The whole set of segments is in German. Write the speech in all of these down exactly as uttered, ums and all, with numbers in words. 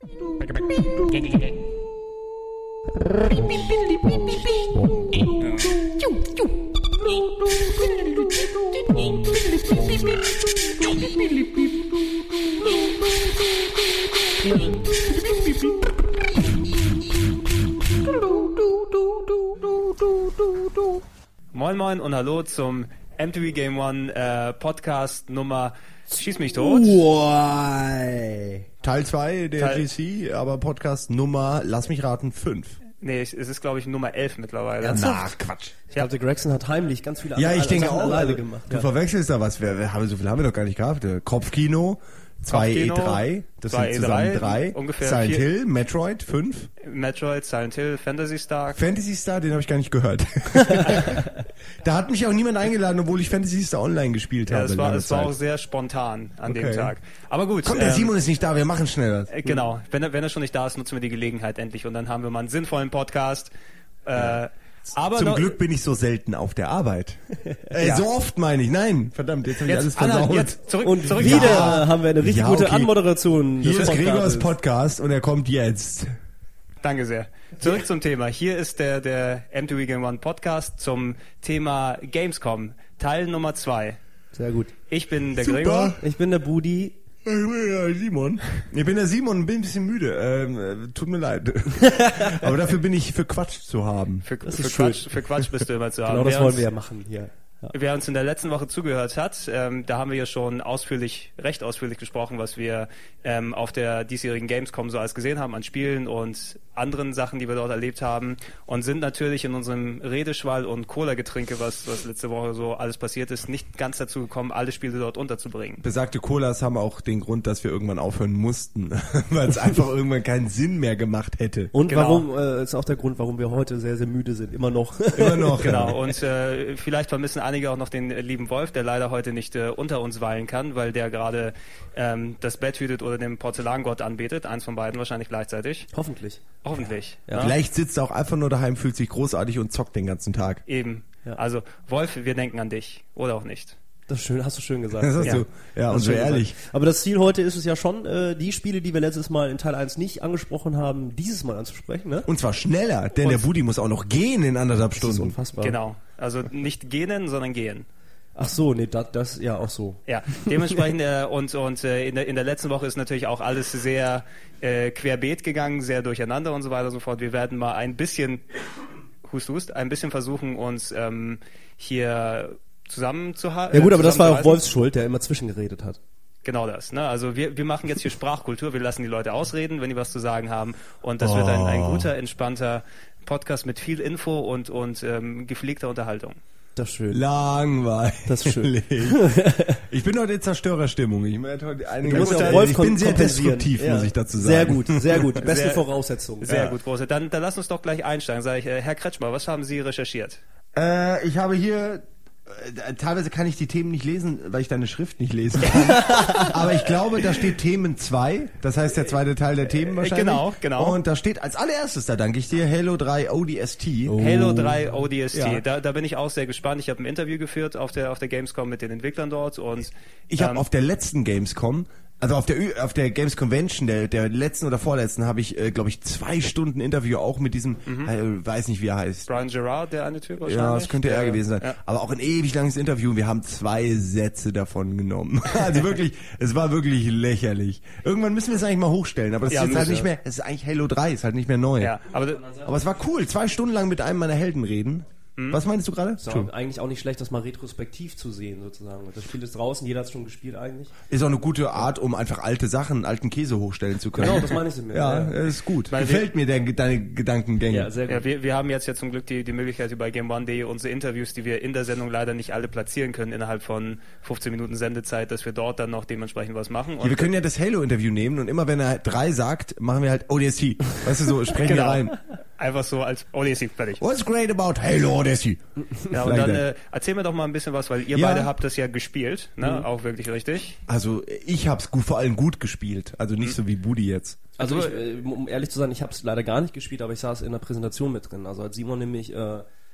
Moin Moin und hallo zum M T V Game One äh, Podcast Nummer Schieß mich tot. Why? Teil zwei der Teil- G C, aber Podcast Nummer, lass mich raten, fünf. Nee, es ist glaube ich Nummer elf mittlerweile. Na, Quatsch. Ich glaube, der Gregson hat heimlich ganz viele Ja, ich denke Sachen auch, alleine also, gemacht. du Ja. verwechselst da was. Wir, wir haben, so viel haben wir doch gar nicht gehabt. Äh, Kopfkino, zwei E Kopfkino, drei, das zwei sind E drei, zusammen drei. ungefähr Silent vier- Hill, Metroid, fünf. Metroid, Silent Hill, Fantasy Star. Fantasy Star, den habe ich gar nicht gehört. Da hat mich auch niemand eingeladen, obwohl ich Fantasy Star online gespielt Ja, habe. es war, lange es war Zeit. auch sehr spontan an Okay. dem Tag. Aber gut. Komm, der ähm, Simon ist nicht da, wir machen schnell was. äh, Genau, wenn er, wenn er schon nicht da ist, nutzen wir die Gelegenheit endlich und dann haben wir mal einen sinnvollen Podcast. Äh, aber Zum noch, Glück bin ich so selten auf der Arbeit. Äh, Ja. So oft meine ich. Nein, verdammt, jetzt habe ich alles jetzt, Anna, versaut. jetzt zurück, Und zurück. wieder Ja. haben wir eine richtig Ja, gute okay. Anmoderation. Hier des ist Gregors Podcastes. Podcast und er kommt jetzt. Danke sehr. Zurück zum Thema. Hier ist der, der M T V Game One Podcast zum Thema Gamescom, Teil Nummer zwei. Sehr gut. Ich bin der Super. Gregor. Ich bin der Budi. Ich bin der Simon. Ich bin der Simon und bin ein bisschen müde. Ähm, äh, tut mir leid. Aber dafür bin ich für Quatsch zu haben. Für, Das für, ist schön. Quatsch, für Quatsch bist du immer zu haben. Genau das Wer wollen uns- wir ja machen hier. Ja. Wer uns in der letzten Woche zugehört hat, ähm, da haben wir ja schon ausführlich, recht ausführlich gesprochen, was wir ähm, auf der diesjährigen Gamescom so alles gesehen haben an Spielen und anderen Sachen, die wir dort erlebt haben und sind natürlich in unserem Redeschwall und Cola-Getränke, was, was letzte Woche so alles passiert ist, nicht ganz dazu gekommen, alle Spiele dort unterzubringen. Besagte Colas haben auch den Grund, dass wir irgendwann aufhören mussten, weil es einfach irgendwann keinen Sinn mehr gemacht hätte. Und Genau. warum, äh, ist auch der Grund, warum wir heute sehr, sehr müde sind. Immer noch. Immer noch. Genau, und äh, vielleicht vermissen einige auch noch den äh, lieben Wolf, der leider heute nicht äh, unter uns weilen kann, weil der gerade ähm, das Bett hütet oder den Porzellangott anbetet. Eins von beiden wahrscheinlich gleichzeitig. Hoffentlich. Hoffentlich. Ja. Vielleicht sitzt er auch einfach nur daheim, fühlt sich großartig und zockt den ganzen Tag. Eben. Ja. Also, Wolf, wir denken an dich. Oder auch nicht. Das ist schön, hast du schön gesagt. Das hast Ja. du. Ja, Hast und du so schön ehrlich. gesagt. Aber das Ziel heute ist es ja schon, äh, die Spiele, die wir letztes Mal in Teil eins nicht angesprochen haben, dieses Mal anzusprechen, ne? Und zwar schneller, denn Und- der Budi muss auch noch gehen in anderthalb Das ist Stunden. unfassbar. Genau. Also nicht gähnen, sondern gehen. Ach so, nee, das, das ja auch so. Ja, dementsprechend äh, und und äh, in der in der letzten Woche ist natürlich auch alles sehr äh, querbeet gegangen, sehr durcheinander und so weiter und so fort. Wir werden mal ein bisschen hust hust ein bisschen versuchen, uns ähm, hier zusammenzuhalten. Ja gut, aber das war auch Wolfs Schuld, der immer zwischengeredet hat. Genau das, ne? Also wir, wir machen jetzt hier Sprachkultur, wir lassen die Leute ausreden, wenn die was zu sagen haben. Und das wird ein, ein guter, entspannter Podcast mit viel Info und, und ähm, gepflegter Unterhaltung. Das ist schön. Langweilig. Das ist schön. Ich bin heute in Zerstörerstimmung. Ich, werde heute einige Du musst ja auch ich Wolf bin sehr kompensieren. destruktiv, Ja. muss ich dazu sagen. Sehr gut, sehr gut. Beste Sehr- Voraussetzungen. Sehr Ja. gut, große. Dann, dann lass uns doch gleich einsteigen. Sag ich, äh, Herr Kretschmer, was haben Sie recherchiert? Äh, ich habe hier, äh, teilweise kann ich die Themen nicht lesen, weil ich deine Schrift nicht lesen kann. Aber ich glaube, da steht Themen zwei. Das heißt der zweite Teil der Themen wahrscheinlich. genau, genau. Und da steht als allererstes, da danke ich dir, Halo drei O D S T. Oh. Halo drei O D S T. Ja. Da, da bin ich auch sehr gespannt. Ich habe ein Interview geführt auf der, auf der Gamescom mit den Entwicklern dort und Ich habe ähm, auf der letzten Gamescom, also auf der Ü- auf der Games Convention, der der letzten oder vorletzten, habe ich, äh, glaube ich, zwei Stunden Interview auch mit diesem, äh, weiß nicht wie er heißt. Brian Gerard, der eine Typ wahrscheinlich. Ja, das könnte er Der- gewesen sein. Ja. Aber auch ein ewig langes Interview und wir haben zwei Sätze davon genommen. Also wirklich, es war wirklich lächerlich. Irgendwann müssen wir es eigentlich mal hochstellen, aber es Ja, ist jetzt halt müssen nicht wir. mehr, es ist eigentlich Halo drei, ist halt nicht mehr neu. Ja, aber Aber es war cool, zwei Stunden lang mit einem meiner Helden reden. Was meinst du gerade? Ist auch eigentlich auch nicht schlecht, das mal retrospektiv zu sehen, sozusagen. Das Spiel ist draußen, jeder hat es schon gespielt eigentlich. Ist auch eine gute Art, um einfach alte Sachen, alten Käse hochstellen zu können. Genau, das meine ich damit. Ja, ist gut. Weil Gefällt mir der, deine Gedankengänge. Ja, sehr gut. Ja, wir, wir haben jetzt ja zum Glück die, die Möglichkeit über Game One punkt de unsere Interviews, die wir in der Sendung leider nicht alle platzieren können innerhalb von fünfzehn Minuten Sendezeit, dass wir dort dann noch dementsprechend was machen. Ja, wir können ja das Halo-Interview nehmen und immer wenn er drei sagt, machen wir halt O D S T. Weißt du, so sprechen wir genau. rein. Einfach so als O D S T fertig. What's great about Halo O D S T? Ja, und Like dann that. äh, erzähl mir doch mal ein bisschen was, weil ihr Ja. beide habt das ja gespielt, ne? Auch wirklich richtig. Also ich hab's gut, vor allem gut gespielt. Also nicht so wie Budi jetzt. Also ich, äh, um ehrlich zu sein, ich habe es leider gar nicht gespielt, aber ich saß in der Präsentation mit drin. Also als Simon nämlich äh,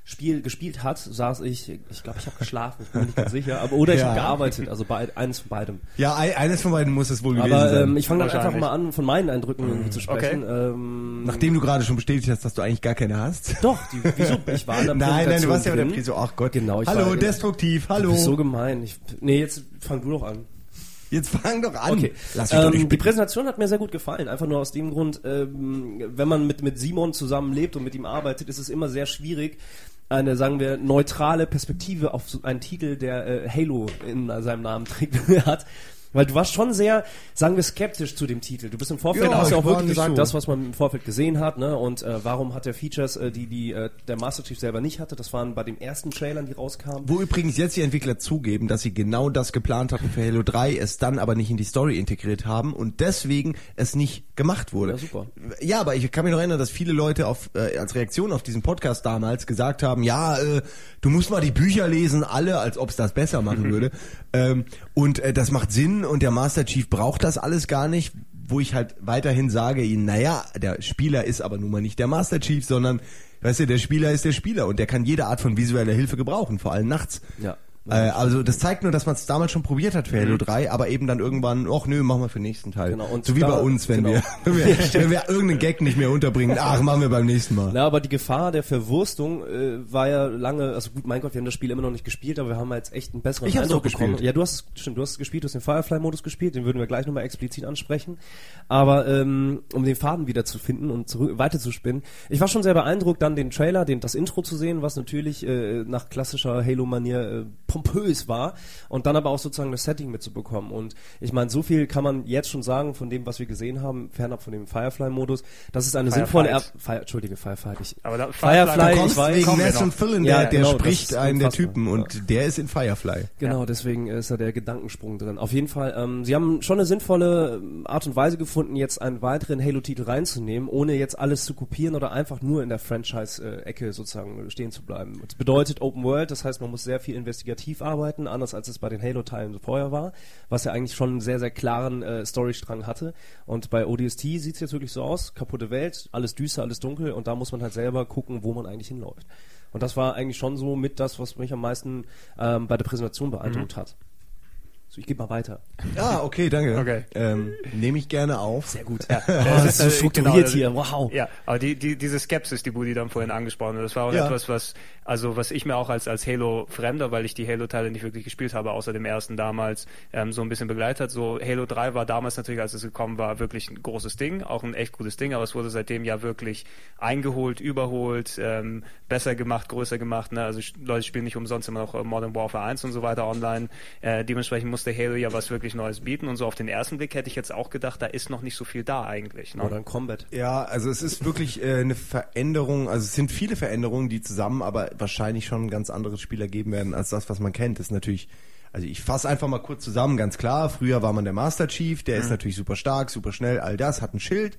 Spiel gespielt hat, saß ich, ich glaube, ich habe geschlafen, ich bin mir nicht ganz sicher, aber oder ich Ja. habe gearbeitet, also bei, eines von beidem. Ja, ein- eines von beiden muss es wohl gewesen Aber sein. ähm, ich fange dann einfach Wahrscheinlich. mal an, von meinen Eindrücken irgendwie zu sprechen. Ähm, Nachdem du gerade schon bestätigt hast, dass du eigentlich gar keine hast. Doch, die, wieso? Ich war in der Nein, nein, du Präsentation warst ja mit der drin. Prise. Ach Gott. Genau, ich Hallo, war, destruktiv, Du hallo. bist so gemein. Ich, nee, jetzt fang du doch an. Jetzt fang doch an. Okay. Lass mich doch Ähm, nicht die bitten. Präsentation hat mir sehr gut gefallen. Einfach nur aus dem Grund, ähm, wenn man mit, mit Simon zusammenlebt und mit ihm arbeitet, ist es immer sehr schwierig, eine, sagen wir, neutrale Perspektive auf so einen Titel, der äh, Halo in seinem Namen trägt, hat. Weil du warst schon sehr, sagen wir, skeptisch zu dem Titel. Du bist im Vorfeld, Ja, hast ja ich auch war wirklich nicht gesagt, so. das, was man im Vorfeld gesehen hat, ne? Und äh, warum hat er Features, äh, die, die äh, der Master Chief selber nicht hatte? Das waren bei den ersten Trailern, die rauskamen. Wo übrigens jetzt die Entwickler zugeben, dass sie genau das geplant hatten für Halo drei, es dann aber nicht in die Story integriert haben und deswegen es nicht gemacht wurde. Ja, super. Ja, aber ich kann mich noch erinnern, dass viele Leute auf, äh, als Reaktion auf diesen Podcast damals gesagt haben, ja, äh, du musst mal die Bücher lesen, alle, als ob es das besser machen würde. Ähm, und äh, das macht Sinn und der Master Chief braucht das alles gar nicht, wo ich halt weiterhin sage ihnen, naja, der Spieler ist aber nun mal nicht der Master Chief, sondern, weißt du, der Spieler ist der Spieler und der kann jede Art von visueller Hilfe gebrauchen, vor allem nachts. Ja. Äh, also das zeigt nur, dass man es damals schon probiert hat für Halo drei, aber eben dann irgendwann, ach nö, machen wir für den nächsten Teil. Genau, und so wie da- bei uns, wenn, genau. wir, wenn, wir, wenn wir irgendeinen Gag nicht mehr unterbringen, ach, machen wir beim nächsten Mal. Na, aber die Gefahr der Verwurstung äh, war ja lange, also gut, mein Gott, wir haben das Spiel immer noch nicht gespielt, aber wir haben jetzt echt einen besseren Ich hab's Eindruck auch gespielt. bekommen. Ja, du hast es, stimmt, du hast es gespielt, du hast den Firefly-Modus gespielt, den würden wir gleich nochmal explizit ansprechen. Aber ähm, um den Faden wieder zu finden und zurück, weiter zu spinnen, ich war schon sehr beeindruckt, dann den Trailer, den, das Intro zu sehen, was natürlich äh, nach klassischer Halo-Manier äh, pompös war und dann aber auch sozusagen das Setting mitzubekommen. Und ich meine, so viel kann man jetzt schon sagen von dem, was wir gesehen haben, fernab von dem Firefly-Modus, das ist eine Firefight. sinnvolle... Er Fire, Entschuldige, Firefight. Ich, Aber da- Firefly, Firefly- ich Kommst weiß... wegen kommen wir Ness noch. und Philin, Ja, der, der genau, das spricht ist einen der unfassbar. Typen und der ist in Firefly. Genau, deswegen ist da der Gedankensprung drin. Auf jeden Fall, ähm, sie haben schon eine sinnvolle ähm, Art und Weise gefunden, jetzt einen weiteren Halo-Titel reinzunehmen, ohne jetzt alles zu kopieren oder einfach nur in der Franchise-Ecke sozusagen stehen zu bleiben. Das bedeutet Open World, das heißt, man muss sehr viel investigativ arbeiten, anders als es bei den Halo-Teilen vorher war, was ja eigentlich schon einen sehr, sehr klaren äh, Storystrang hatte. Und bei O D S T sieht es jetzt wirklich so aus, kaputte Welt, alles düster, alles dunkel und da muss man halt selber gucken, wo man eigentlich hinläuft. Und das war eigentlich schon so mit das, was mich am meisten ähm, bei der Präsentation beeindruckt hat. So, ich gebe mal weiter. Ah, okay, danke. Okay. Ähm, nehme ich gerne auf. Sehr gut. Ja, das ist so äh, strukturiert genau, hier, wow. Ja, aber die, die, diese Skepsis, die Budi dann vorhin angesprochen hat, das war auch Ja. etwas, was, also was ich mir auch als, als Halo-Fremder, weil ich die Halo-Teile nicht wirklich gespielt habe, außer dem ersten damals, ähm, so ein bisschen begleitet hat. So Halo drei war damals natürlich, als es gekommen war, wirklich ein großes Ding, auch ein echt gutes Ding, aber es wurde seitdem ja wirklich eingeholt, überholt, ähm, besser gemacht, größer gemacht, ne? Also Leute spielen nicht umsonst immer noch äh, Modern Warfare eins und so weiter online. Äh, dementsprechend musste Halo ja was wirklich Neues bieten und so auf den ersten Blick hätte ich jetzt auch gedacht, da ist noch nicht so viel da eigentlich. Ne? Oder ein Combat. Ja, also es ist wirklich äh, eine Veränderung, also es sind viele Veränderungen, die zusammen aber wahrscheinlich schon ein ganz anderes Spiel ergeben werden als das, was man kennt. Das ist natürlich, also ich fasse einfach mal kurz zusammen, ganz klar, früher war man der Master Chief, der ist natürlich super stark, super schnell, all das, hat ein Schild.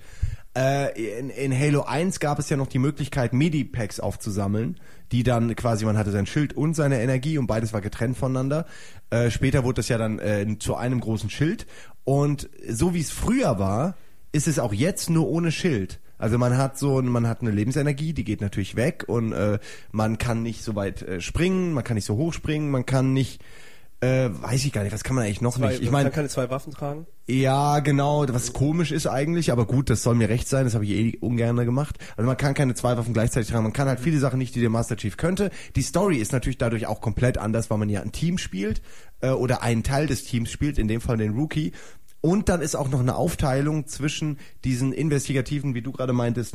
Äh, in, in Halo eins gab es ja noch die Möglichkeit, Medipacks aufzusammeln, die dann quasi, man hatte sein Schild und seine Energie und beides war getrennt voneinander. Äh, später wurde das ja dann äh, zu einem großen Schild und so wie es früher war, ist es auch jetzt nur ohne Schild. Also man hat so, man hat eine Lebensenergie, die geht natürlich weg und äh, man kann nicht so weit äh, springen, man kann nicht so hoch springen, man kann nicht, äh, weiß ich gar nicht, was kann man eigentlich noch Zwei, nicht? Ich man meine, kann keine zwei Waffen tragen. ja, genau, was komisch ist eigentlich, aber gut, das soll mir recht sein, das habe ich eh ungern gemacht. Also man kann keine zwei Waffen gleichzeitig tragen, man kann halt viele Sachen nicht, die der Master Chief könnte. Die Story ist natürlich dadurch auch komplett anders, weil man ja ein Team spielt äh, oder einen Teil des Teams spielt, in dem Fall den Rookie. Und dann ist auch noch eine Aufteilung zwischen diesen investigativen, wie du gerade meintest,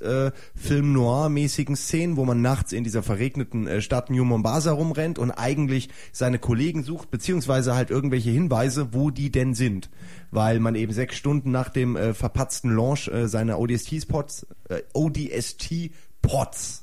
Nacht-Film-Noir-mäßigen Szenen, wo man nachts in dieser verregneten äh, Stadt New Mombasa rumrennt und eigentlich seine Kollegen sucht, beziehungsweise halt irgendwelche Hinweise, wo die denn sind. Weil man eben sechs Stunden nach dem äh, verpatzten Launch äh, seiner O D S T-Spots, äh, O D S T-Pods,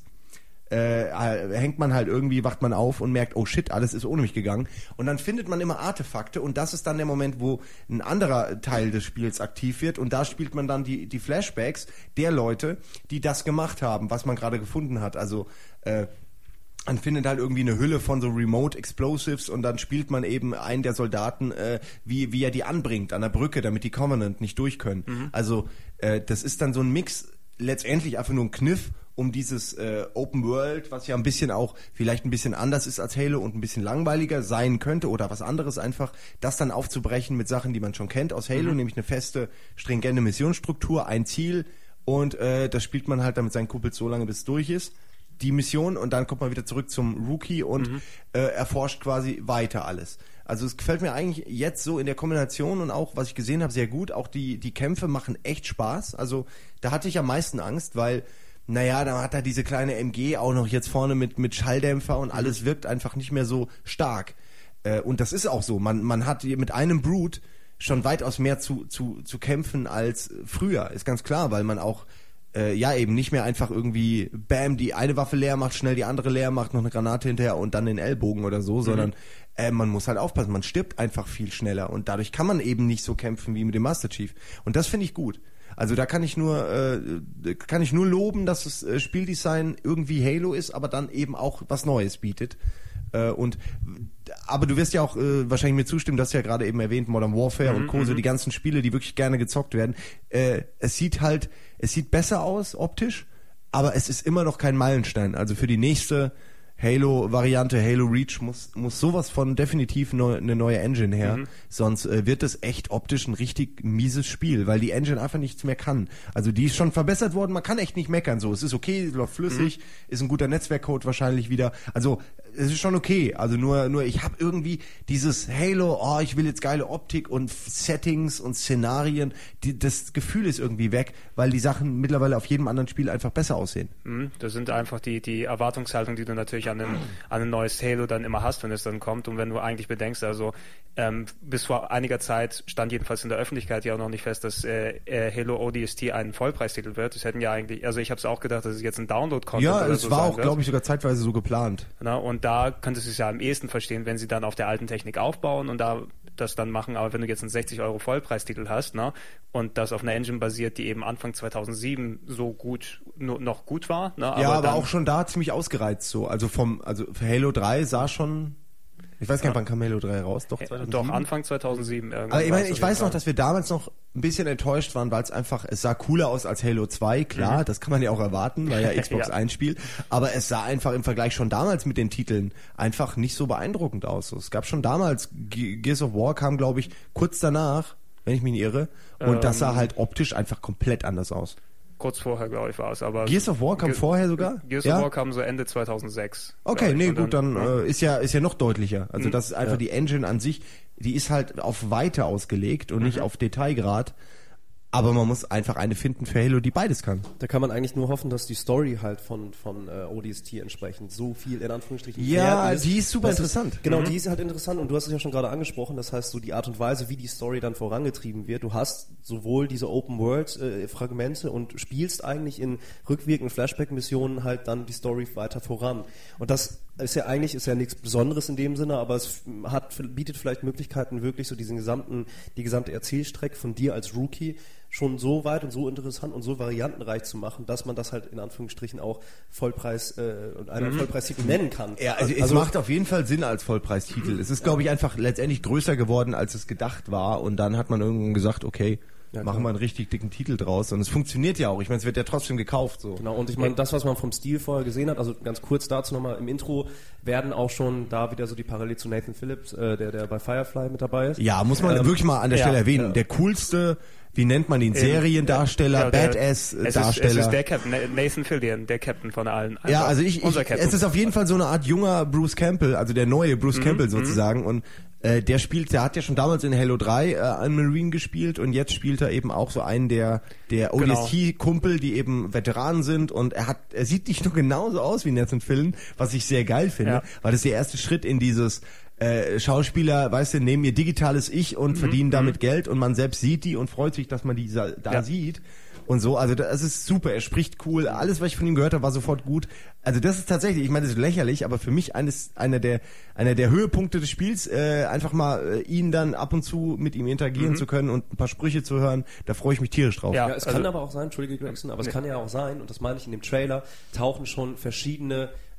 Äh, hängt man halt irgendwie, wacht man auf und merkt, oh shit, alles ist ohne mich gegangen. Und dann findet man immer Artefakte und das ist dann der Moment, wo ein anderer Teil des Spiels aktiv wird und da spielt man dann die, die Flashbacks der Leute, die das gemacht haben, was man gerade gefunden hat. Also äh, man findet halt irgendwie eine Hülle von so Remote Explosives und dann spielt man eben einen der Soldaten, äh, wie, wie er die anbringt an der Brücke, damit die Covenant nicht durch können. Mhm. Also äh, das ist dann so ein Mix, letztendlich einfach nur ein Kniff, um dieses äh, Open World, was ja ein bisschen auch vielleicht ein bisschen anders ist als Halo und ein bisschen langweiliger sein könnte oder was anderes einfach, das dann aufzubrechen mit Sachen, die man schon kennt aus Halo, mhm. nämlich eine feste, stringente Missionsstruktur, ein Ziel und äh, das spielt man halt dann mit seinen Kumpels so lange, bis es durch ist, die Mission und dann kommt man wieder zurück zum Rookie und mhm. äh, erforscht quasi weiter alles. Also es gefällt mir eigentlich jetzt so in der Kombination und auch, was ich gesehen habe, sehr gut. Auch die, die Kämpfe machen echt Spaß. Also da hatte ich am meisten Angst, weil naja, da hat er diese kleine M G auch noch jetzt vorne mit, mit Schalldämpfer und alles wirkt einfach nicht mehr so stark. Äh, und das ist auch so. Man, man hat mit einem Brute schon weitaus mehr zu, zu, zu kämpfen als früher. Ist ganz klar, weil man auch, äh, ja eben nicht mehr einfach irgendwie, bam, die eine Waffe leer macht, schnell die andere leer macht, noch eine Granate hinterher und dann den Ellbogen oder so, mhm. sondern äh, man muss halt aufpassen. Man stirbt einfach viel schneller und dadurch kann man eben nicht so kämpfen wie mit dem Master Chief. Und das finde ich gut. Also da kann ich nur äh, kann ich nur loben, dass das äh, Spieldesign irgendwie Halo ist, aber dann eben auch was Neues bietet. Äh, und aber du wirst ja auch äh, wahrscheinlich mir zustimmen, du hast ja gerade eben erwähnt Modern Warfare mhm, und Co. so die ganzen Spiele, die wirklich gerne gezockt werden. Äh, es sieht halt, es sieht besser aus optisch, aber es ist immer noch kein Meilenstein. Also für die nächste Halo-Variante, Halo Reach muss muss sowas von definitiv neu, eine neue Engine her, mhm. sonst äh, wird es echt optisch ein richtig mieses Spiel, weil die Engine einfach nichts mehr kann. Also die ist schon verbessert worden, man kann echt nicht meckern so. Es ist okay, es läuft flüssig, mhm. ist ein guter Netzwerkcode wahrscheinlich wieder. Also es ist schon okay, also nur nur ich habe irgendwie dieses Halo, oh, ich will jetzt geile Optik und Settings und Szenarien, die, das Gefühl ist irgendwie weg, weil die Sachen mittlerweile auf jedem anderen Spiel einfach besser aussehen. Mhm, das sind einfach die die Erwartungshaltung, die du natürlich an ein, an ein neues Halo dann immer hast, wenn es dann kommt und wenn du eigentlich bedenkst, also ähm, bis vor einiger Zeit stand jedenfalls in der Öffentlichkeit ja auch noch nicht fest, dass äh, äh, Halo O D S T ein Vollpreistitel wird. Das hätten ja eigentlich, also ich habe es auch gedacht, dass es jetzt ein Download-Content ja, oder es so war sein auch, wird. glaube ich, sogar zeitweise so geplant. Na, und da könntest du es ja am ehesten verstehen, wenn sie dann auf der alten Technik aufbauen und da das dann machen, aber wenn du jetzt einen sechzig Euro Vollpreistitel hast, ne, und das auf einer Engine basiert, die eben Anfang zweitausendsieben so gut, no, noch gut war, ne, aber ja, aber dann, auch schon da ziemlich ausgereizt so, also vom, also für Halo drei sah schon, ich weiß gar nicht, wann kam Halo drei raus, doch zweitausendsieben? Doch, Anfang zweitausendsieben irgendwann. Aber ich meine, ich weiß noch, dass wir damals noch ein bisschen enttäuscht waren, weil es einfach, es sah cooler aus als Halo zwei, klar, mhm. das kann man ja auch erwarten, weil ja Xbox ja. ein Spiel, aber es sah einfach im Vergleich schon damals mit den Titeln einfach nicht so beeindruckend aus. Es gab schon damals, Gears of War kam, glaube ich, kurz danach, wenn ich mich nicht irre, und ähm, das sah halt optisch einfach komplett anders aus. Kurz vorher, glaube ich, war es. Aber Gears of War kam Ge- vorher sogar? Gears ja? of War kam so Ende zweitausendsechs. Okay, nee, gut, dann, dann äh, ist ja ist ja noch deutlicher. Also mhm. das ist einfach ja. die Engine an sich, die ist halt auf Weite ausgelegt und mhm. nicht auf Detailgrad. Aber man muss einfach eine finden für Halo, die beides kann. Da kann man eigentlich nur hoffen, dass die Story halt von von äh, O D S T entsprechend so viel in Anführungsstrichen ja, ist. die ist super das interessant. Ist, genau, mhm. die ist halt interessant und du hast es ja schon gerade angesprochen, das heißt so die Art und Weise, wie die Story dann vorangetrieben wird. Du hast sowohl diese Open-World-Fragmente äh, und spielst eigentlich in rückwirkenden Flashback-Missionen halt dann die Story weiter voran. Und das ist ja eigentlich ist ja nichts Besonderes in dem Sinne, aber es hat bietet vielleicht Möglichkeiten, wirklich so diesen gesamten die gesamte Erzählstrecke von dir als Rookie schon so weit und so interessant und so variantenreich zu machen, dass man das halt in Anführungsstrichen auch Vollpreis äh, und einen mhm. Vollpreistitel nennen kann. Ja, also, also es macht auf jeden Fall Sinn als Vollpreistitel. Es ist, glaube ich, einfach letztendlich größer geworden, als es gedacht war und dann hat man irgendwann gesagt, okay, ja, machen wir einen richtig dicken Titel draus und es funktioniert ja auch. Ich meine, es wird ja trotzdem gekauft. So. Genau, und ich meine, das, was man vom Stil vorher gesehen hat, also ganz kurz dazu nochmal, im Intro werden auch schon da wieder so die Parallel zu Nathan Phillips, äh, der der bei Firefly mit dabei ist. Ja, muss man ähm, wirklich mal an der ja, Stelle erwähnen. Ja. Der coolste, wie nennt man ihn, Seriendarsteller, ja, Badass-Darsteller. Es ist der Captain, Nathan Fillion, der Captain von allen. Einfach ja, also ich, ich es ist auf jeden Fall so eine Art junger Bruce Campbell, also der neue Bruce mhm, Campbell sozusagen und Äh, der spielt, der hat ja schon damals in Halo drei äh, einen Marine gespielt und jetzt spielt er eben auch so einen der der O D S T-Kumpel, die eben Veteranen sind und er hat, er sieht nicht nur genauso aus wie Nathan Fillion, was ich sehr geil finde, ja. weil das der erste Schritt in dieses äh, Schauspieler, weißt du, nehmen ihr digitales Ich und mhm, verdienen damit mhm. Geld und man selbst sieht die und freut sich, dass man die da ja. sieht. Und so, also das ist super, er spricht cool, alles, was ich von ihm gehört habe, war sofort gut. Also das ist tatsächlich, ich meine, das ist lächerlich, aber für mich eines, einer der einer der Höhepunkte des Spiels, äh, einfach mal äh, ihn dann ab und zu mit ihm interagieren mhm. zu können und ein paar Sprüche zu hören, da freue ich mich tierisch drauf. Ja, ja es also, kann aber auch sein, Entschuldige Gregson, aber es kann ja auch sein, und das meine ich in dem Trailer, tauchen schon verschiedene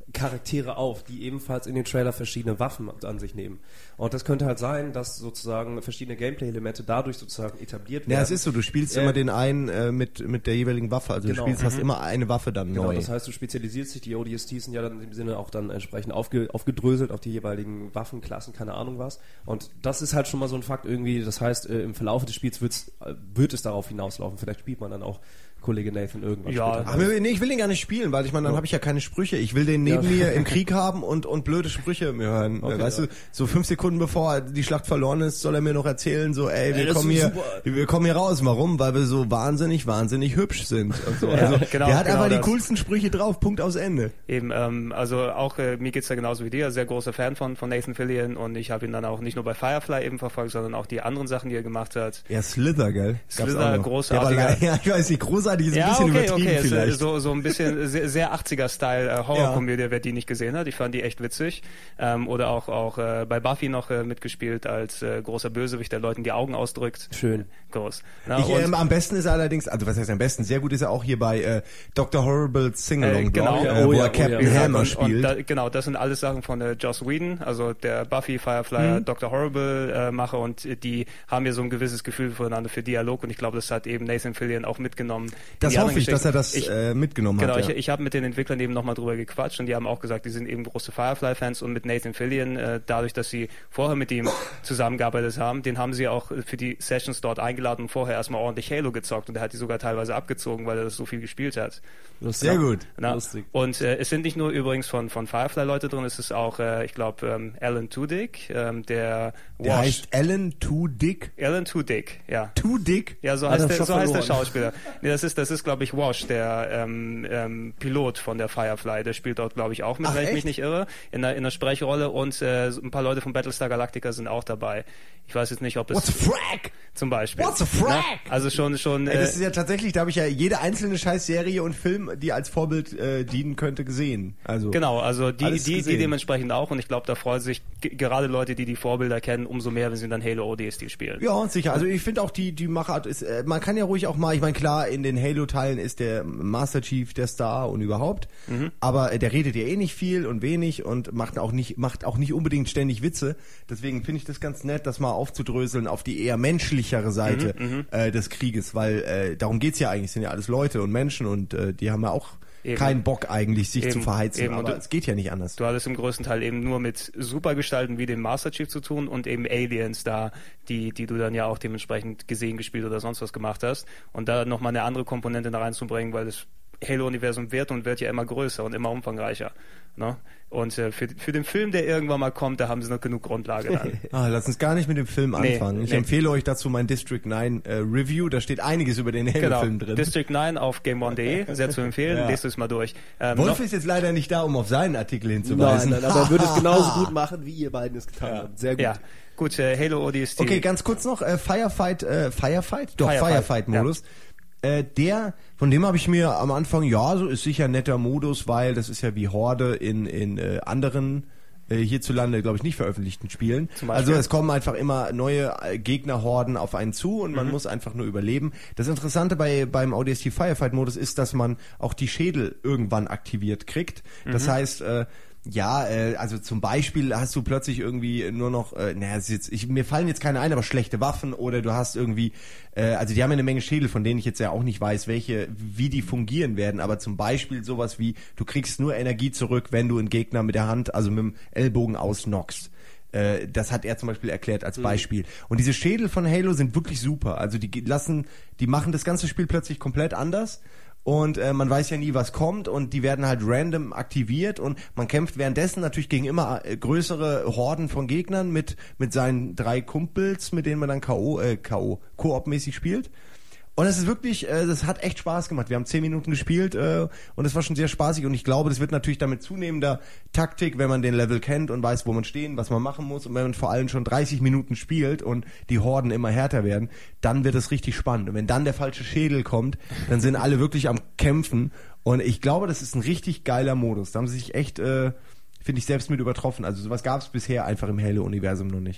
Charaktere auf, die ebenfalls in den Trailer verschiedene Waffen an sich nehmen. Und das könnte halt sein, dass sozusagen verschiedene Gameplay-Elemente dadurch sozusagen etabliert werden. Ja, es ist so, du spielst äh, immer den einen äh, mit, mit der jeweiligen Waffe, also genau. du spielst, hast mhm. immer eine Waffe dann genau, neu. Das heißt, du spezialisierst dich, die O D S Ts sind ja dann in dem Sinne auch dann entsprechend aufge, aufgedröselt auf die jeweiligen Waffenklassen, keine Ahnung was. Und das ist halt schon mal so ein Fakt irgendwie, das heißt, äh, im Verlauf des Spiels wird's, äh, wird es darauf hinauslaufen. Vielleicht spielt man dann auch Kollege Nathan irgendwann ja, später. Ach, nee, ich will den gar nicht spielen, weil ich meine, dann ja. habe ich ja keine Sprüche. Ich will den neben ja. mir im Krieg haben und, und blöde Sprüche mir hören. Okay, weißt ja. du, so fünf Sekunden bevor die Schlacht verloren ist, soll er mir noch erzählen, so, ey, wir ey, kommen hier, super. wir kommen hier raus. Warum? Weil wir so wahnsinnig, wahnsinnig hübsch sind. Und so. Ja, also, genau, der hat genau einfach das. die coolsten Sprüche drauf, Punkt aus Ende. Eben, ähm, also auch, äh, mir geht's ja genauso wie dir, sehr großer Fan von, von Nathan Fillion und ich habe ihn dann auch nicht nur bei Firefly eben verfolgt, sondern auch die anderen Sachen, die er gemacht hat. Ja, Slither, gell? Slither, großartiger. Ja, aber, ja, ich weiß nicht, großartig ist ein ja, bisschen okay, übertrieben okay, vielleicht. So, so ein bisschen sehr, sehr achtziger-Style äh, Horrorkomödie, ja. wer die nicht gesehen hat. Ich fand die echt witzig. Ähm, oder auch auch äh, bei Buffy noch äh, mitgespielt als äh, großer Bösewicht, der Leuten die Augen ausdrückt. Schön. Groß. Na, ich, ähm, am besten ist er allerdings, also was heißt am besten, sehr gut ist er auch hier bei äh, Doktor Horrible Sing-Along, äh, genau, äh, oh, wo ja, er Captain oh, ja. Hammer und, spielt. Und da, genau, das sind alles Sachen von äh, Joss Whedon, also der Buffy, Firefly, mhm. Doktor Horrible äh, Macher und äh, die haben ja so ein gewisses Gefühl füreinander für Dialog und ich glaube, das hat eben Nathan Fillion auch mitgenommen. Das hoffe ich, dass er das ich, äh, mitgenommen genau, hat. Genau, ich, ich habe mit den Entwicklern eben nochmal drüber gequatscht und die haben auch gesagt, die sind eben große Firefly-Fans und mit Nathan Fillion, äh, dadurch, dass sie vorher mit ihm zusammengearbeitet haben, den haben sie auch für die Sessions dort eingeladen und vorher erstmal ordentlich Halo gezockt und er hat die sogar teilweise abgezogen, weil er das so viel gespielt hat. Lustig. Sehr gut. Na, Lustig. Und äh, es sind nicht nur übrigens von, von Firefly Leute drin, es ist auch, äh, ich glaube, ähm, Alan Tudyk, ähm, der Wash. Der heißt Alan Tudyk? Alan Tudyk, ja. Tudyk? Ja, so, heißt der, so heißt der Schauspieler. Nee, das ist, das ist glaube ich, Wash, der ähm, ähm, Pilot von der Firefly. Der spielt dort, glaube ich, auch mit, Ach, wenn ich echt? mich nicht irre, in der, in der Sprechrolle und äh, ein paar Leute von Battlestar Galactica sind auch dabei. Ich weiß jetzt nicht, ob es... What's a frack? Zum Beispiel. What's a frack? Na, also schon... schon äh, das ist ja tatsächlich, da habe ich ja jede einzelne Scheißserie und Film, die als Vorbild äh, dienen könnte, gesehen. Also genau, also die, die, gesehen. die dementsprechend auch und ich glaube, da freuen sich g- gerade Leute, die die Vorbilder kennen, umso mehr, wenn sie dann Halo O D S T spielen. Ja, sicher. Also ich finde auch die, die Machart ist, äh, man kann ja ruhig auch mal, ich meine klar, in den Halo-Teilen ist der Master Chief der Star und überhaupt, mhm. aber äh, der redet ja eh nicht viel und wenig und macht auch nicht, macht auch nicht unbedingt ständig Witze. Deswegen finde ich das ganz nett, das mal aufzudröseln auf die eher menschlichere Seite mhm, äh, des Krieges, weil äh, darum geht's ja eigentlich, sind ja alles Leute und Menschen und äh, die haben ja auch Eben. keinen Bock eigentlich, sich eben, zu verheizen, eben. aber du, es geht ja nicht anders. Du hattest im größten Teil eben nur mit Supergestalten wie dem Master Chief zu tun und eben Aliens da, die die du dann ja auch dementsprechend gesehen, gespielt oder sonst was gemacht hast und da nochmal eine andere Komponente da reinzubringen, weil das Halo-Universum wird und wird ja immer größer und immer umfangreicher. Ne? Und äh, für, für den Film, der irgendwann mal kommt, da haben sie noch genug Grundlage dann. ah, lass uns gar nicht mit dem Film nee, anfangen. Ich nee. empfehle euch dazu mein District neun äh, Review, da steht einiges über den Halo-Film genau. drin. District neun auf game one punkt de, sehr zu empfehlen, ja. lest es mal durch. Ähm, Wolf ist jetzt leider nicht da, um auf seinen Artikel hinzuweisen. Nein, nein, aber er würde es genauso gut machen, wie ihr beiden es getan ja. habt. Sehr gut. Ja. Gut, äh, Halo O D S T. Okay, ganz kurz noch, äh, Firefight, äh, Firefight? Doch, Firefight-Modus. Ja. Äh, der, von dem habe ich mir am Anfang, ja, so ist sicher ein netter Modus, weil das ist ja wie Horde in, in äh, anderen äh, hierzulande, glaube ich, nicht veröffentlichten Spielen. Also es kommen einfach immer neue äh, Gegnerhorden auf einen zu und man mhm. muss einfach nur überleben. Das Interessante bei beim O D S T Firefight-Modus ist, dass man auch die Schädel irgendwann aktiviert kriegt. Das mhm. heißt, äh, ja, äh, also zum Beispiel hast du plötzlich irgendwie nur noch, äh, naja, jetzt, ich, mir fallen jetzt keine ein, aber schlechte Waffen oder du hast irgendwie, äh, also die haben ja eine Menge Schädel, von denen ich jetzt ja auch nicht weiß, welche, wie die fungieren werden, aber zum Beispiel sowas wie, du kriegst nur Energie zurück, wenn du einen Gegner mit der Hand, also mit dem Ellbogen ausknockst. Äh, das hat er zum Beispiel erklärt als Beispiel. Mhm. Und diese Schädel von Halo sind wirklich super, also die lassen, die machen das ganze Spiel plötzlich komplett anders. Und äh, man weiß ja nie, was kommt und die werden halt random aktiviert und man kämpft währenddessen natürlich gegen immer äh, größere Horden von Gegnern mit mit seinen drei Kumpels, mit denen man dann K O, äh, K O, Koop-mäßig spielt. Und es ist wirklich, äh, das hat echt Spaß gemacht. Wir haben zehn Minuten gespielt äh, und es war schon sehr spaßig und ich glaube, das wird natürlich damit zunehmender Taktik, wenn man den Level kennt und weiß, wo man stehen, was man machen muss und wenn man vor allem schon dreißig Minuten spielt und die Horden immer härter werden, dann wird es richtig spannend. Und wenn dann der falsche Schädel kommt, dann sind alle wirklich am Kämpfen und ich glaube, das ist ein richtig geiler Modus. Da haben sie sich echt, äh, finde ich, selbst mit übertroffen. Also sowas gab es bisher einfach im Halo-Universum noch nicht.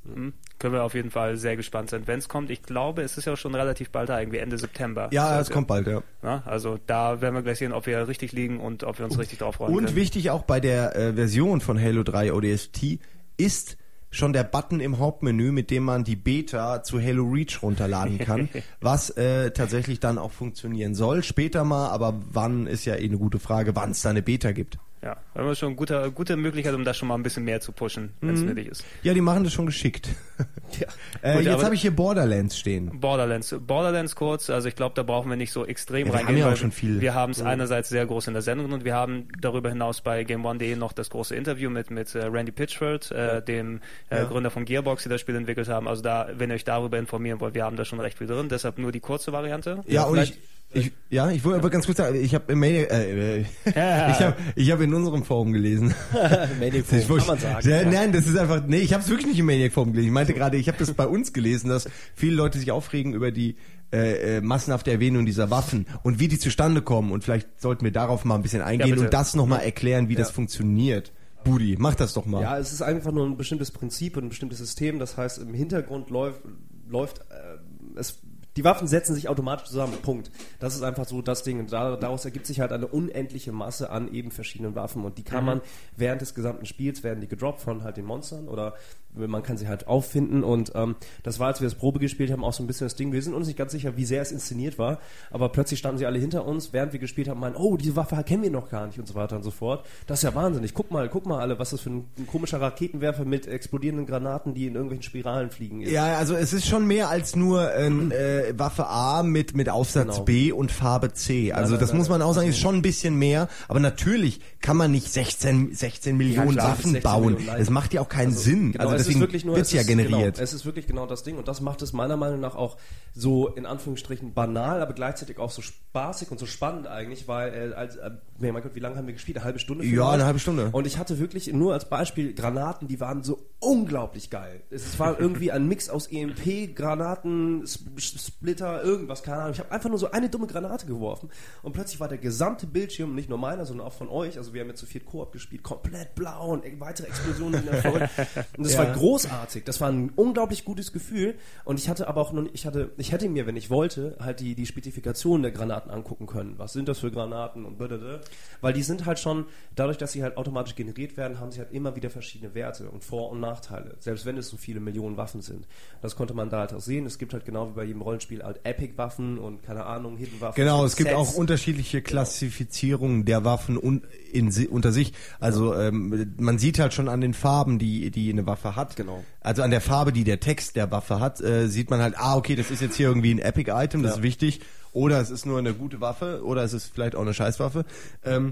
Mhm. Können wir auf jeden Fall sehr gespannt sein, wenn es kommt. Ich glaube, es ist ja schon relativ bald da, irgendwie Ende September. Ja, es kommt bald, ja. ja. Also da werden wir gleich sehen, ob wir richtig liegen und ob wir uns und, richtig drauf freuen Und können. wichtig auch bei der äh, Version von Halo drei O D S T ist schon der Button im Hauptmenü, mit dem man die Beta zu Halo Reach runterladen kann, was äh, tatsächlich dann auch funktionieren soll. Später mal, aber wann ist ja eh eine gute Frage, wann es da eine Beta gibt. Ja, haben wir schon eine gute, gute Möglichkeit, um das schon mal ein bisschen mehr zu pushen, wenn es mhm. nötig ist. Ja, die machen das schon geschickt. Ja. äh, Gut, jetzt habe ich hier Borderlands stehen. Borderlands. Borderlands kurz, also ich glaube, da brauchen wir nicht so extrem ja, wir reingehen. Wir haben ja auch schon viel. Wir haben es mhm. einerseits sehr groß in der Sendung und wir haben darüber hinaus bei Game One punkt de noch das große Interview mit, mit äh, Randy Pitchford, äh, ja. dem äh, ja. Gründer von Gearbox, die das Spiel entwickelt haben. Also da, wenn ihr euch darüber informieren wollt, wir haben da schon recht viel drin, deshalb nur die kurze Variante. Ja, ja und ich... Ich, ja, ich wollte aber ganz kurz sagen, ich habe im Maniac, äh, ja. ich habe ich hab in unserem Forum gelesen. Maniac Forum, kann man sagen. Ja, nein, das ist einfach, nee, ich habe es wirklich nicht im Maniac Forum gelesen. Ich meinte gerade, ich habe das bei uns gelesen, dass viele Leute sich aufregen über die äh, äh, massenhafte Erwähnung dieser Waffen und wie die zustande kommen. Und vielleicht sollten wir darauf mal ein bisschen eingehen ja, und das nochmal erklären, wie ja. das funktioniert. Budi, mach das doch mal. Ja, es ist einfach nur ein bestimmtes Prinzip und ein bestimmtes System. Das heißt, im Hintergrund läuft, läuft äh, es die Waffen setzen sich automatisch zusammen, Punkt. Das ist einfach so das Ding. Und daraus ergibt sich halt eine unendliche Masse an eben verschiedenen Waffen. Und die kann man während des gesamten Spiels, werden die gedroppt von halt den Monstern oder man kann sie halt auffinden. Und ähm, das war, als wir das Probe gespielt haben, auch so ein bisschen das Ding. Wir sind uns nicht ganz sicher, wie sehr es inszeniert war. Aber plötzlich standen sie alle hinter uns, während wir gespielt haben, meinen, oh, diese Waffe kennen wir noch gar nicht und so weiter und so fort. Das ist ja wahnsinnig. Guck mal, guck mal alle, was das für ein, ein komischer Raketenwerfer mit explodierenden Granaten, die in irgendwelchen Spiralen fliegen ist. Ja, also es ist schon mehr als nur ein äh, Waffe A mit, mit Aufsatz genau. B und Farbe C. Also nein, das nein, muss man auch sagen, ist schon ein bisschen mehr. Aber natürlich kann man nicht sechzehn, sechzehn Millionen ja, klar, Waffen sechzehn bauen. Millionen das macht ja auch keinen also, Sinn. Genau, also deswegen wird es ja generiert. Genau, es ist wirklich genau das Ding. Und das macht es meiner Meinung nach auch so in Anführungsstrichen banal, aber gleichzeitig auch so spaßig und so spannend eigentlich, weil, äh, als, äh, mein Gott, wie lange haben wir gespielt? Eine halbe Stunde? Ja, eine halbe Stunde. Und ich hatte wirklich nur als Beispiel Granaten, die waren so unglaublich geil. Es war irgendwie ein Mix aus E M P, Granaten, Splitter, irgendwas, keine Ahnung. Ich habe einfach nur so eine dumme Granate geworfen und plötzlich war der gesamte Bildschirm, nicht nur meiner, sondern auch von euch, also wir haben jetzt zu viert Koop gespielt, komplett blau und weitere Explosionen in der Folge. Und das ja. war großartig. Das war ein unglaublich gutes Gefühl. Und ich hatte aber auch noch nicht, ich hatte, ich hätte mir, wenn ich wollte, halt die, die Spezifikationen der Granaten angucken können. Was sind das für Granaten und blablabla. Weil die sind halt schon, dadurch, dass sie halt automatisch generiert werden, haben sie halt immer wieder verschiedene Werte und Vor- und Nachteile. Selbst wenn es so viele Millionen Waffen sind. Das konnte man da halt auch sehen. Es gibt halt genau wie bei jedem Rollenspiel halt Epic-Waffen und keine Ahnung, Hidden-Waffen. Genau, es gibt Sets. Auch unterschiedliche Klassifizierungen der Waffen un, in, unter sich. Also ähm, man sieht halt schon an den Farben, die die eine Waffe hat. Genau. Also an der Farbe, die der Text der Waffe hat, äh, sieht man halt, ah, okay, das ist jetzt hier irgendwie ein Epic-Item, das ja. ist wichtig. Oder es ist nur eine gute Waffe, oder es ist vielleicht auch eine Scheißwaffe. Ähm,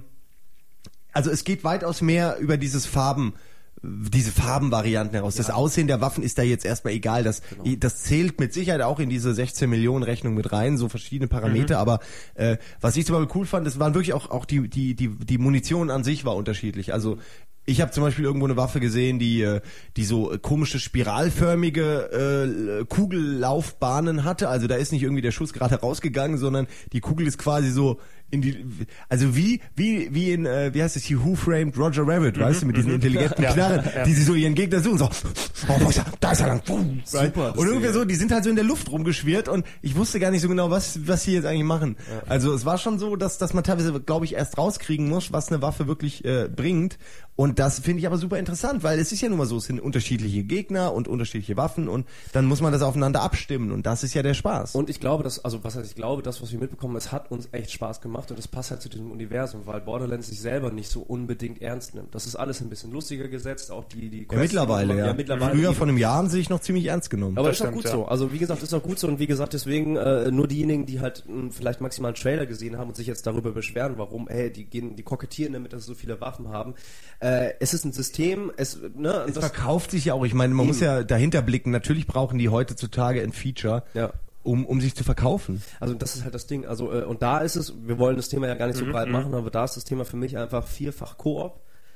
also es geht weitaus mehr über dieses Farben, diese Farbenvarianten heraus. Ja. Das Aussehen der Waffen ist da jetzt erstmal egal. Das, genau. das zählt mit Sicherheit auch in diese sechzehn Millionen Rechnung mit rein, so verschiedene Parameter. Mhm. Aber äh, was ich zum Beispiel cool fand, das waren wirklich auch, auch die, die, die, die Munition an sich war unterschiedlich. Also ich habe zum Beispiel irgendwo eine Waffe gesehen, die die so komische spiralförmige äh, Kugellaufbahnen hatte. Also da ist nicht irgendwie der Schuss gerade rausgegangen, sondern die Kugel ist quasi so in die, also wie wie wie in äh, wie heißt es hier, Who Framed Roger Rabbit, mhm, weißt du, mit diesen intelligenten ja, Knarren, ja. die sie so ihren Gegner suchen, so, oh, wo ist er? Da ist er lang, boom, super, und irgendwie so, die sind halt so in der Luft rumgeschwirrt und ich wusste gar nicht so genau, was was sie jetzt eigentlich machen. Ja. Also es war schon so, dass dass man teilweise, glaube ich, erst rauskriegen muss, was eine Waffe wirklich äh, bringt. Und das finde ich aber super interessant, weil es ist ja nun mal so, es sind unterschiedliche Gegner und unterschiedliche Waffen und dann muss man das aufeinander abstimmen und das ist ja der Spaß. Und ich glaube, dass, also was heißt ich glaube, das, was wir mitbekommen, es hat uns echt Spaß gemacht und es passt halt zu diesem Universum, weil Borderlands sich selber nicht so unbedingt ernst nimmt. Das ist alles ein bisschen lustiger gesetzt, auch die, die Quests, ja, mittlerweile, die, ja. ja mittlerweile. Früher von einem Jahr haben sie sich noch ziemlich ernst genommen. Aber das ist auch gut ja. so. Also wie gesagt, ist auch gut so und wie gesagt, deswegen äh, nur diejenigen, die halt mh, vielleicht maximal einen Trailer gesehen haben und sich jetzt darüber beschweren, warum, hey, die gehen, die kokettieren damit, dass sie so viele Waffen haben. Äh, es ist ein System, System, es, ne, es das verkauft sich ja auch, ich meine, man eben. muss ja dahinter blicken, natürlich brauchen die heutzutage ein Feature, ja. um, um sich zu verkaufen. Also das ist halt das Ding, also äh, und da ist es, wir wollen das Thema ja gar nicht so mhm, breit machen, aber da ist das Thema für mich einfach vierfach Koop,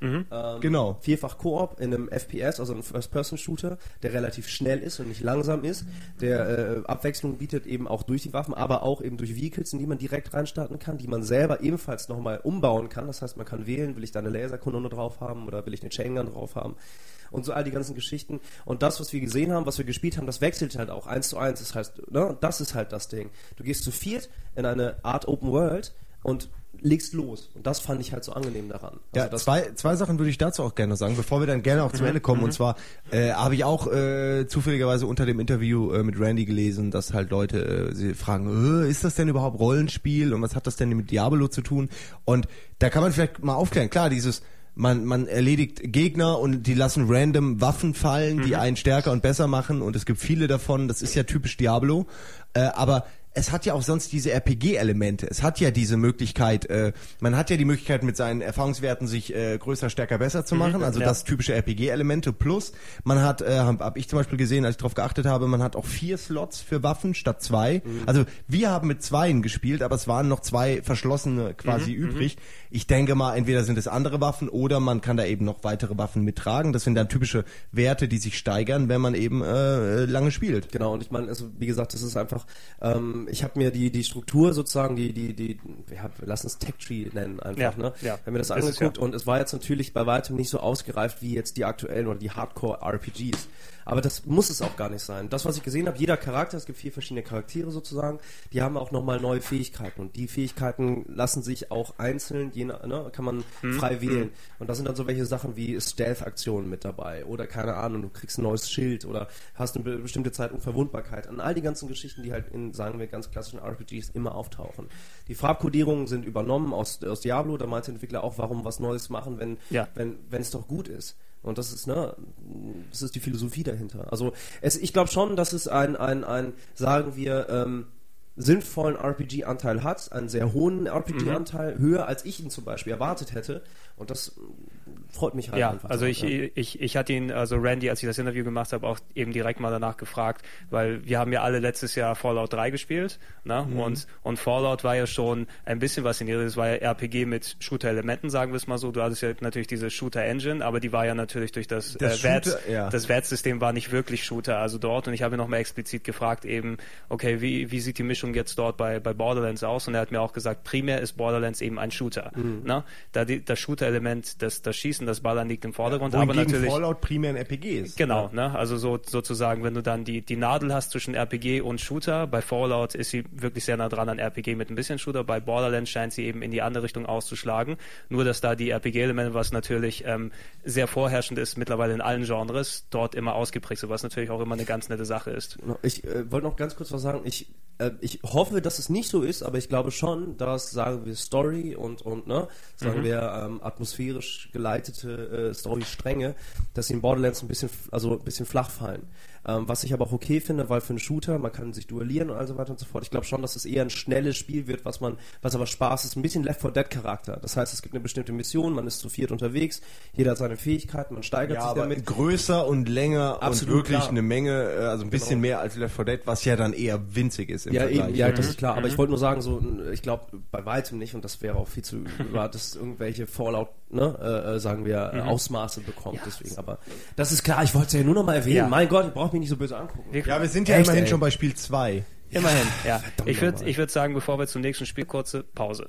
Mhm. Ähm, genau. Vierfach Koop in einem F P S, also einem First-Person-Shooter, der relativ schnell ist und nicht langsam ist, der äh, Abwechslung bietet eben auch durch die Waffen, aber auch eben durch Vehicles, in die man direkt reinstarten kann, die man selber ebenfalls nochmal umbauen kann. Das heißt, man kann wählen, will ich da eine Laserkanone drauf haben oder will ich eine Chaingun drauf haben. Und so all die ganzen Geschichten. Und das, was wir gesehen haben, was wir gespielt haben, das wechselt halt auch eins zu eins. Das heißt, ne, das ist halt das Ding. Du gehst zu viert in eine Art Open World und legst los. Und das fand ich halt so angenehm daran. Also ja, zwei, zwei Sachen würde ich dazu auch gerne sagen, bevor wir dann gerne auch zum Ende kommen. Mhm. Und zwar äh, habe ich auch äh, zufälligerweise unter dem Interview äh, mit Randy gelesen, dass halt Leute äh, sie fragen, äh, ist das denn überhaupt Rollenspiel und was hat das denn mit Diablo zu tun? Und da kann man vielleicht mal aufklären. Klar, dieses Man, man erledigt Gegner und die lassen random Waffen fallen, die mhm. einen stärker und besser machen und es gibt viele davon, das ist ja typisch Diablo, äh, aber es hat ja auch sonst diese R P G-Elemente. Es hat ja diese Möglichkeit, äh, man hat ja die Möglichkeit mit seinen Erfahrungswerten sich äh, größer, stärker, besser zu machen. Also ja. das typische R P G-Elemente. Plus, man hat, äh, habe hab ich zum Beispiel gesehen, als ich darauf geachtet habe, man hat auch vier Slots für Waffen statt zwei. Mhm. Also wir haben mit zweien gespielt, aber es waren noch zwei verschlossene quasi mhm. übrig. Ich denke mal, entweder sind es andere Waffen oder man kann da eben noch weitere Waffen mittragen. Das sind dann typische Werte, die sich steigern, wenn man eben äh, lange spielt. Genau, und ich meine, also wie gesagt, das ist einfach ähm, ich habe mir die die Struktur sozusagen, die die die ja, lass uns Tech Tree nennen einfach, ja, ne? Ja. Haben mir das angeguckt ja. und es war jetzt natürlich bei weitem nicht so ausgereift wie jetzt die aktuellen oder die Hardcore R P Gs. Aber das muss es auch gar nicht sein. Das, was ich gesehen habe, jeder Charakter, es gibt vier verschiedene Charaktere sozusagen, die haben auch nochmal neue Fähigkeiten und die Fähigkeiten lassen sich auch einzeln, je, ne, kann man hm. frei wählen. Und da sind dann so welche Sachen wie Stealth-Aktionen mit dabei oder keine Ahnung, du kriegst ein neues Schild oder hast eine bestimmte Zeit Unverwundbarkeit. An all die ganzen Geschichten, die halt in, sagen wir, ganz klassischen R P Gs immer auftauchen. Die Farbkodierungen sind übernommen aus, aus Diablo, da meinte der Entwickler auch, warum was Neues machen, wenn ja. wenn wenn es doch gut ist. Und das ist, ne, das ist die Philosophie dahinter. Also es, ich glaube schon, dass es ein, ein, ein, sagen wir, ähm, sinnvollen R P G-Anteil hat, einen sehr hohen R P G-Anteil, mhm. höher als ich ihn zum Beispiel erwartet hätte. Und das freut mich halt ja, einfach. Also ich, ja. ich, ich hatte ihn, also Randy, als ich das Interview gemacht habe, auch eben direkt mal danach gefragt, weil wir haben ja alle letztes Jahr Fallout drei gespielt, ne? Mhm. Und, und Fallout war ja schon ein bisschen was in ihre, das war ja R P G mit Shooter-Elementen, sagen wir es mal so. Du hattest ja natürlich diese Shooter-Engine, aber die war ja natürlich durch das, das äh, Shooter, ja. das V A T-System war nicht wirklich Shooter, also dort. Und ich habe ihn nochmal explizit gefragt eben, okay, wie, wie sieht die Mischung jetzt dort bei, bei Borderlands aus? Und er hat mir auch gesagt, primär ist Borderlands eben ein Shooter, mhm. ne? Da die, das Shooter-Element, das, das Schießen, das Ballern liegt im Vordergrund, ja, aber natürlich Fallout primär ein R P G ist. Genau, ja. ne? Also so sozusagen, wenn du dann die die Nadel hast zwischen R P G und Shooter, bei Fallout ist sie wirklich sehr nah dran an R P G mit ein bisschen Shooter, bei Borderlands scheint sie eben in die andere Richtung auszuschlagen, nur dass da die R P G-Elemente, was natürlich ähm, sehr vorherrschend ist mittlerweile in allen Genres, dort immer ausgeprägt sind, was natürlich auch immer eine ganz nette Sache ist. Ich äh, wollte noch ganz kurz was sagen, ich äh, ich hoffe, dass es nicht so ist, aber ich glaube schon, dass, sagen wir, Story und und ne, sagen mhm. wir ähm, atmosphärisch geleitete äh, Story-Stränge, dass sie in Borderlands ein bisschen, also ein bisschen flach fallen. Ähm, was ich aber auch okay finde, weil für einen Shooter, man kann sich duellieren und so weiter und so fort. Ich glaube schon, dass es eher ein schnelles Spiel wird, was man, was aber Spaß ist, ein bisschen Left four Dead Charakter. Das heißt, es gibt eine bestimmte Mission, man ist zu viert unterwegs, jeder hat seine Fähigkeiten, man steigert ja, sich aber damit. Größer und länger Absolut, und wirklich klar. eine Menge, also ein bisschen genau. mehr als Left four Dead, was ja dann eher winzig ist im ja, Vergleich. Eben, ja, das ist klar. Aber mhm. ich wollte nur sagen, so, ich glaube bei weitem nicht, und das wäre auch viel zu, dass irgendwelche Fallout, ne, äh, sagen wir, mhm. Ausmaße bekommt. Ja, deswegen. Aber das ist klar. Ich wollte es ja nur noch mal erwähnen. Ja. Mein Gott, ihr braucht mich nicht so böse angucken. Ja, wir sind ja Echt, immerhin ey. schon bei Spiel zwei. Immerhin, ja. Verdammt ich würde ich würd sagen, bevor wir zum nächsten Spiel, kurze Pause.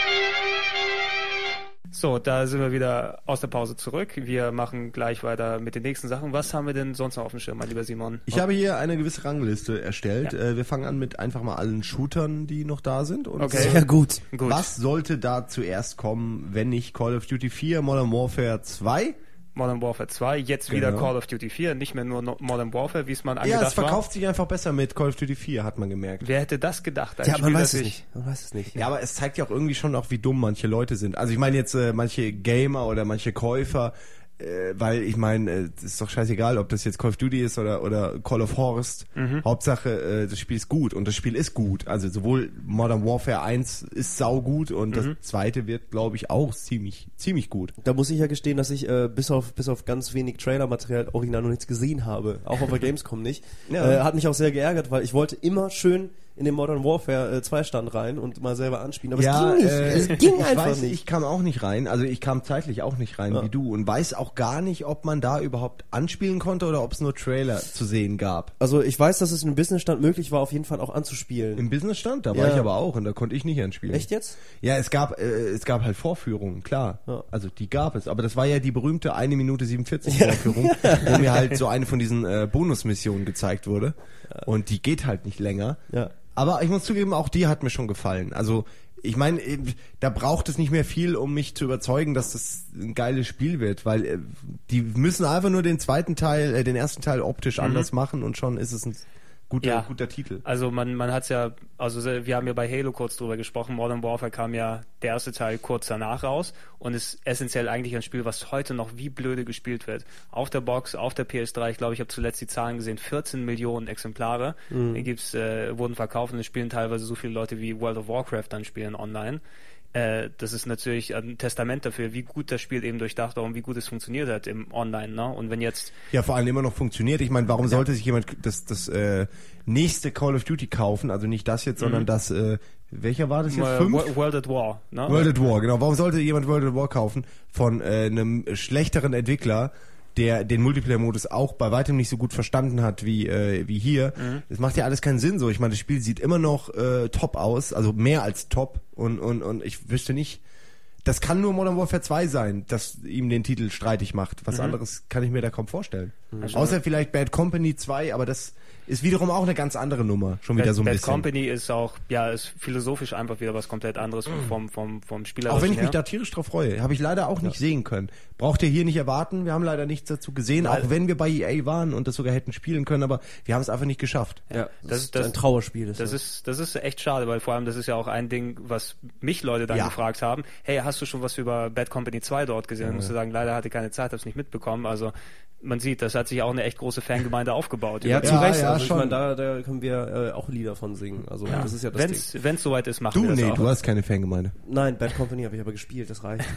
So, da sind wir wieder aus der Pause zurück. Wir machen gleich weiter mit den nächsten Sachen. Was haben wir denn sonst noch auf dem Schirm, mein lieber Simon? Ich oh. habe hier eine gewisse Rangliste erstellt. Ja. Wir fangen an mit einfach mal allen Shootern, die noch da sind. Und okay, sehr gut. gut. Was sollte da zuerst kommen, wenn nicht Call of Duty vier, Modern Warfare zwei? Modern Warfare zwei, jetzt wieder genau. Call of Duty vier, nicht mehr nur Modern Warfare, wie es man angedacht war. Ja, es verkauft war. sich einfach besser mit Call of Duty vier, hat man gemerkt. Wer hätte das gedacht? Ja, man weiß, es nicht. man weiß es nicht. Ja, aber es zeigt ja auch irgendwie schon auch, wie dumm manche Leute sind. Also ich meine jetzt äh, manche Gamer oder manche Käufer, äh, weil ich meine, es äh, ist doch scheißegal, ob das jetzt Call of Duty ist oder oder Call of Horst. Mhm. Hauptsache, äh, das Spiel ist gut und das Spiel ist gut. Also sowohl Modern Warfare eins ist saugut und mhm. das zweite wird, glaube ich, auch ziemlich ziemlich gut. Da muss ich ja gestehen, dass ich äh, bis auf bis auf ganz wenig Trailer-Material original noch nichts gesehen habe, auch auf der Gamescom nicht. Ja. Äh, hat mich auch sehr geärgert, weil ich wollte immer schön in den Modern Warfare zwei Stand rein und mal selber anspielen. Aber ja, es ging nicht. Äh, es ging ich einfach weiß, nicht. Ich kam auch nicht rein. Also ich kam zeitlich auch nicht rein Ja. wie du und weiß auch gar nicht, ob man da überhaupt anspielen konnte oder ob es nur Trailer zu sehen gab. Also ich weiß, dass es im Businessstand möglich war, auf jeden Fall auch anzuspielen. Im Businessstand, da war Ja. ich aber auch und da konnte ich nicht anspielen. Echt jetzt? Ja, es gab äh, es gab halt Vorführungen, klar. Ja. Also die gab es, aber das war ja die berühmte eine Minute siebenundvierzig Vorführung, wo mir halt so eine von diesen äh, Bonusmissionen gezeigt wurde und die geht halt nicht länger. Ja. Aber ich muss zugeben, auch die hat mir schon gefallen. Also ich meine, da braucht es nicht mehr viel, um mich zu überzeugen, dass das ein geiles Spiel wird, weil äh, die müssen einfach nur den zweiten Teil, äh, den ersten Teil optisch Mhm. anders machen und schon ist es ein guter, Ja. guter Titel. Also man, man hat's ja, also wir haben ja bei Halo kurz drüber gesprochen, Modern Warfare kam ja der erste Teil kurz danach raus und ist essentiell eigentlich ein Spiel, was heute noch wie blöde gespielt wird. Auf der Box, auf der P S drei, ich glaube, ich habe zuletzt die Zahlen gesehen, vierzehn Millionen Exemplare Mhm. die gibt's, äh, wurden verkauft und es spielen teilweise so viele Leute wie World of Warcraft dann spielen online. Äh, das ist natürlich ein Testament dafür, wie gut das Spiel eben durchdacht war und wie gut es funktioniert hat im Online, ne? Und wenn jetzt Ja, vor allem immer noch funktioniert. Ich meine, warum sollte sich jemand das, das äh, nächste Call of Duty kaufen? Also nicht das jetzt, sondern das, äh, welcher war das jetzt? äh, Fünf? Wo- World at War, ne? World at War, genau. Warum sollte jemand World at War kaufen von äh, einem schlechteren Entwickler, der den Multiplayer-Modus auch bei weitem nicht so gut verstanden hat wie äh, wie hier? Mhm. Das macht ja alles keinen Sinn so. Ich meine, das Spiel sieht immer noch äh, top aus, also mehr als top und und und ich wüsste nicht, das kann nur Modern Warfare zwei sein, das ihm den Titel streitig macht. Was Mhm. anderes kann ich mir da kaum vorstellen. Mhm. Außer vielleicht Bad Company zwei, aber das ist wiederum auch eine ganz andere Nummer. Schon wieder Bad, so ein Bad bisschen. Company ist auch, ja, ist philosophisch einfach wieder was komplett anderes vom, vom, vom Spieler. Auch wenn ich mich da tierisch drauf freue. Habe ich leider auch nicht sehen können. Braucht ihr hier nicht erwarten. Wir haben leider nichts dazu gesehen, Nein. auch wenn wir bei E A waren und das sogar hätten spielen können, aber wir haben es einfach nicht geschafft. Ja, das, Das- ist das- ein Trauerspiel. Das ist, das ist echt schade, weil vor allem das ist ja auch ein Ding, was mich Leute dann Ja. gefragt haben. Hey, hast du schon was über Bad Company zwei dort gesehen? Ich musste sagen, leider hatte ich keine Zeit, habe es nicht mitbekommen. Also man sieht, das hat sich auch eine echt große Fangemeinde aufgebaut. Ja, Über- zu Ja, Recht. ja, also ich schon. meine, da, da können wir äh, auch Lieder von singen. Also das ist ja das Ding. Wenn's, wenn's soweit ist, machen Du, wir das nee, auch. du hast keine Fangemeinde. Nein, Bad Company habe ich aber gespielt, das reicht.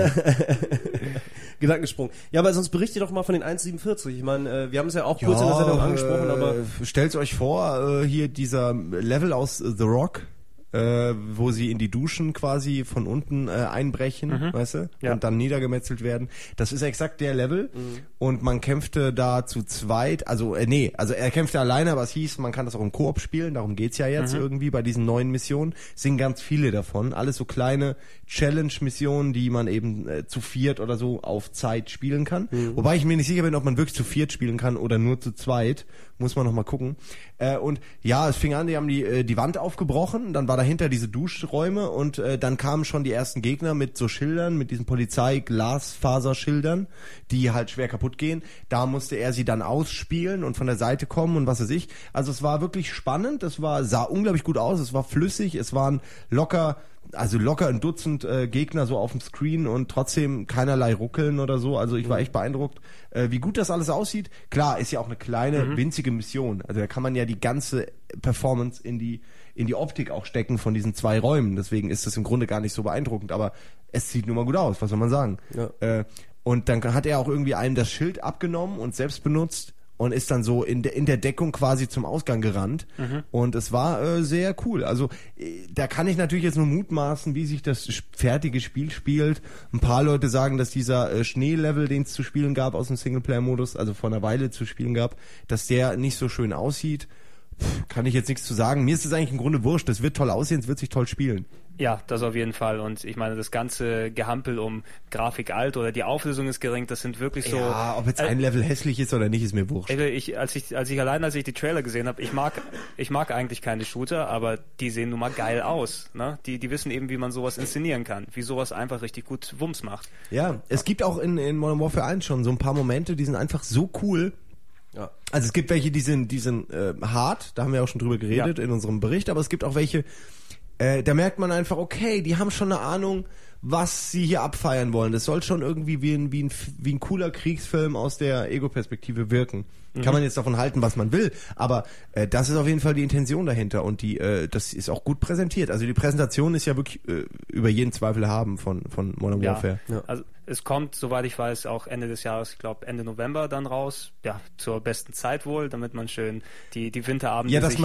Gedankensprung. Ja, aber sonst berichte doch mal von den eins siebenundvierzig. Ich meine, äh, wir haben es ja auch kurz in der Sendung angesprochen, äh, aber stellt euch vor, äh, hier dieser Level aus The Rock, äh, wo sie in die Duschen quasi von unten äh, einbrechen, weißt du, Ja. und dann niedergemetzelt werden. Das ist exakt der Level und man kämpfte da zu zweit, also äh, nee, also er kämpfte alleine, aber es hieß, man kann das auch im Koop spielen, darum geht's ja jetzt irgendwie bei diesen neuen Missionen. Es sind ganz viele davon, alles so kleine Challenge-Missionen, die man eben äh, zu viert oder so auf Zeit spielen kann. Wobei ich mir nicht sicher bin, ob man wirklich zu viert spielen kann oder nur zu zweit. Muss man noch mal gucken. Äh, und ja, es fing an, die haben die, äh, die Wand aufgebrochen, dann war dahinter diese Duschräume und äh, dann kamen schon die ersten Gegner mit so Schildern, mit diesen Polizei-Glasfaserschildern, die halt schwer kaputt gehen. Da musste er sie dann ausspielen und von der Seite kommen und was weiß ich. Also es war wirklich spannend, es war, sah unglaublich gut aus, es war flüssig, es waren locker also locker ein Dutzend äh, Gegner so auf dem Screen und trotzdem keinerlei Ruckeln oder so. Also ich war echt beeindruckt, äh, wie gut das alles aussieht. Klar, ist ja auch eine kleine, winzige Mission. Also da kann man ja die ganze Performance in die in die Optik auch stecken von diesen zwei Räumen. Deswegen ist das im Grunde gar nicht so beeindruckend. Aber es sieht nun mal gut aus, was soll man sagen. Ja. Äh, und dann hat er auch irgendwie einem das Schild abgenommen und selbst benutzt. Und ist dann so in der, in der Deckung quasi zum Ausgang gerannt. Mhm. Und es war äh, sehr cool. Also äh, da kann ich natürlich jetzt nur mutmaßen, wie sich das sch- fertige Spiel spielt. Ein paar Leute sagen, dass dieser äh, Schneelevel, den es zu spielen gab aus dem Singleplayer-Modus, also vor einer Weile zu spielen gab, dass der nicht so schön aussieht. Pff, kann ich jetzt nichts zu sagen. Mir ist es eigentlich im Grunde wurscht. Das wird toll aussehen, es wird sich toll spielen. Ja, das auf jeden Fall. Und ich meine, das ganze Gehampel um Grafik alt oder die Auflösung ist gering, das sind wirklich so... Ja, ob jetzt äh, ein Level hässlich ist oder nicht, ist mir wurscht. Ey, Ich, als ich, als ich allein, als ich die Trailer gesehen habe, ich mag, ich mag eigentlich keine Shooter, aber die sehen nun mal geil aus, ne? Die, die wissen eben, wie man sowas inszenieren kann, wie sowas einfach richtig gut Wumms macht. Ja, es gibt auch in, in Modern Warfare eins schon so ein paar Momente, die sind einfach so cool. ja. Also es gibt welche, die sind, die sind äh, hart, da haben wir auch schon drüber geredet Ja. in unserem Bericht, aber es gibt auch welche, äh, da merkt man einfach, okay, die haben schon eine Ahnung, was sie hier abfeiern wollen. Das soll schon irgendwie wie ein, wie ein, wie ein cooler Kriegsfilm aus der Ego-Perspektive wirken. Mhm. Kann man jetzt davon halten, was man will, aber äh, das ist auf jeden Fall die Intention dahinter und die, äh, das ist auch gut präsentiert. Also die Präsentation ist ja wirklich äh, über jeden Zweifel haben von, von Modern Warfare. Ja. Also es kommt, soweit ich weiß, auch Ende des Jahres, ich glaube Ende November dann raus. Ja, zur besten Zeit wohl, damit man schön die, die Winterabende Ja, dass sich man, hier...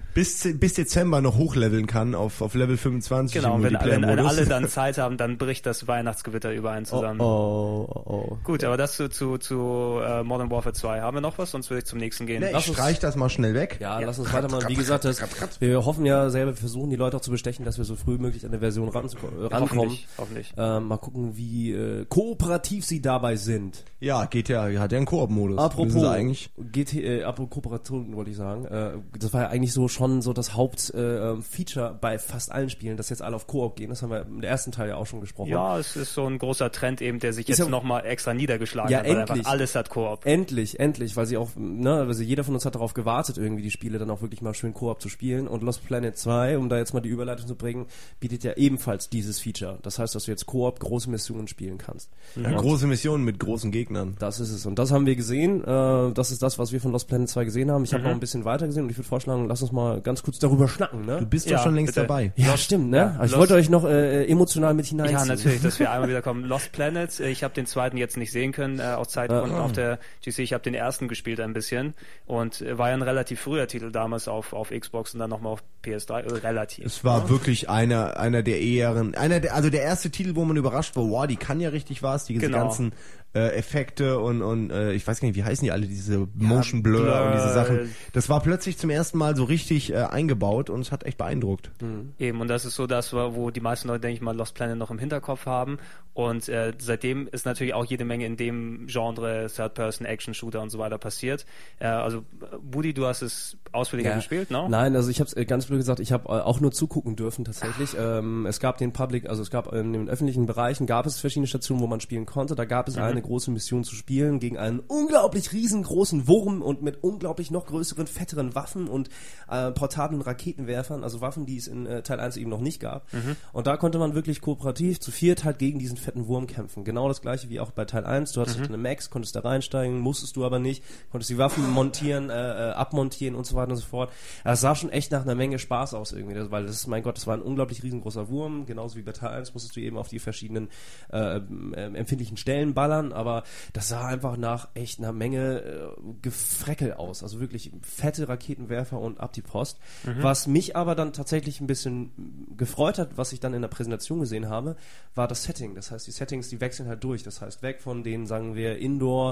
bis, bis Dezember noch hochleveln kann auf, auf Level fünfundzwanzig genau, im wenn, wenn, wenn Multiplayer-Modus. alle dann Zeit haben, dann bricht das Weihnachtsgewitter über einen zusammen. Oh, oh, oh. Gut, aber das zu, zu, zu uh, Modern Warfare zwei. Haben wir noch was? Sonst würde ich zum nächsten gehen. Nee, ich streich das mal schnell weg. Ja, ja, lass uns weitermachen. Wie gesagt, das, wir hoffen ja selber, wir versuchen die Leute auch zu bestechen, dass wir so früh möglich an der Version ran, äh, rankommen. Hoffentlich. hoffentlich. Ähm, mal gucken, wie äh, kooperativ sie dabei sind. Ja, G T A hat ja einen Koop-Modus. Apropos eigentlich G T A, äh, apropos Kooperation wollte ich sagen. Äh, das war ja eigentlich so schon so das Hauptfeature äh, bei fast allen Spielen, dass jetzt alle auf Koop gehen. Das haben wir im ersten Teil ja auch schon gesprochen. Ja, es ist so ein großer Trend eben, der sich Ist jetzt ja, nochmal extra niedergeschlagen ja, hat, weil endlich. einfach alles hat Koop. Endlich, endlich, weil sie auch, ne, also jeder von uns hat darauf gewartet, irgendwie die Spiele dann auch wirklich mal schön Koop zu spielen. Und Lost Planet zwei, um da jetzt mal die Überleitung zu bringen, bietet ja ebenfalls dieses Feature. Das heißt, dass du jetzt Koop große Missionen spielen kannst. Ja, große Missionen mit großen Gegnern. Das ist es. Und das haben wir gesehen. Äh, das ist das, was wir von Lost Planet zwei gesehen haben. Ich habe Mhm. noch ein bisschen weiter gesehen und ich würde vorschlagen, lass uns mal ganz kurz darüber schnacken, ne? Du bist Ja, doch schon längst bitte. dabei. Ja, stimmt, ne? Ja, Aber ich Lost- wollte euch noch äh, emotional mit hineinziehen. Ja, natürlich, dass wir einmal wieder kommen. Lost Planet, äh, ich habe den zweiten jetzt nicht sehen können, äh, aus Zeitgründen Ah. auf der G C. Ich habe den ersten gespielt ein bisschen und äh, war ja ein relativ früher Titel damals auf, auf Xbox und dann nochmal auf P S drei, äh, relativ. Es war wirklich einer, einer der eheren, einer der, also der erste Titel, wo man überrascht war, wow, die kann ja richtig was, die Genau. ganzen äh, Effekte und, und äh, ich weiß gar nicht, wie heißen die alle, diese Motion Blur, Blur. und diese Sachen. Das war plötzlich zum ersten Mal so richtig äh, eingebaut und es hat echt beeindruckt. Eben, und das ist so das, wo die meisten Leute, denke ich mal, Lost Planet noch im Hinterkopf haben. Und äh, seitdem ist natürlich auch jede Menge in dem Genre Third-Person-Action-Shooter und so weiter passiert. Äh, also, Budi, du hast es ausführlicher Ja. gespielt, ne? Nein, also ich habe es ganz blöd gesagt, ich habe äh, auch nur zugucken dürfen tatsächlich. Ähm, es gab den Public, also es gab in den öffentlichen Bereichen gab es verschiedene Stationen, wo man spielen konnte. Da gab es Mhm. eine große Mission zu spielen gegen einen unglaublich riesengroßen Wurm und mit unglaublich noch größeren, fetteren Waffen und äh, portablen Raketenwerfern, also Waffen, die es in äh, Teil eins eben noch nicht gab. Mhm. Und da konnte man wirklich kooperativ zu viert halt gegen diesen fetten Wurm kämpfen. Genau das gleiche wie auch bei Teil eins. Du hattest Mhm. eine Max, konntest da reinsteigen, musstest du aber nicht, konntest die Waffen montieren, äh, äh, abmontieren und so weiter und so fort. Das sah schon echt nach einer Menge Spaß aus irgendwie, das, weil das ist, mein Gott, das war ein unglaublich riesengroßer Wurm, genauso wie bei Teil eins musstest du eben auf die verschiedenen äh, äh, empfindlichen Stellen ballern, aber das sah einfach nach echt einer Menge äh, Gefreckel aus, also wirklich fette Raketenwerfer und ab die Post. Mhm. Was mich aber dann tatsächlich ein bisschen gefreut hat, was ich dann in der Präsentation gesehen habe, war das Setting. Das heißt, die Settings, die wechseln halt durch. Das heißt, weg von den, sagen wir, Indoor,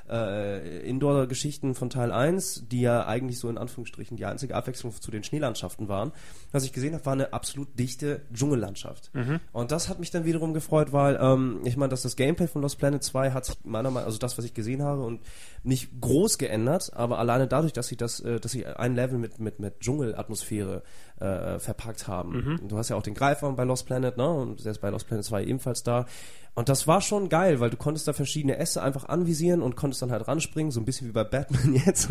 äh, Indoor-Geschichten von Teil eins, die ja eigentlich so in Anführungsstrichen die einzige Abwechslung zu den Schneelandschaften waren. Was ich gesehen habe, war eine absolut dichte Dschungellandschaft. Mhm. Und das hat mich dann wiederum gefreut, weil ähm, ich meine, dass das Gameplay von Lost Planet zwei hat sich meiner Meinung, also das, was ich gesehen habe, und nicht groß geändert, aber alleine dadurch, dass sie das, äh, dass sie ein Level mit mit mit Dschungelatmosphäre äh, verpackt haben. Mhm. Du hast ja auch den Greifer bei Lost Planet, ne? Und der ist bei Lost Planet zwei ebenfalls da. Und das war schon geil, weil du konntest da verschiedene Äste einfach anvisieren und konntest dann halt ranspringen, so ein bisschen wie bei Batman jetzt.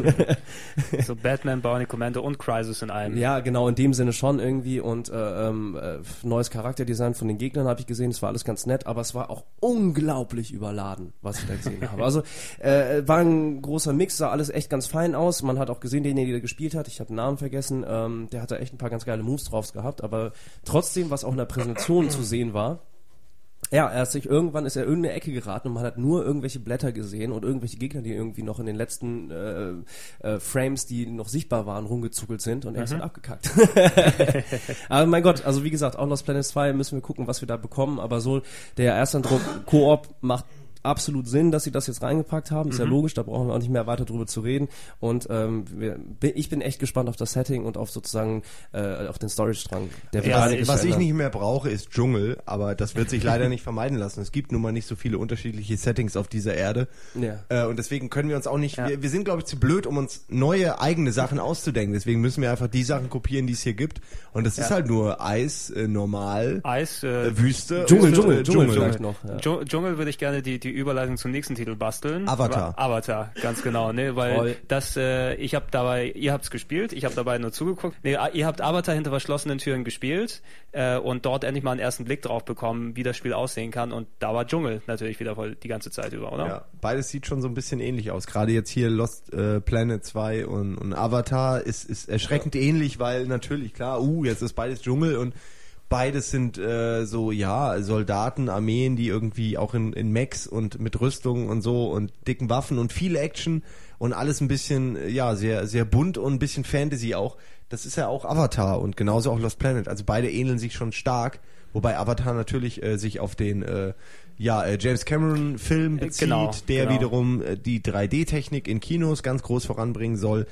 So Batman, Bionic Commando und Crysis in einem. Ja, genau, in dem Sinne schon irgendwie. Und äh, ähm, äh, neues Charakterdesign von den Gegnern habe ich gesehen, das war alles ganz nett, aber es war auch unglaublich überladen, was ich da gesehen habe. Also äh, war ein großer Mix, sah alles echt ganz fein aus. Man hat auch gesehen, derjenige, der gespielt hat, ich habe den Namen vergessen, ähm, der hat da echt ein paar ganz geile Moves drauf gehabt, aber trotzdem, was auch in der Präsentation zu sehen war, ja, er hat sich irgendwann ist er in irgendeine Ecke geraten und man hat nur irgendwelche Blätter gesehen und irgendwelche Gegner, die irgendwie noch in den letzten äh, äh, Frames, die noch sichtbar waren, rumgezuckelt sind und er ist Mhm. halt abgekackt. Aber mein Gott, also wie gesagt, auch Lost Planet zwei müssen wir gucken, was wir da bekommen, aber so der Ersteindruck, Koop macht absolut Sinn, dass sie das jetzt reingepackt haben. Ist ja logisch, da brauchen wir auch nicht mehr weiter drüber zu reden. Und ähm, wir, ich bin echt gespannt auf das Setting und auf sozusagen äh, auf den Storystrang. Der wird Was, einiges was ich verändern. nicht mehr brauche, ist Dschungel, aber das wird sich leider nicht vermeiden lassen. Es gibt nun mal nicht so viele unterschiedliche Settings auf dieser Erde. Ja. Äh, und deswegen können wir uns auch nicht, Ja. wir, wir sind, glaube ich, zu blöd, um uns neue eigene Sachen auszudenken. Deswegen müssen wir einfach die Sachen kopieren, die es hier gibt. Und das ist Ja. halt nur Eis, äh, normal, Eis, äh, äh, Wüste. Dschungel, und, Dschungel, äh, Dschungel vielleicht noch. Ja. Dschung- Dschungel würde ich gerne die, die Überleitung zum nächsten Titel basteln. Avatar. Aber Avatar, ganz genau, ne, weil Voll. das, äh, ich habe dabei, ihr habt's gespielt, ich habe dabei nur zugeguckt. Nee, ihr habt Avatar hinter verschlossenen Türen gespielt äh, und dort endlich mal einen ersten Blick drauf bekommen, wie das Spiel aussehen kann. Und da war Dschungel natürlich wieder voll die ganze Zeit über, oder? Ja, beides sieht schon so ein bisschen ähnlich aus. Gerade jetzt hier Lost äh, Planet zwei und, und Avatar ist, ist erschreckend ähnlich, weil natürlich, klar, uh, jetzt ist beides Dschungel und beides sind äh, so, ja, Soldaten, Armeen, die irgendwie auch in, in Mechs und mit Rüstung und so und dicken Waffen und viel Action und alles ein bisschen, ja, sehr, sehr bunt und ein bisschen Fantasy auch. das ist ja auch Avatar und genauso auch Lost Planet. Also beide ähneln sich schon stark, wobei Avatar natürlich äh, sich auf den äh, ja, äh, James Cameron Film bezieht, genau, der genau. wiederum äh, die drei D-Technik in Kinos ganz groß voranbringen soll.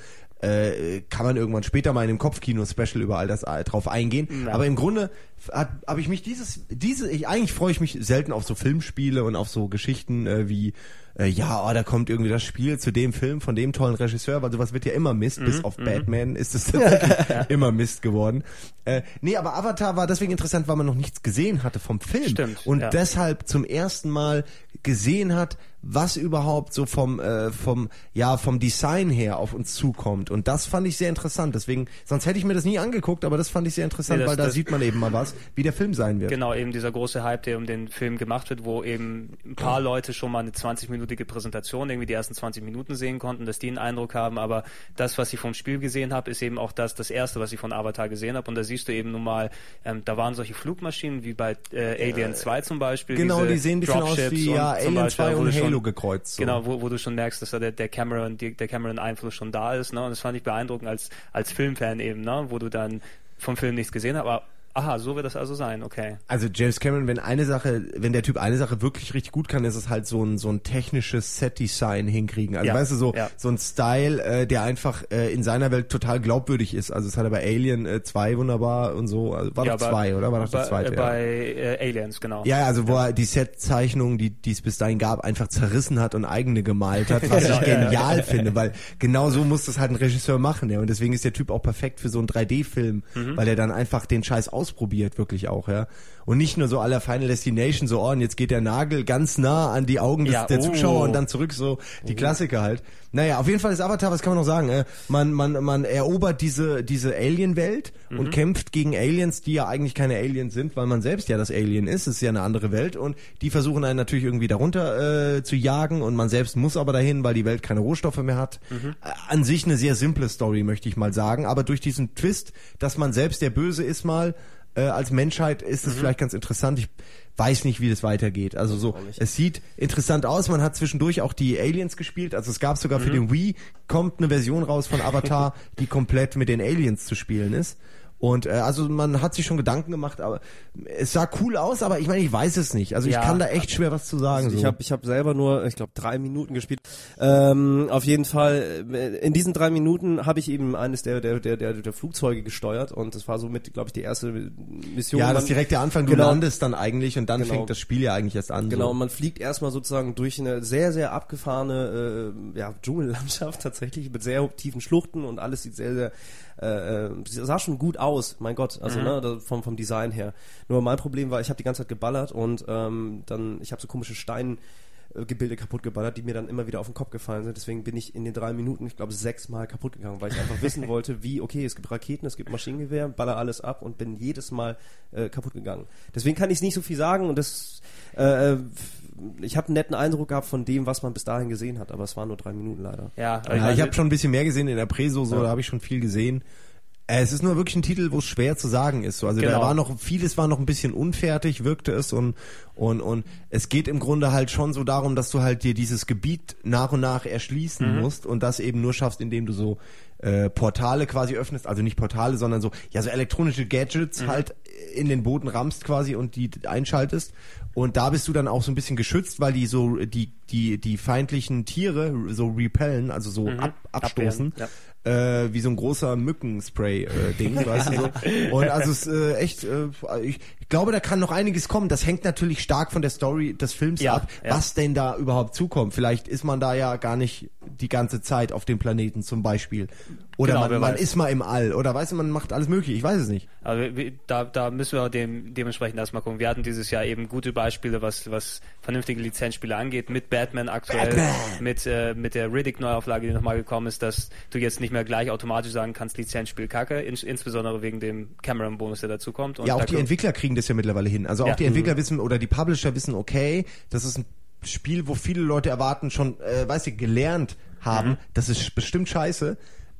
Äh, kann man irgendwann später mal in dem Kopfkino-Special über all das äh, drauf eingehen. Ja. Aber im Grunde habe ich mich dieses, diese, ich, eigentlich freue ich mich selten auf so Filmspiele und auf so Geschichten äh, wie, äh, ja, oh, da kommt irgendwie das Spiel zu dem Film von dem tollen Regisseur, weil sowas wird ja immer Mist, mhm, bis auf mhm. Batman ist es tatsächlich immer Mist geworden. Äh, nee, aber Avatar war deswegen interessant, weil man noch nichts gesehen hatte vom Film. Stimmt, und ja. deshalb zum ersten Mal gesehen hat, was überhaupt so vom äh, vom ja vom Design her auf uns zukommt, und das fand ich sehr interessant. Deswegen, sonst hätte ich mir das nie angeguckt, aber das fand ich sehr interessant, nee, das, weil da sieht man eben mal was, wie der Film sein wird. Genau, eben dieser große Hype, der um den Film gemacht wird, wo eben ein paar Leute schon mal eine zwanzig-minütige Präsentation, irgendwie die ersten zwanzig Minuten sehen konnten, dass die einen Eindruck haben, aber das, was ich vom Spiel gesehen habe, ist eben auch das das erste, was ich von Avatar gesehen habe, und da siehst du eben nun mal, ähm, da waren solche Flugmaschinen wie bei äh, Alien zwei zum Beispiel. Genau, die sehen ein bisschen aus wie ja, Alien zwei und Halo gekreuzt. So. Genau, wo, wo du schon merkst, dass da der, der Cameron, die, der Cameron-Einfluss schon da ist, ne? Und das fand ich beeindruckend als, als Filmfan eben, ne? Wo du dann vom Film nichts gesehen hast, aber aha, so wird das also sein, okay. Also James Cameron, wenn eine Sache, wenn der Typ eine Sache wirklich richtig gut kann, ist es halt so ein so ein technisches Set-Design hinkriegen. Also ja, weißt du, so ja. so ein Style, äh, der einfach äh, in seiner Welt total glaubwürdig ist. Also es hat er bei Alien äh, zwei wunderbar und so. Also war ja, doch zwei, oder? War doch das bei, zweite? Äh, ja. Bei äh, Aliens, genau. Ja, also wo ja. er die Set-Zeichnungen, die die es bis dahin gab, einfach zerrissen hat und eigene gemalt hat, was ich genial ja. finde, weil genau so muss das halt ein Regisseur machen. Ja. Und deswegen ist der Typ auch perfekt für so einen drei D-Film, mhm. weil er dann einfach den Scheiß ausprobiert, wirklich auch, ja. Und nicht nur so à la Final Destination, so, oh, und jetzt geht der Nagel ganz nah an die Augen des, ja, der oh. Zuschauer und dann zurück, so die oh. Klassiker halt. Naja, auf jeden Fall ist Avatar, was kann man noch sagen? Äh, man, man, man erobert diese, diese Alien-Welt mhm. und kämpft gegen Aliens, die ja eigentlich keine Aliens sind, weil man selbst ja das Alien ist, es ist ja eine andere Welt, und die versuchen einen natürlich irgendwie darunter äh, zu jagen, und man selbst muss aber dahin, weil die Welt keine Rohstoffe mehr hat. Mhm. Äh, an sich eine sehr simple Story, möchte ich mal sagen, aber durch diesen Twist, dass man selbst der Böse ist mal, Äh, als Menschheit ist es mhm. vielleicht ganz interessant. Ich weiß nicht, wie das weitergeht. Also so, es sieht interessant aus. Man hat zwischendurch auch die Aliens gespielt. Also es gab sogar mhm. für den Wii, kommt eine Version raus von Avatar, die komplett mit den Aliens zu spielen ist. Und äh, also man hat sich schon Gedanken gemacht, aber es sah cool aus, aber ich meine, ich weiß es nicht. Also ich ja. kann da echt schwer was zu sagen. Also ich so. habe ich hab selber nur, ich glaube, drei Minuten gespielt. Ähm, auf jeden Fall, in diesen drei Minuten habe ich eben eines der, der, der, der, der Flugzeuge gesteuert, und das war somit, glaube ich, die erste Mission. Ja, das ist direkt der Anfang, du genau. landest dann eigentlich, und dann genau. fängt das Spiel ja eigentlich erst an. Genau, so. und man fliegt erstmal sozusagen durch eine sehr, sehr abgefahrene äh, ja, Dschungellandschaft tatsächlich, mit sehr tiefen Schluchten, und alles sieht sehr, sehr Äh, sah schon gut aus, mein Gott, also mhm. ne, vom vom Design her. Nur mein Problem war, ich habe die ganze Zeit geballert, und ähm, dann, ich habe so komische Steingebilde kaputt geballert, die mir dann immer wieder auf den Kopf gefallen sind. Deswegen bin ich in den drei Minuten, ich glaube, sechsmal kaputt gegangen, weil ich einfach wissen wollte, wie, okay, es gibt Raketen, es gibt Maschinengewehr, baller alles ab, und bin jedes Mal äh, kaputt gegangen. Deswegen kann ich es nicht so viel sagen, und das äh, ich habe einen netten Eindruck gehabt von dem, was man bis dahin gesehen hat, aber es waren nur drei Minuten leider. Ja, ja ich, ich habe schon ein bisschen mehr gesehen in der Preso, so, ja. da habe ich schon viel gesehen. Äh, es ist nur wirklich ein Titel, wo es schwer zu sagen ist. So. Also genau. da war noch, vieles war noch ein bisschen unfertig, wirkte es, und, und, und es geht im Grunde halt schon so darum, dass du halt dir dieses Gebiet nach und nach erschließen mhm. musst, und das eben nur schaffst, indem du so äh, Portale quasi öffnest, also nicht Portale, sondern so, ja, so elektronische Gadgets mhm. halt in den Boden rammst quasi und die einschaltest. Und da bist du dann auch so ein bisschen geschützt, weil die so, die, die, die feindlichen Tiere so repellen, also so mhm. ab, abstoßen. Ja. Äh, wie so ein großer Mückenspray-Ding, äh, weißt du so. Und also es ist äh, echt, äh, ich, ich glaube, da kann noch einiges kommen. Das hängt natürlich stark von der Story des Films ja, ab, ja. was denn da überhaupt zukommt. Vielleicht ist man da ja gar nicht die ganze Zeit auf dem Planeten zum Beispiel. Oder genau, man, man ist mal im All. Oder weißt du, man macht alles mögliche. Ich weiß es nicht. Aber da, da müssen wir dem, dementsprechend erstmal gucken. Wir hatten dieses Jahr eben gute Beispiele, was, was vernünftige Lizenzspiele angeht. Mit Batman aktuell, Batman. mit, äh, mit der Riddick-Neuauflage, die nochmal gekommen ist, dass du jetzt nicht mehr gleich automatisch sagen kannst, Lizenzspiel Kacke, in, insbesondere wegen dem Cameron-Bonus, der dazu kommt. Und ja, auch die Entwickler kriegen das ja mittlerweile hin. Also auch ja. die Entwickler mhm. wissen, oder die Publisher wissen, okay, das ist ein Spiel, wo viele Leute erwarten, schon, äh, weißt du, gelernt haben, mhm. das ist bestimmt scheiße.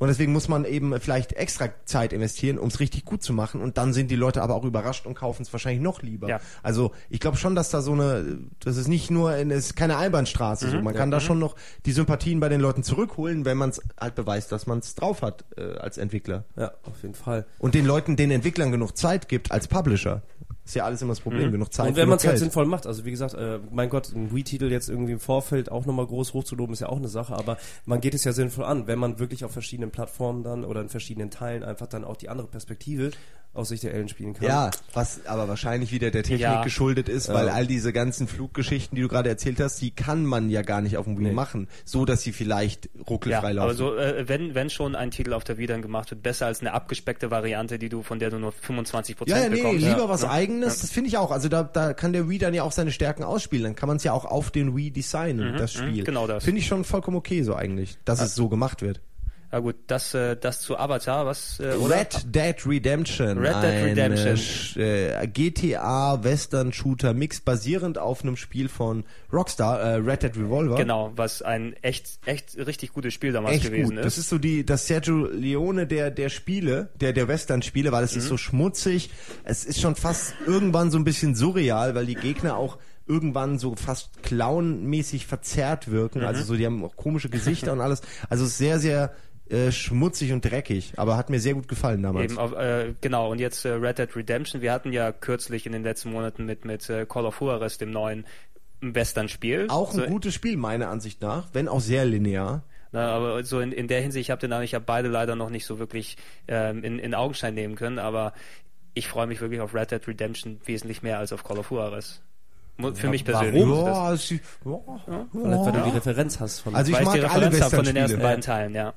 Und deswegen muss man eben vielleicht extra Zeit investieren, um es richtig gut zu machen. Und dann sind die Leute aber auch überrascht und kaufen es wahrscheinlich noch lieber. Ja. Also ich glaube schon, dass da so eine, das ist nicht nur, es ist keine Einbahnstraße. Mhm. So. Man kann ja. da schon noch die Sympathien bei den Leuten zurückholen, wenn man es halt beweist, dass man es drauf hat äh, als Entwickler. Ja, auf jeden Fall. Und den Leuten, den Entwicklern genug Zeit gibt als Publisher. Ist ja alles immer das Problem, mhm. genug Zeit. Und wenn man es halt sinnvoll macht, also wie gesagt, äh, mein Gott, ein Wii-Titel jetzt irgendwie im Vorfeld auch nochmal groß hochzuloben, ist ja auch eine Sache, aber man geht es ja sinnvoll an, wenn man wirklich auf verschiedenen Plattformen dann oder in verschiedenen Teilen einfach dann auch die andere Perspektive aus Sicht der Ellen spielen kann. Ja, was aber wahrscheinlich wieder der Technik ja. geschuldet ist, weil ja. all diese ganzen Fluggeschichten, die du gerade erzählt hast, die kann man ja gar nicht auf dem Wii nee. machen, so dass sie vielleicht ruckelfrei ja, laufen. Aber so, äh, wenn, wenn schon ein Titel auf der Wii dann gemacht wird, besser als eine abgespeckte Variante, die du, von der du nur fünfundzwanzig Prozent ja, ja, nee, bekommst. lieber ja, was ja. Eigenes, das finde ich auch. Also da, da kann der Wii dann ja auch seine Stärken ausspielen, dann kann man es ja auch auf den Wii designen, mhm, das Spiel. Genau das. Finde ich schon vollkommen okay so eigentlich, dass ja. es so gemacht wird. Ja gut, das, äh, das zu Avatar, was... Äh, Red Dead Redemption. Red Dead Redemption. Ein äh, G T A-Western-Shooter-Mix basierend auf einem Spiel von Rockstar, äh, Red Dead Revolver. Genau, was ein echt, echt richtig gutes Spiel damals echt gewesen gut. ist. Das ist so die, das Sergio Leone der, der Spiele, der, der Western-Spiele, weil es mhm. ist so schmutzig. Es ist schon fast irgendwann so ein bisschen surreal, weil die Gegner auch irgendwann so fast clownmäßig verzerrt wirken. Mhm. Also so, die haben auch komische Gesichter und alles. Also es ist sehr, sehr äh, schmutzig und dreckig, aber hat mir sehr gut gefallen damals. Eben, auf, äh, genau, und jetzt äh, Red Dead Redemption. Wir hatten ja kürzlich in den letzten Monaten mit, mit äh, Call of Juarez, dem neuen Western-Spiel. Auch ein so, gutes Spiel, meiner Ansicht nach, wenn auch sehr linear. Na, aber so in, in der Hinsicht, ich habe den ich habe beide leider noch nicht so wirklich ähm, in, in Augenschein nehmen können, aber ich freue mich wirklich auf Red Dead Redemption wesentlich mehr als auf Call of Juarez. Für ja, mich persönlich. Warum? Das, ja, ja. Vielleicht, weil du die Referenz hast von also ich weil mag ich die Referenz alle habe von den ersten ja. beiden Teilen, ja.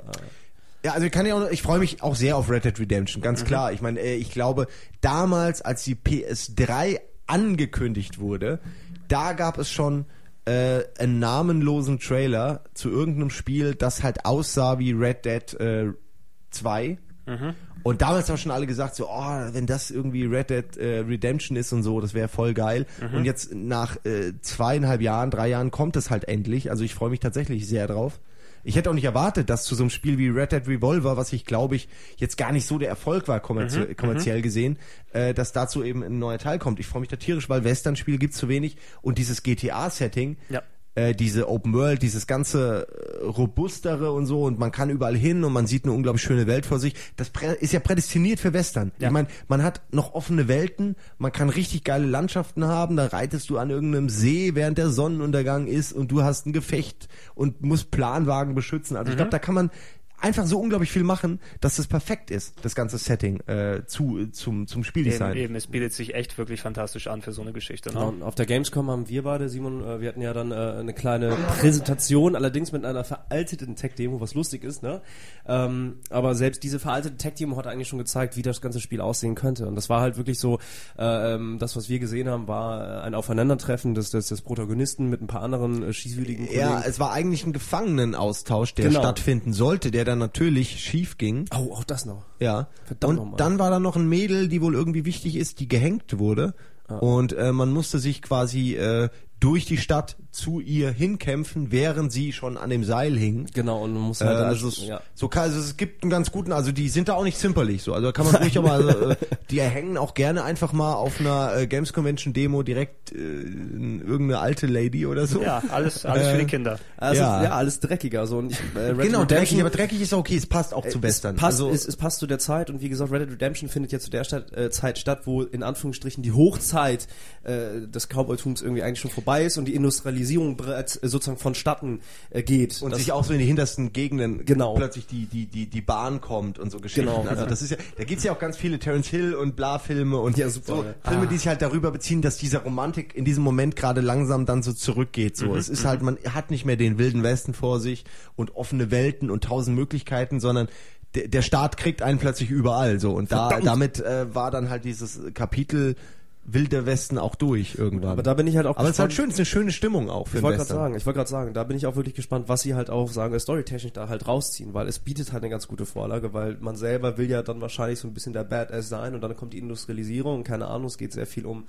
Ja, also ich kann ja auch, ich freue mich auch sehr auf Red Dead Redemption, ganz mhm. klar. Ich meine, ich glaube, damals, als die P S drei angekündigt wurde, da gab es schon äh, einen namenlosen Trailer zu irgendeinem Spiel, das halt aussah wie Red Dead äh, zwei. Mhm. Und damals haben schon alle gesagt, so, oh, wenn das irgendwie Red Dead äh, Redemption ist und so, das wäre voll geil. Mhm. Und jetzt nach äh, zweieinhalb Jahren, drei Jahren kommt es halt endlich. Also ich freue mich tatsächlich sehr drauf. Ich hätte auch nicht erwartet, dass zu so einem Spiel wie Red Dead Revolver, was ich glaube ich jetzt gar nicht so der Erfolg war, kommerzie- mhm. kommerziell gesehen, äh, dass dazu eben ein neuer Teil kommt. Ich freue mich da tierisch, weil Western-Spiel gibt's zu wenig und dieses G T A-Setting, ja. äh, diese Open World, dieses ganze äh, robustere und so und man kann überall hin und man sieht eine unglaublich schöne Welt vor sich. Das prä- ist ja prädestiniert für Western. Ja. Ich meine, man hat noch offene Welten, man kann richtig geile Landschaften haben, da reitest du an irgendeinem See, während der Sonnenuntergang ist und du hast ein Gefecht und musst Planwagen beschützen. Also mhm. ich glaube, da kann man einfach so unglaublich viel machen, dass das perfekt ist, das ganze Setting äh, zu zum zum Spieldesign. Eben, eben, es bietet sich echt wirklich fantastisch an für so eine Geschichte. Ne? Genau, und auf der Gamescom haben wir beide, Simon, äh, wir hatten ja dann äh, eine kleine Präsentation, allerdings mit einer veralteten Tech-Demo, was lustig ist, ne? Ähm, aber selbst diese veraltete Tech-Demo hat eigentlich schon gezeigt, wie das ganze Spiel aussehen könnte. Und das war halt wirklich so, äh, das, was wir gesehen haben, war ein Aufeinandertreffen des, des, des Protagonisten mit ein paar anderen äh, schießwütigen Kollegen. Ja, es war eigentlich ein Gefangenenaustausch, der genau. stattfinden sollte, der dann natürlich schief ging. Oh, auch das noch. Ja. Verdammt und nochmal. Dann war da noch ein Mädel, die wohl irgendwie wichtig ist, die gehängt wurde. Ah. Und äh, man musste sich quasi äh, durch die Stadt zu ihr hinkämpfen, während sie schon an dem Seil hing. Genau, und man muss halt... Äh, also, es, ja. so kann, also es gibt einen ganz guten, also die sind da auch nicht zimperlich so, also da kann man ruhig auch mal, also, äh, die hängen auch gerne einfach mal auf einer äh, Games Convention Demo direkt äh, irgendeine alte Lady oder so. Ja, alles, alles für die Kinder. Also, ja. ja, alles dreckiger. So. Und ich, äh, Red genau, Dead dreckig, aber dreckig ist auch okay, es passt auch äh, zu Western. Es passt, also, es, es passt zu der Zeit und wie gesagt, Red Dead Redemption findet ja zu der Stadt, äh, Zeit statt, wo in Anführungsstrichen die Hochzeit äh, des Cowboytums irgendwie eigentlich schon vorbei ist und die Industrialisierung bereits äh, sozusagen vonstatten äh, geht. Und das, sich auch so in die hintersten Gegenden genau. plötzlich die, die, die, die Bahn kommt und so Geschichten. Genau, also ja. das ist ja, da gibt's ja auch ganz viele Terence Hill und Bla-Filme und ja, super, so ja. Filme, ah. die sich halt darüber beziehen, dass diese Romantik in diesem Moment gerade langsam dann so zurückgeht. So, mhm, es ist halt, man hat nicht mehr den wilden Westen vor sich und offene Welten und tausend Möglichkeiten, sondern der, der Staat kriegt einen plötzlich überall. So und da, damit äh, war dann halt dieses Kapitel Wilder Westen auch durch irgendwann. Aber da bin ich halt auch Aber es ist halt schön, es ist eine schöne Stimmung auch für Ich den wollte Western. gerade sagen, ich wollte gerade sagen, da bin ich auch wirklich gespannt, was sie halt auch sagen, storytechnisch da halt rausziehen, weil es bietet halt eine ganz gute Vorlage, weil man selber will ja dann wahrscheinlich so ein bisschen der Badass sein und dann kommt die Industrialisierung und keine Ahnung, es geht sehr viel um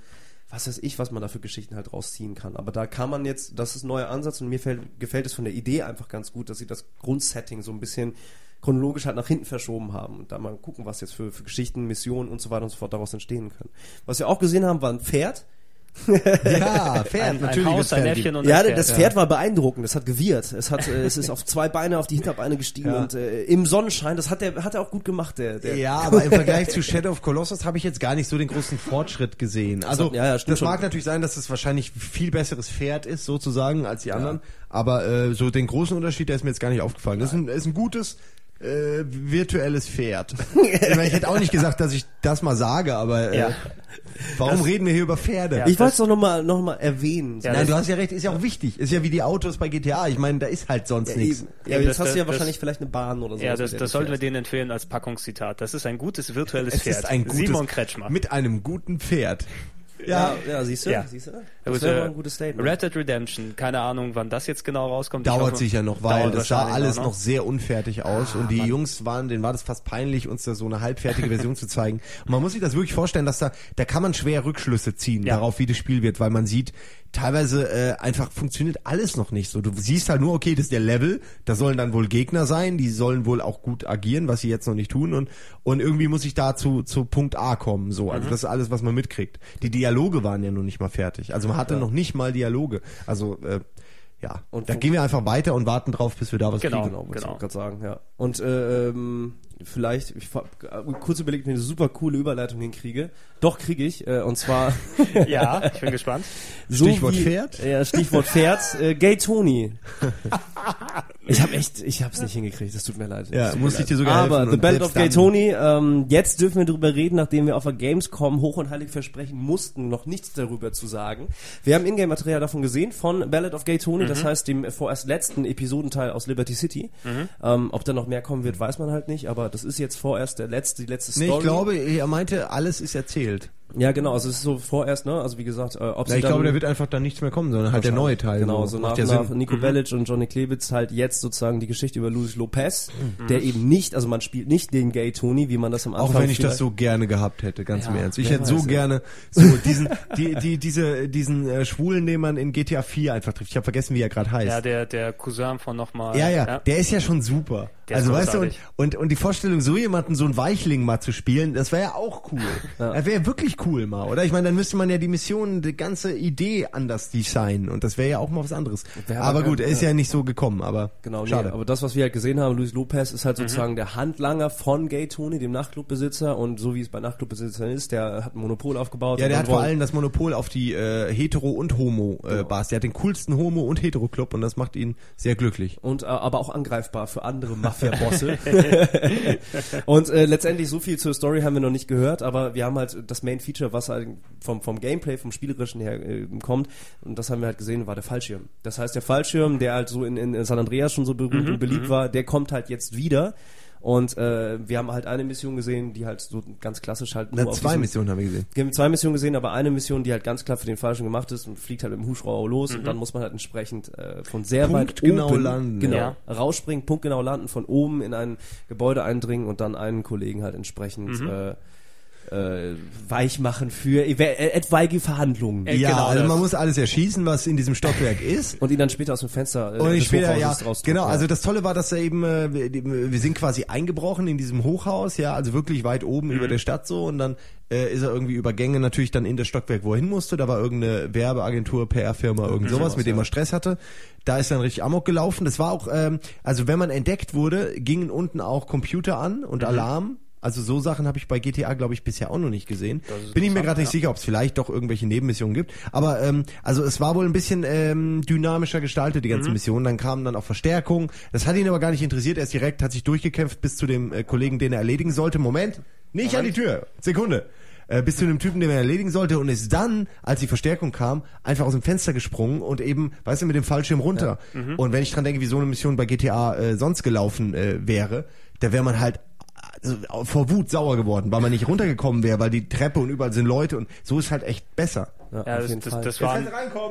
was weiß ich, was man da für Geschichten halt rausziehen kann. Aber da kann man jetzt, das ist ein neuer Ansatz und mir fällt, gefällt es von der Idee einfach ganz gut, dass sie das Grundsetting so ein bisschen chronologisch halt nach hinten verschoben haben und da mal gucken, was jetzt für, für Geschichten, Missionen und so weiter und so fort daraus entstehen können. Was wir auch gesehen haben, war ein Pferd. Ja, Pferd, ein, natürlich. Ein Haus, ein Äffchen und ja, ein Pferd. das Pferd war beeindruckend, das hat gewirrt. Es hat, äh, es ist auf zwei Beine, auf die Hinterbeine gestiegen Ja. und äh, im Sonnenschein, das hat er, hat er auch gut gemacht, der, der Ja, aber im Vergleich zu Shadow of Colossus habe ich jetzt gar nicht so den großen Fortschritt gesehen. Also, ja, ja, stimmt das schon. mag natürlich sein, dass es wahrscheinlich viel besseres Pferd ist, sozusagen, als die anderen. Aber äh, so den großen Unterschied, der ist mir jetzt gar nicht aufgefallen. Das ist ein, ist ein gutes äh, virtuelles Pferd. Ich meine, ich hätte auch nicht gesagt, dass ich das mal sage, aber äh, Ja. warum Das- reden wir hier über Pferde? Ja. Ich wollte es doch nochmal noch mal erwähnen. Ja, Nein, das- du hast ja recht, ist ja auch wichtig. Ist ja wie die Autos bei G T A. Ich meine, da ist halt sonst Ja, nichts. eben. Ja, aber jetzt Das- hast du ja das- wahrscheinlich vielleicht eine Bahn oder so. Ja, das, das sollten wir denen empfehlen als Packungszitat. Das ist ein gutes virtuelles Es Pferd. ist ein gutes, Simon Kretschmer. mit einem guten Pferd. Ja, ja, siehst du? Ja. Siehst du? Ja, Das gut, wäre äh, mal ein gutes Statement. Red Dead Redemption, keine Ahnung, wann das jetzt genau rauskommt. Ich Dauert hoffe, sicher noch, weil dauert das sah wahrscheinlich alles noch, noch ne? sehr unfertig aus und die Jungs waren, denen war das fast peinlich, uns da so eine halbfertige Version zu zeigen. Und man muss sich das wirklich vorstellen, dass da, da kann man schwer Rückschlüsse ziehen Ja. darauf, wie das Spiel wird, weil man sieht, teilweise äh, einfach funktioniert alles noch nicht so. Du siehst halt nur, okay, das ist der Level, da sollen dann wohl Gegner sein, die sollen wohl auch gut agieren, was sie jetzt noch nicht tun und und irgendwie muss ich da zu, zu Punkt A kommen, so. Also das ist alles, was man mitkriegt. Die Dialoge waren ja noch nicht mal fertig. Also man hatte Ja. noch nicht mal Dialoge. Also äh, ja, Und und da wo- gehen wir einfach weiter und warten drauf, bis wir da was Genau. kriegen. Genau, wollte genau. ich gerade sagen, ja. Und äh, ähm, vielleicht, ich fa- kurz überlegt, wie ich eine super coole Überleitung hinkriege. Doch, kriege ich. Äh, und zwar Ja, ich bin gespannt. so Stichwort wie, Pferd? Ja, Stichwort Pferd. Äh, Gay Tony. Ich habe echt, ich habe es nicht hingekriegt. Das tut mir leid. Ja, Das tut mir musste ich leid. dir sogar Aber helfen The und Ballad selbst of Gay dann- Tony. Ähm, jetzt dürfen wir darüber reden, nachdem wir auf der Gamescom hoch und heilig versprechen mussten, noch nichts darüber zu sagen. Wir haben Ingame-Material davon gesehen von Ballad of Gay Tony. Das heißt dem vorerst letzten Episodenteil aus Liberty City. Ähm, ob da noch mehr kommen wird, weiß man halt nicht. Aber das ist jetzt vorerst der letzte, die letzte Nee, Story. ich glaube, er meinte, alles ist erzählt. Ja, genau. Also es ist so vorerst, ne? Also wie gesagt, äh, ob Ja, sie ich dann glaube, da wird einfach dann nichts mehr kommen, sondern halt der neue Teil. Genau, so nach, macht ja nach Sinn. Nico Bellic und Johnny Klebitz halt jetzt sozusagen die Geschichte über Luis Lopez, der eben nicht, also man spielt nicht den Gay Tony, wie man das am Anfang Auch wenn ich das vielleicht- so gerne gehabt hätte, ganz Ja, im Ernst. Ich wer hätte so weiß, ja. gerne so diesen, die, die, diese, diesen äh, Schwulen, den man in G T A vier einfach trifft. Ich habe vergessen, wie er gerade heißt. Ja, der, der Cousin von nochmal. Ja, ja, der ist ja schon super. Der ist Also weißt du, und, großartig. und, und die Vorstellung, so jemanden, so einen Weichling mal zu spielen, das wäre ja auch cool. Das wäre wirklich cool mal, oder? Ich meine, dann müsste man ja die Mission, die ganze Idee anders designen und das wäre ja auch mal was anderes. Wäre Aber aber gut, geil, er ist ja nicht so gekommen, aber Genau, nee, schade. aber das, was wir halt gesehen haben, Luis Lopez ist halt sozusagen der Handlanger von Gay Tony, dem Nachtclubbesitzer, und so wie es bei Nachtclubbesitzern ist, der hat ein Monopol aufgebaut. Ja, und der dann hat vor wollen- allem das Monopol auf die äh, Hetero- und Homo-Bars. Der hat den coolsten Homo- und Hetero-Club und das macht ihn sehr glücklich. und äh, aber auch angreifbar für andere Mafia-Bosse. Und äh, letztendlich so viel zur Story haben wir noch nicht gehört, aber wir haben halt das Main-Feature, was halt vom, vom Gameplay, vom Spielerischen her äh, kommt, und das haben wir halt gesehen, war der Fallschirm. Das heißt, der Fallschirm, der halt so in, in San Andreas schon so berühmt und beliebt war, der kommt halt jetzt wieder. Und äh, wir haben halt eine Mission gesehen, die halt so ganz klassisch halt nur Na, auf zwei diesem- Missionen haben wir gesehen. Wir haben zwei Missionen gesehen, aber eine Mission, die halt ganz klar für den Fallschirm gemacht ist und fliegt halt mit dem Hubschrauber los und dann muss man halt entsprechend äh, von sehr weit Punktgenau oben landen, genau, ja. rausspringen, punktgenau landen, von oben in ein Gebäude eindringen und dann einen Kollegen halt entsprechend äh, äh, weich machen für ev- äh, etwaige Verhandlungen. Äh, Ja, genau also das. man muss alles erschießen, was in diesem Stockwerk ist. Und ihn dann später aus dem Fenster äh, Und ich des später, ja, Hochhauses rausdrücken, genau, ja. also das Tolle war, dass er eben, äh, wir, die- wir sind quasi eingebrochen in diesem Hochhaus, ja, also wirklich weit oben über der Stadt so und dann äh, ist er irgendwie über Gänge natürlich dann in das Stockwerk, wo er hin musste, da war irgendeine Werbeagentur, P R-Firma, irgend sowas, sowas, mit dem ja. er Stress hatte, da ist dann richtig Amok gelaufen, das war auch, ähm, also wenn man entdeckt wurde, gingen unten auch Computer an und Alarm. Also so Sachen habe ich bei G T A, glaube ich, bisher auch noch nicht gesehen. ist Bin ich mir interessant, gerade nicht ja. sicher, ob es vielleicht doch irgendwelche Nebenmissionen gibt. Aber ähm, also es war wohl ein bisschen ähm, dynamischer gestaltet, die ganze Mission. Dann kamen dann auch Verstärkungen. Das hat ihn aber gar nicht interessiert. Er ist direkt, hat sich durchgekämpft bis zu dem äh, Kollegen, den er erledigen sollte. Moment, nicht Moment. an die Tür. Sekunde. Äh, bis zu dem Typen, den er erledigen sollte und ist dann, als die Verstärkung kam, einfach aus dem Fenster gesprungen und eben, weißt du, mit dem Fallschirm runter. Und wenn ich dran denke, wie so eine Mission bei G T A äh, sonst gelaufen äh, wäre, da wäre man halt also vor Wut sauer geworden, weil man nicht runtergekommen wäre, weil die Treppe und überall sind Leute und so ist halt echt besser. ja, Ja, auf das, jeden das, Fall. das war ein, reinkommen.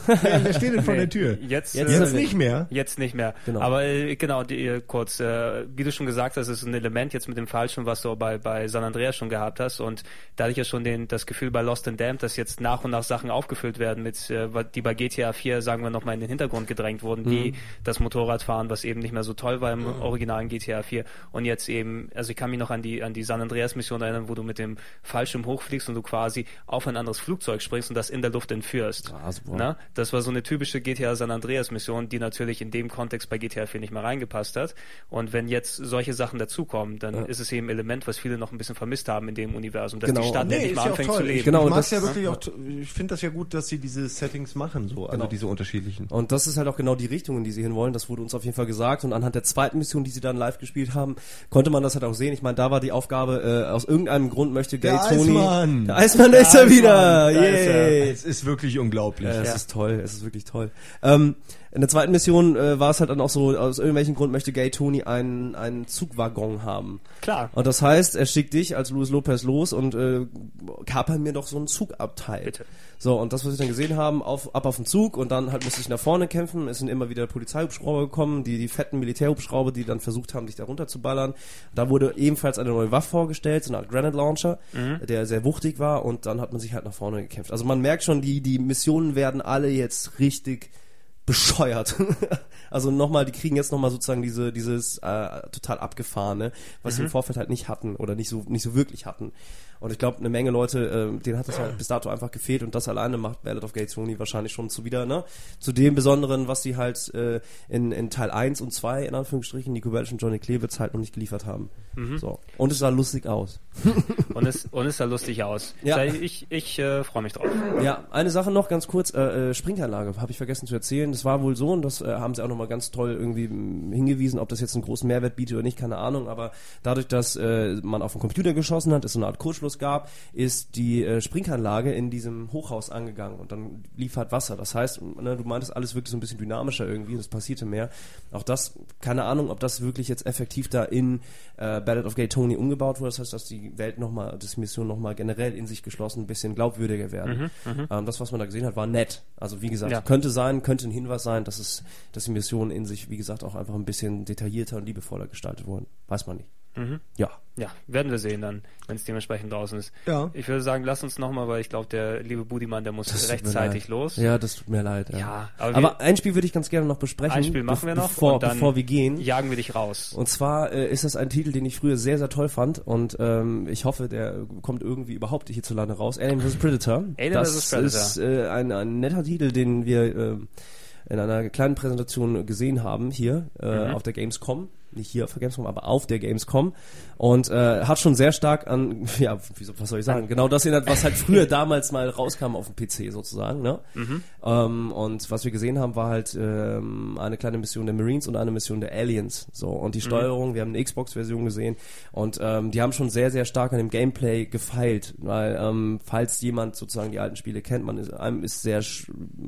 Wer, wer steht denn vor Nee, der Tür? Jetzt, Jetzt äh, Jetzt nicht mehr. Jetzt nicht mehr. Genau. Aber äh, genau, die, äh, kurz, äh, wie du schon gesagt hast, ist ein Element jetzt mit dem Falschen, was du bei, bei San Andreas schon gehabt hast. Und da hatte ich ja schon den, das Gefühl bei Lost and Damned, dass jetzt nach und nach Sachen aufgefüllt werden, mit, äh, die bei G T A vier, sagen wir, nochmal in den Hintergrund gedrängt wurden, wie das Motorradfahren, was eben nicht mehr so toll war im originalen G T A vier. Und jetzt eben, also ich kann mich noch an die, an die San Andreas Mission erinnern, wo du mit dem Fallschirm hochfliegst und du quasi auf ein anderes Flugzeug springst und das in der Luft entführst. Ah, super. Na? Das war so eine typische G T A San Andreas Mission, die natürlich in dem Kontext bei G T A vier nicht mehr reingepasst hat. Und wenn jetzt solche Sachen dazukommen, dann Ja. ist es eben ein Element, was viele noch ein bisschen vermisst haben in dem Universum, dass Genau. die Stadt Nee, endlich ist mal ja auch anfängt toll. zu leben. Ich, Genau, ich und mag's das- ja wirklich auch, t- ich finde das ja gut, dass sie diese Settings machen, so, also Genau. diese unterschiedlichen. Und das ist halt auch genau die Richtung, in die sie hinwollen. Das wurde uns auf jeden Fall gesagt. Und anhand der zweiten Mission, die sie dann live gespielt haben, konnte man das halt auch sehen. Ich meine, da war die Aufgabe, äh, aus irgendeinem Grund möchte Gay Der Tony... Eismann! Der Eismann, der ist er Eismann, wieder! da ist er. Yay! Es ist wirklich unglaublich. Ja, es Ja. ist toll, es ist wirklich toll. Ähm, in der zweiten Mission äh, war es halt dann auch so, aus irgendwelchem Grund möchte Gay Tony einen, einen Zugwaggon haben. Klar. Und das heißt, er schickt dich als Luis Lopez los und äh, kaper mir doch so ein Zugabteil. Bitte. So, und das, was wir dann gesehen haben, auf, ab auf den Zug und dann halt musste ich nach vorne kämpfen. Es sind immer wieder Polizeihubschrauber gekommen, die, die fetten Militärhubschrauber, die dann versucht haben, dich da runter zu ballern. Da wurde ebenfalls eine neue Waffe vorgestellt, so eine Art Granite Launcher, Mhm. der sehr wuchtig war und dann hat man sich halt nach vorne gekämpft. Also man merkt schon, die, die Missionen werden alle jetzt richtig bescheuert. Also nochmal, die kriegen jetzt nochmal sozusagen diese, dieses äh, total abgefahrene, was sie im Vorfeld halt nicht hatten oder nicht so, nicht so wirklich hatten. Und ich glaube, eine Menge Leute, äh, denen hat das halt bis dato einfach gefehlt und das alleine macht Ballad of Gay Tony wahrscheinlich schon zu wieder, ne? Zu dem Besonderen, was die halt äh, in, in Teil eins und zwei, in Anführungsstrichen, Nico Bellic und Johnny Klewitz halt noch nicht geliefert haben. So. Und es sah lustig aus. Und es, und es sah lustig aus. Ja. Ich, ich äh, freue mich drauf. Ja, eine Sache noch ganz kurz, äh, äh, Springanlage, habe ich vergessen zu erzählen. Das war wohl so und das äh, haben sie auch nochmal ganz toll irgendwie m, hingewiesen, ob das jetzt einen großen Mehrwert bietet oder nicht, keine Ahnung, aber dadurch, dass äh, man auf den Computer geschossen hat, es so eine Art Kurzschluss gab, ist die äh, Springanlage in diesem Hochhaus angegangen und dann lief halt Wasser. Das heißt, ne, du meintest alles wirklich so ein bisschen dynamischer irgendwie, das passierte mehr. Auch das, keine Ahnung, ob das wirklich jetzt effektiv da in äh, Ballad of Gay Tony umgebaut wurde. Das heißt, dass die Welt nochmal, das Mission nochmal generell in sich geschlossen ein bisschen glaubwürdiger werden. Ähm, das, was man da gesehen hat, war nett. Also wie gesagt, Ja. könnte sein, könnte ein Hinweis sein, dass es, dass die Missionen in sich, wie gesagt, auch einfach ein bisschen detaillierter und liebevoller gestaltet wurden. Weiß man nicht. Ja. Ja, werden wir sehen dann, wenn es dementsprechend draußen ist. Ja. Ich würde sagen, lass uns nochmal, weil ich glaube, der liebe Budimann, der muss Das tut mir rechtzeitig leid. los. Ja, das tut mir leid. Ja, Ja, aber, aber, wir, ein Spiel würde ich ganz gerne noch besprechen. ein Spiel machen wir noch bevor, und dann bevor wir gehen. jagen wir dich raus. Und zwar äh, ist das ein Titel, den ich früher sehr, sehr toll fand und ähm, ich hoffe, der kommt irgendwie überhaupt hierzulande raus. Alien versus. Predator. Alien das versus. Predator. ist äh, ein, ein netter Titel, den wir äh, in einer kleinen Präsentation gesehen haben hier äh, Mhm. auf der Gamescom. Nicht hier auf der Gamescom, aber auf der Gamescom. Und äh, hat schon sehr stark an, ja, wieso, was soll ich sagen, genau das erinnert, was halt früher damals mal rauskam auf dem P C sozusagen. Ne? Mhm. Ähm, und was wir gesehen haben, war halt ähm, eine kleine Mission der Marines und eine Mission der Aliens. So, und die Steuerung, wir haben eine Xbox-Version gesehen und ähm, die haben schon sehr, sehr stark an dem Gameplay gefeilt, weil ähm, falls jemand sozusagen die alten Spiele kennt, man ist, einem ist sehr sch,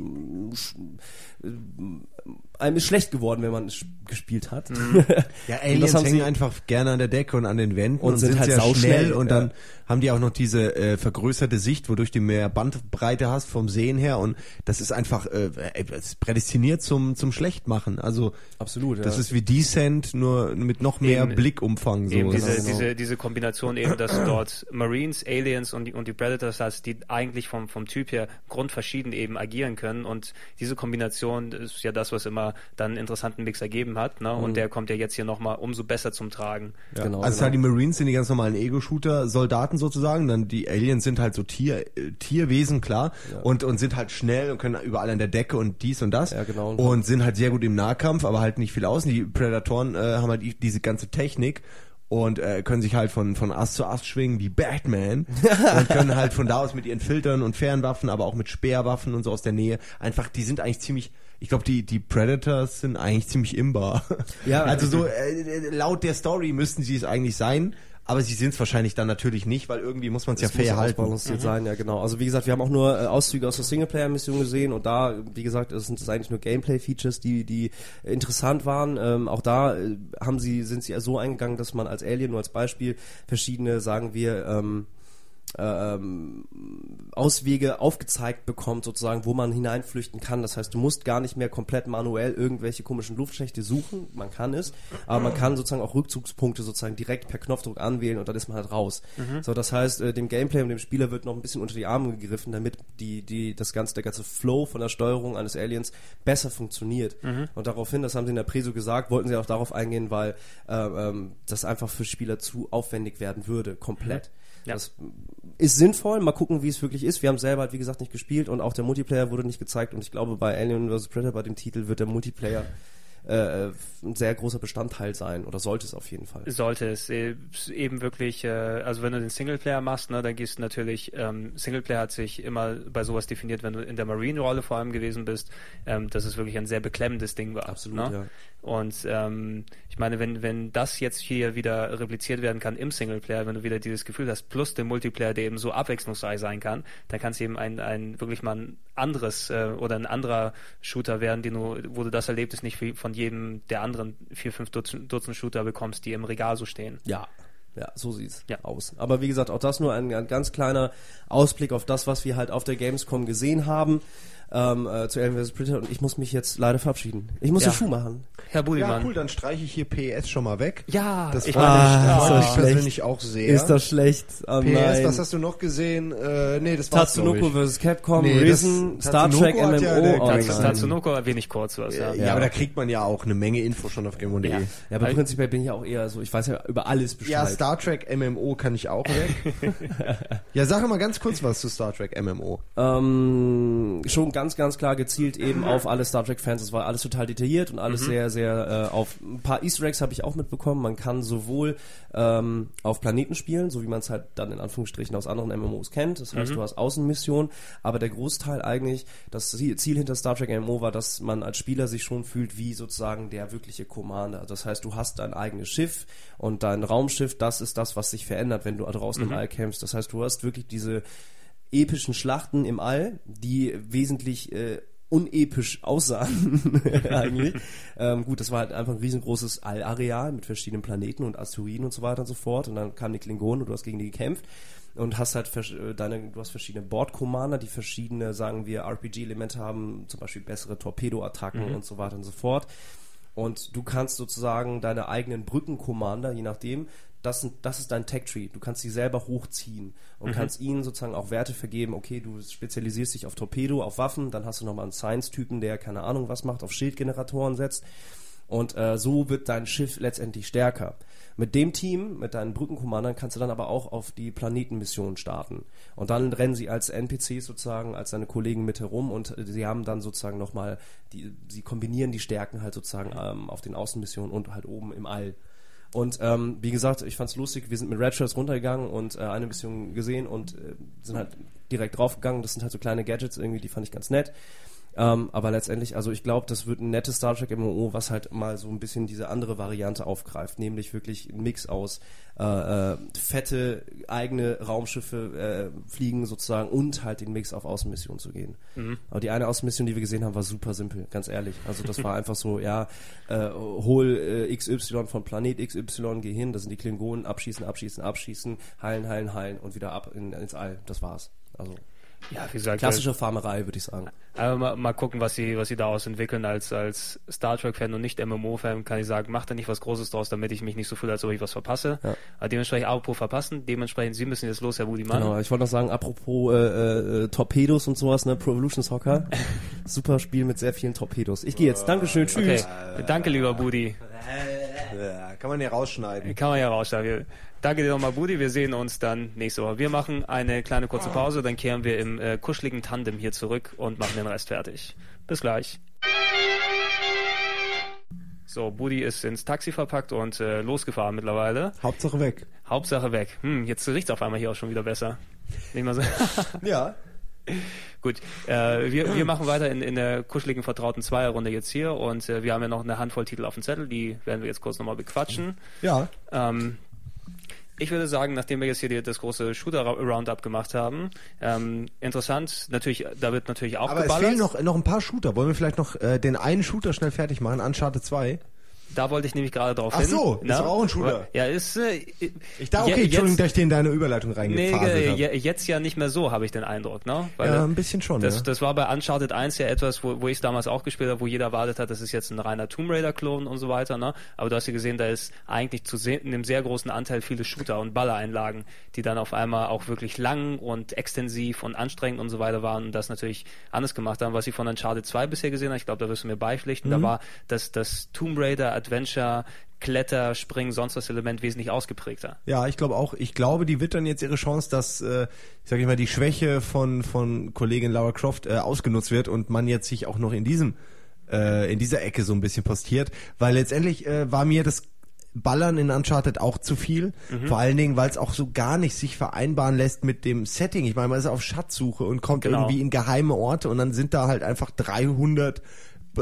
sch, einem ist schlecht geworden, wenn man es gespielt hat. Ja, Und Aliens das haben hängen sie- einfach gerne an der Decke und an den Wänden Und und, sind sind, halt sehr sauschnell, schnell und ja. dann haben die auch noch diese äh, vergrößerte Sicht, wodurch du mehr Bandbreite hast vom Sehen her und das ist einfach äh, äh, es ist prädestiniert zum zum Schlechtmachen. Also Absolut, ja. das ist wie Descent, nur mit noch mehr Eben- Blickumfang. So. Eben Das diese, ist- diese, diese Kombination eben, dass du dort Marines, Aliens und die, und die Predators hast, die eigentlich vom, vom Typ her grundverschieden eben agieren können und diese Kombination ist ja das, was immer dann einen interessanten Mix ergeben hat, ne? Und der kommt ja jetzt hier nochmal umso besser zum Tragen. Ja. Genau, also genau. halt die Marines sind die ganz normalen Ego-Shooter-Soldaten sozusagen, dann die Aliens sind halt so Tier, äh, Tierwesen, klar, und, und sind halt schnell und können überall an der Decke und dies und das Ja, genau. und sind halt sehr gut im Nahkampf, aber halt nicht viel außen. Die Predatoren äh, haben halt die, diese ganze Technik und äh, können sich halt von, von Ast zu Ast schwingen wie Batman und können halt von da aus mit ihren Filtern und Fernwaffen, aber auch mit Speerwaffen und so aus der Nähe einfach, die sind eigentlich ziemlich, ich glaube, die, die Predators sind eigentlich ziemlich imbar. Ja. Also so äh, laut der Story müssten sie es eigentlich sein, aber sie sind es wahrscheinlich dann natürlich nicht, weil irgendwie muss man es ja Das muss fair halten. ausbalanciert sein, ja genau. Also wie gesagt, wir haben auch nur äh, Auszüge aus der Singleplayer-Mission gesehen und da, wie gesagt, es sind das eigentlich nur Gameplay-Features, die die äh, interessant waren. Ähm, auch da äh, haben sie sind sie so eingegangen, dass man als Alien nur als Beispiel verschiedene, sagen wir, ähm, ähm, Auswege aufgezeigt bekommt, sozusagen, wo man hineinflüchten kann. Das heißt, du musst gar nicht mehr komplett manuell irgendwelche komischen Luftschächte suchen. Man kann es, aber man kann sozusagen auch Rückzugspunkte sozusagen direkt per Knopfdruck anwählen und dann ist man halt raus. Mhm. So, das heißt, äh, dem Gameplay und dem Spieler wird noch ein bisschen unter die Arme gegriffen, damit die, die, das ganze, der ganze Flow von der Steuerung eines Aliens besser funktioniert. Mhm. Und daraufhin, das haben sie in der Preso gesagt, wollten sie auch darauf eingehen, weil äh, ähm, das einfach für Spieler zu aufwendig werden würde, komplett. Mhm. Ja. Das ist sinnvoll, mal gucken, wie es wirklich ist. Wir haben selber halt, wie gesagt, nicht gespielt und auch der Multiplayer wurde nicht gezeigt und ich glaube, bei Alien versus. Predator, bei dem Titel, wird der Multiplayer äh, ein sehr großer Bestandteil sein oder sollte es auf jeden Fall. Sollte es äh, eben wirklich, äh, also wenn du den Singleplayer machst, ne, dann gehst du natürlich, ähm, Singleplayer hat sich immer bei sowas definiert, wenn du in der Marine-Rolle vor allem gewesen bist, ähm, dass es wirklich ein sehr beklemmendes Ding war. Absolut, ne? ja. Und ähm, ich meine, wenn wenn das jetzt hier wieder repliziert werden kann im Singleplayer, wenn du wieder dieses Gefühl hast, plus den Multiplayer, der eben so abwechslungsreich sein kann, dann kann es eben ein, ein wirklich mal ein anderes äh, oder ein anderer Shooter werden, den du, wo du das Erlebnis nicht von jedem der anderen vier, fünf Dutzend, Dutzend Shooter bekommst, die im Regal so stehen. Ja. Ja, so sieht's ja. aus. Aber wie gesagt, auch das nur ein, ein ganz kleiner Ausblick auf das, was wir halt auf der Gamescom gesehen haben. Ähm, äh, zu Alien versus. Predator und ich muss mich jetzt leider verabschieden. Ich muss ja. den Schuh machen. Herr Budimann. Ja, cool, dann streiche ich hier P S schon mal weg. Ja, das ich freut ah, mich, persönlich auch sehr. Ist das schlecht? Oh, P S, nein. was hast du noch gesehen? Äh, nee, das war's, Tatsunoko versus. Capcom, nee, Risen, Star Trek, M M O. Ja, oh, Tatsunoko erwähne ich kurz was, ja. Ja, ja, aber da kriegt man ja auch eine Menge Info schon auf game punkt de. Ja. ja, aber prinzipiell bin ich auch eher so, ich weiß ja über alles Bescheid. Ja, Star Trek M M O kann ich auch weg. Ja, sag mal ganz kurz was zu Star Trek M M O. Ähm, schon ganz, ganz klar gezielt eben auf alle Star Trek-Fans. Es war alles total detailliert und alles mhm. sehr, sehr äh, auf ein paar Easter Eggs habe ich auch mitbekommen. Man kann sowohl ähm, auf Planeten spielen, so wie man es halt dann in Anführungsstrichen aus anderen M M Os kennt. Das heißt, mhm. du hast Außenmissionen, aber der Großteil eigentlich, das Ziel hinter Star Trek M M O war, dass man als Spieler sich schon fühlt wie sozusagen der wirkliche Commander. Das heißt, du hast dein eigenes Schiff und dein Raumschiff, das ist das, was sich verändert, wenn du draußen mhm. im All kämpfst. Das heißt, du hast wirklich diese epischen Schlachten im All, die wesentlich äh, unepisch aussahen eigentlich. ähm, gut, das war halt einfach ein riesengroßes Allareal mit verschiedenen Planeten und Asteroiden und so weiter und so fort und dann kamen die Klingonen und du hast gegen die gekämpft und hast halt deine, du hast verschiedene Board-Commander, die verschiedene, sagen wir, R P G-Elemente haben, zum Beispiel bessere Torpedo-Attacken mhm. und so weiter und so fort. Und du kannst sozusagen deine eigenen Brücken-Commander, je nachdem, das, sind, das ist dein Tech-Tree. Du kannst sie selber hochziehen und mhm. kannst ihnen sozusagen auch Werte vergeben. Okay, du spezialisierst dich auf Torpedo, auf Waffen, dann hast du nochmal einen Science-Typen, der keine Ahnung was macht, auf Schildgeneratoren setzt. Und äh, so wird dein Schiff letztendlich stärker. Mit dem Team, mit deinen Brückenkommandern, kannst du dann aber auch auf die Planetenmission starten. Und dann rennen sie als N P Cs sozusagen, als deine Kollegen mit herum und äh, sie haben dann sozusagen nochmal, die, sie kombinieren die Stärken halt sozusagen ähm, auf den Außenmissionen und halt oben im All. Und ähm, wie gesagt, ich fand's lustig, wir sind mit Red Shirts runtergegangen und äh, eine Mission gesehen und äh, sind halt direkt draufgegangen. Das sind halt so kleine Gadgets irgendwie, die fand ich ganz nett. Ähm, aber letztendlich, also ich glaube, das wird ein nettes Star Trek M M O, was halt mal so ein bisschen diese andere Variante aufgreift, nämlich wirklich ein Mix aus äh, äh, fette eigene Raumschiffe äh, fliegen sozusagen und halt den Mix auf Außenmission zu gehen. Mhm. Aber die eine Außenmission, die wir gesehen haben, war super simpel, ganz ehrlich. Also das war einfach so, ja, äh, hol äh, X Y von Planet X Y, geh hin, da sind die Klingonen, abschießen, abschießen, abschießen, heilen, heilen, heilen und wieder ab in, ins All. Das war's. Also ja, wie gesagt, klassische Farmerei, würde ich sagen. Aber mal, mal gucken, was sie, was sie daraus entwickeln. Als, als Star Trek-Fan und nicht M M O-Fan kann ich sagen, macht da nicht was Großes draus, damit ich mich nicht so fühle, als ob ich was verpasse. Ja. Aber dementsprechend, apropos verpassen, dementsprechend, Sie müssen jetzt los, Herr Budimann. Genau, ich wollte noch sagen, apropos äh, äh, Torpedos und sowas, ne, Pro Evolution Soccer. Super Spiel mit sehr vielen Torpedos. Ich gehe jetzt, Dankeschön, tschüss. Okay. Danke, lieber Budi. Ja, kann man ja rausschneiden. Kann man ja rausschneiden. Danke dir nochmal, Budi. Wir sehen uns dann nächste Woche. Wir machen eine kleine kurze Pause, dann kehren wir im äh, kuscheligen Tandem hier zurück und machen den Rest fertig. Bis gleich. So, Budi ist ins Taxi verpackt und äh, losgefahren mittlerweile. Hauptsache weg. Hauptsache weg. Hm, jetzt riecht's auf einmal hier auch schon wieder besser. Nicht mal so. Ja. Gut, äh, wir, wir machen weiter in, in der kuscheligen, vertrauten Zweierrunde jetzt hier und äh, wir haben ja noch eine Handvoll Titel auf dem Zettel, die werden wir jetzt kurz nochmal bequatschen. Ja. Ähm, ich würde sagen, nachdem wir jetzt hier die, das große Shooter-Roundup gemacht haben, ähm, interessant, natürlich, da wird natürlich auch Aber geballert. es fehlen noch, noch ein paar Shooter. Wollen wir vielleicht noch äh, den einen Shooter schnell fertig machen, Uncharted zwei? da wollte ich nämlich gerade drauf Ach hin. so, ist doch auch ein Shooter. Ja, ist... Äh, ich dachte, okay, je, Entschuldigung, dass ich dir in deine Überleitung reingefaselt nee, habe. je, jetzt ja nicht mehr so, habe ich den Eindruck, ne? Weil ja, ein bisschen schon, das, ja. das war bei Uncharted eins ja etwas, wo, wo ich es damals auch gespielt habe, wo jeder erwartet hat, das ist jetzt ein reiner Tomb Raider-Klon und so weiter, ne? Aber du hast ja gesehen, da ist eigentlich zu sehen, in einem sehr großen Anteil viele Shooter und Ballereinlagen, die dann auf einmal auch wirklich lang und extensiv und anstrengend und so weiter waren und das natürlich anders gemacht haben, was ich von Uncharted zwei bisher gesehen habe. Ich glaube, da wirst du mir beipflichten. Mhm. Da war das, das Tomb Raider Adventure, Kletter, Springen, sonst das Element wesentlich ausgeprägter. Ja, ich glaube auch. Ich glaube, die wird dann jetzt ihre Chance, dass, äh, ich sage mal, die Schwäche von von Kollegin Lara Croft äh, ausgenutzt wird und man jetzt sich auch noch in diesem äh, in dieser Ecke so ein bisschen postiert, weil letztendlich äh, war mir das Ballern in Uncharted auch zu viel, mhm. vor allen Dingen, weil es auch so gar nicht sich vereinbaren lässt mit dem Setting. Ich meine, man ist auf Schatzsuche und kommt genau. irgendwie in geheime Orte und dann sind da halt einfach dreihundert äh,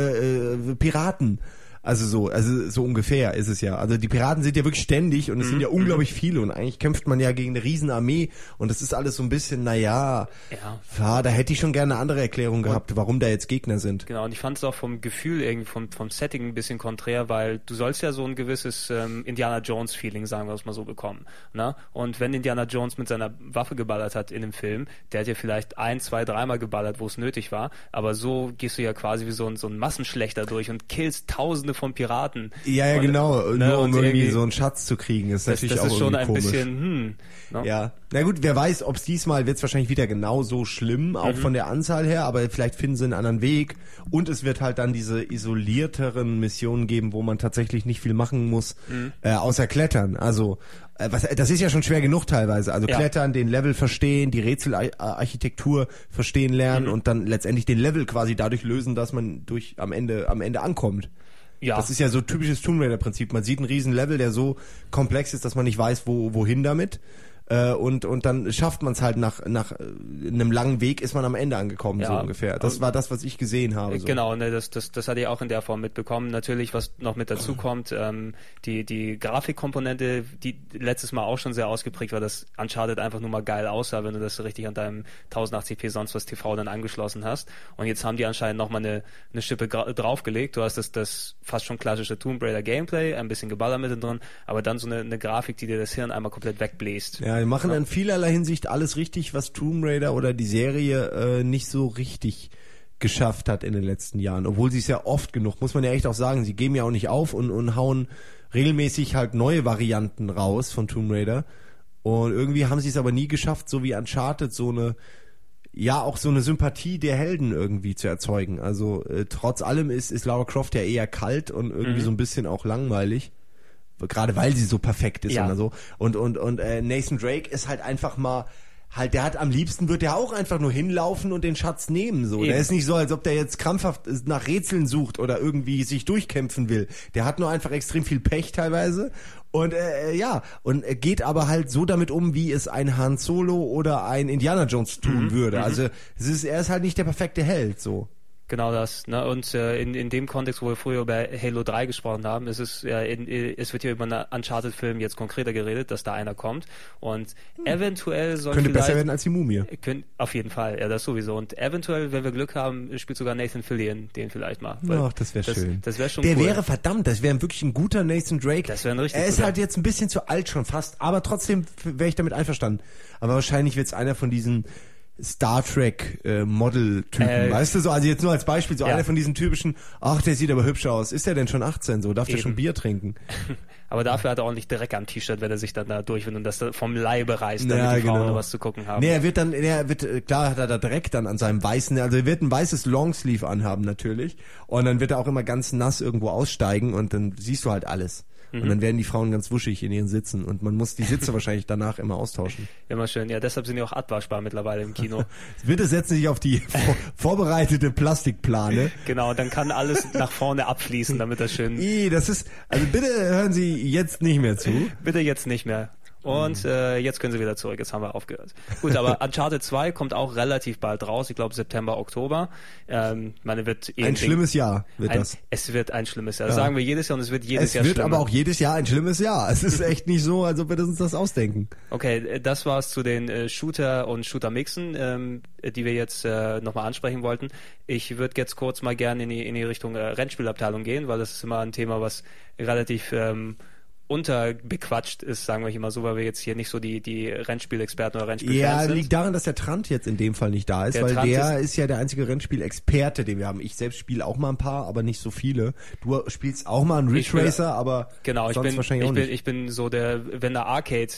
äh, Piraten. Also so, also so ungefähr ist es ja. Also die Piraten sind ja wirklich ständig und es mhm. sind ja unglaublich viele und eigentlich kämpft man ja gegen eine Riesenarmee und das ist alles so ein bisschen, naja, ja, ja da hätte ich schon gerne eine andere Erklärung gehabt, und, warum da jetzt Gegner sind. Genau, und ich fand es auch vom Gefühl irgendwie, vom, vom Setting ein bisschen konträr, weil du sollst ja so ein gewisses ähm, Indiana Jones Feeling, sagen wir es mal so, bekommen. Ne? Und wenn Indiana Jones mit seiner Waffe geballert hat in dem Film, der hat ja vielleicht ein, zwei, dreimal geballert, wo es nötig war, aber so gehst du ja quasi wie so ein, so ein Massenschlechter durch und killst Tausende von Piraten. Ja, ja, und, genau. Ne, Nur um irgendwie, irgendwie so einen Schatz zu kriegen, ist das, natürlich das auch ist schon irgendwie ein komisch. bisschen, hm. Ne? Ja. Na gut, wer weiß, ob es diesmal wird es wahrscheinlich wieder genauso schlimm, auch mhm. von der Anzahl her, aber vielleicht finden sie einen anderen Weg und es wird halt dann diese isolierteren Missionen geben, wo man tatsächlich nicht viel machen muss, mhm. äh, außer klettern. Also äh, was, das ist ja schon schwer genug teilweise. Also ja. klettern, den Level verstehen, die Rätselarchitektur verstehen lernen mhm. und dann letztendlich den Level quasi dadurch lösen, dass man durch am Ende am Ende ankommt. Ja. Das ist ja so typisches Tomb Raider Prinzip. Man sieht einen riesen Level, der so komplex ist, dass man nicht weiß, wo wohin damit. Äh, und und dann schafft man es halt nach nach einem langen Weg ist man am Ende angekommen, ja, so ungefähr. Das war das, was ich gesehen habe. So. Genau, ne, das das das hatte ich auch in der Form mitbekommen. Natürlich, was noch mit dazu kommt, ähm, die die Grafikkomponente, die letztes Mal auch schon sehr ausgeprägt war, dass Uncharted einfach nur mal geil aussah, wenn du das richtig an deinem tausendachtzig p sonst was T V dann angeschlossen hast. Und jetzt haben die anscheinend noch mal eine eine Schippe gra- draufgelegt. Du hast das das fast schon klassische Tomb Raider Gameplay, ein bisschen Geballer mittendrin, aber dann so eine, eine Grafik, die dir das Hirn einmal komplett wegbläst. Ja, die machen in vielerlei Hinsicht alles richtig, was Tomb Raider oder die Serie äh, nicht so richtig geschafft hat in den letzten Jahren. Obwohl sie es ja oft genug, muss man ja echt auch sagen, sie geben ja auch nicht auf und, und hauen regelmäßig halt neue Varianten raus von Tomb Raider. Und irgendwie haben sie es aber nie geschafft, so wie Uncharted, so eine, ja, auch so eine Sympathie der Helden irgendwie zu erzeugen. Also äh, trotz allem ist, ist Lara Croft ja eher kalt und irgendwie mhm. so ein bisschen auch langweilig. Gerade weil sie so perfekt ist ja. und so. Und, und, und äh, Nathan Drake ist halt einfach mal, halt, der hat am liebsten, wird der auch einfach nur hinlaufen und den Schatz nehmen. So. Der ist nicht so, als ob der jetzt krampfhaft nach Rätseln sucht oder irgendwie sich durchkämpfen will. Der hat nur einfach extrem viel Pech teilweise. Und äh, ja, und äh, geht aber halt so damit um, wie es ein Han Solo oder ein Indiana Jones tun mhm. würde. Also es ist, er ist halt nicht der perfekte Held, so. Genau das, ne? Und äh, in in dem Kontext, wo wir früher über Halo drei gesprochen haben, ist es ja in, in, es wird hier über einen Uncharted-Film jetzt konkreter geredet, dass da einer kommt und hm. eventuell soll könnte vielleicht besser werden als die Mumie. Könnt, auf jeden Fall, ja, das sowieso. Und eventuell, wenn wir Glück haben, spielt sogar Nathan Fillion den vielleicht mal. Ach, das wäre schön. Das wäre schon Der cool. wäre verdammt, das wäre wirklich ein guter Nathan Drake. Das wäre ein richtig Er ist guter. halt jetzt ein bisschen zu alt schon fast, aber trotzdem wäre ich damit einverstanden. Aber wahrscheinlich wird es einer von diesen Star Trek äh, Model-Typen, äh, weißt du so, also jetzt nur als Beispiel, so ja. einer von diesen typischen, ach, der sieht aber hübsch aus, ist der denn schon achtzehn, so, darf Eben. der schon Bier trinken? Aber dafür hat er ordentlich Dreck am T-Shirt, wenn er sich dann da durchwindet und das vom Leibe reißt, damit ja, die Frauen genau. was zu gucken haben. Nee, er wird dann, er wird, klar hat er da Dreck dann an seinem weißen, also er wird ein weißes Longsleeve anhaben natürlich und dann wird er auch immer ganz nass irgendwo aussteigen und dann siehst du halt alles. Mhm. Und dann werden die Frauen ganz wuschig in ihren Sitzen und man muss die Sitze wahrscheinlich danach immer austauschen. Immer schön, ja, deshalb sind die auch abwaschbar mittlerweile im Kino. Bitte setzen sich auf die vor, vorbereitete Plastikplane. Genau, dann kann alles nach vorne abfließen, damit das schön... I, das ist, also bitte hören Sie jetzt nicht mehr zu. Bitte jetzt nicht mehr. Und mhm. äh, jetzt können sie wieder zurück, jetzt haben wir aufgehört. Gut, aber Uncharted zwei kommt auch relativ bald raus, ich glaube September, Oktober. Ähm, meine, wird ein Ding, schlimmes Jahr wird ein, das. Es wird ein schlimmes Jahr, das ja. sagen wir jedes Jahr und es wird jedes es Jahr schlimmer. Es wird aber auch jedes Jahr ein schlimmes Jahr. Es ist echt nicht so, als ob wir uns das ausdenken. Okay, das war's zu den äh, Shooter und Shooter-Mixen, ähm, die wir jetzt äh, nochmal ansprechen wollten. Ich würde jetzt kurz mal gerne in die, in die Richtung äh, Rennspielabteilung gehen, weil das ist immer ein Thema, was relativ ähm, unterbequatscht ist, sagen wir hier mal so, weil wir jetzt hier nicht so die, die Rennspielexperten oder Rennspielfans ja, sind. Ja, liegt daran, dass der Trant jetzt in dem Fall nicht da ist, der weil Trant der ist, ist ja der einzige Rennspielexperte, den wir haben. Ich selbst spiele auch mal ein paar, aber nicht so viele. Du spielst auch mal einen Ridge Racer, aber genau, sonst ich bin, wahrscheinlich ich auch bin, nicht. ich bin so der, wenn der Arcade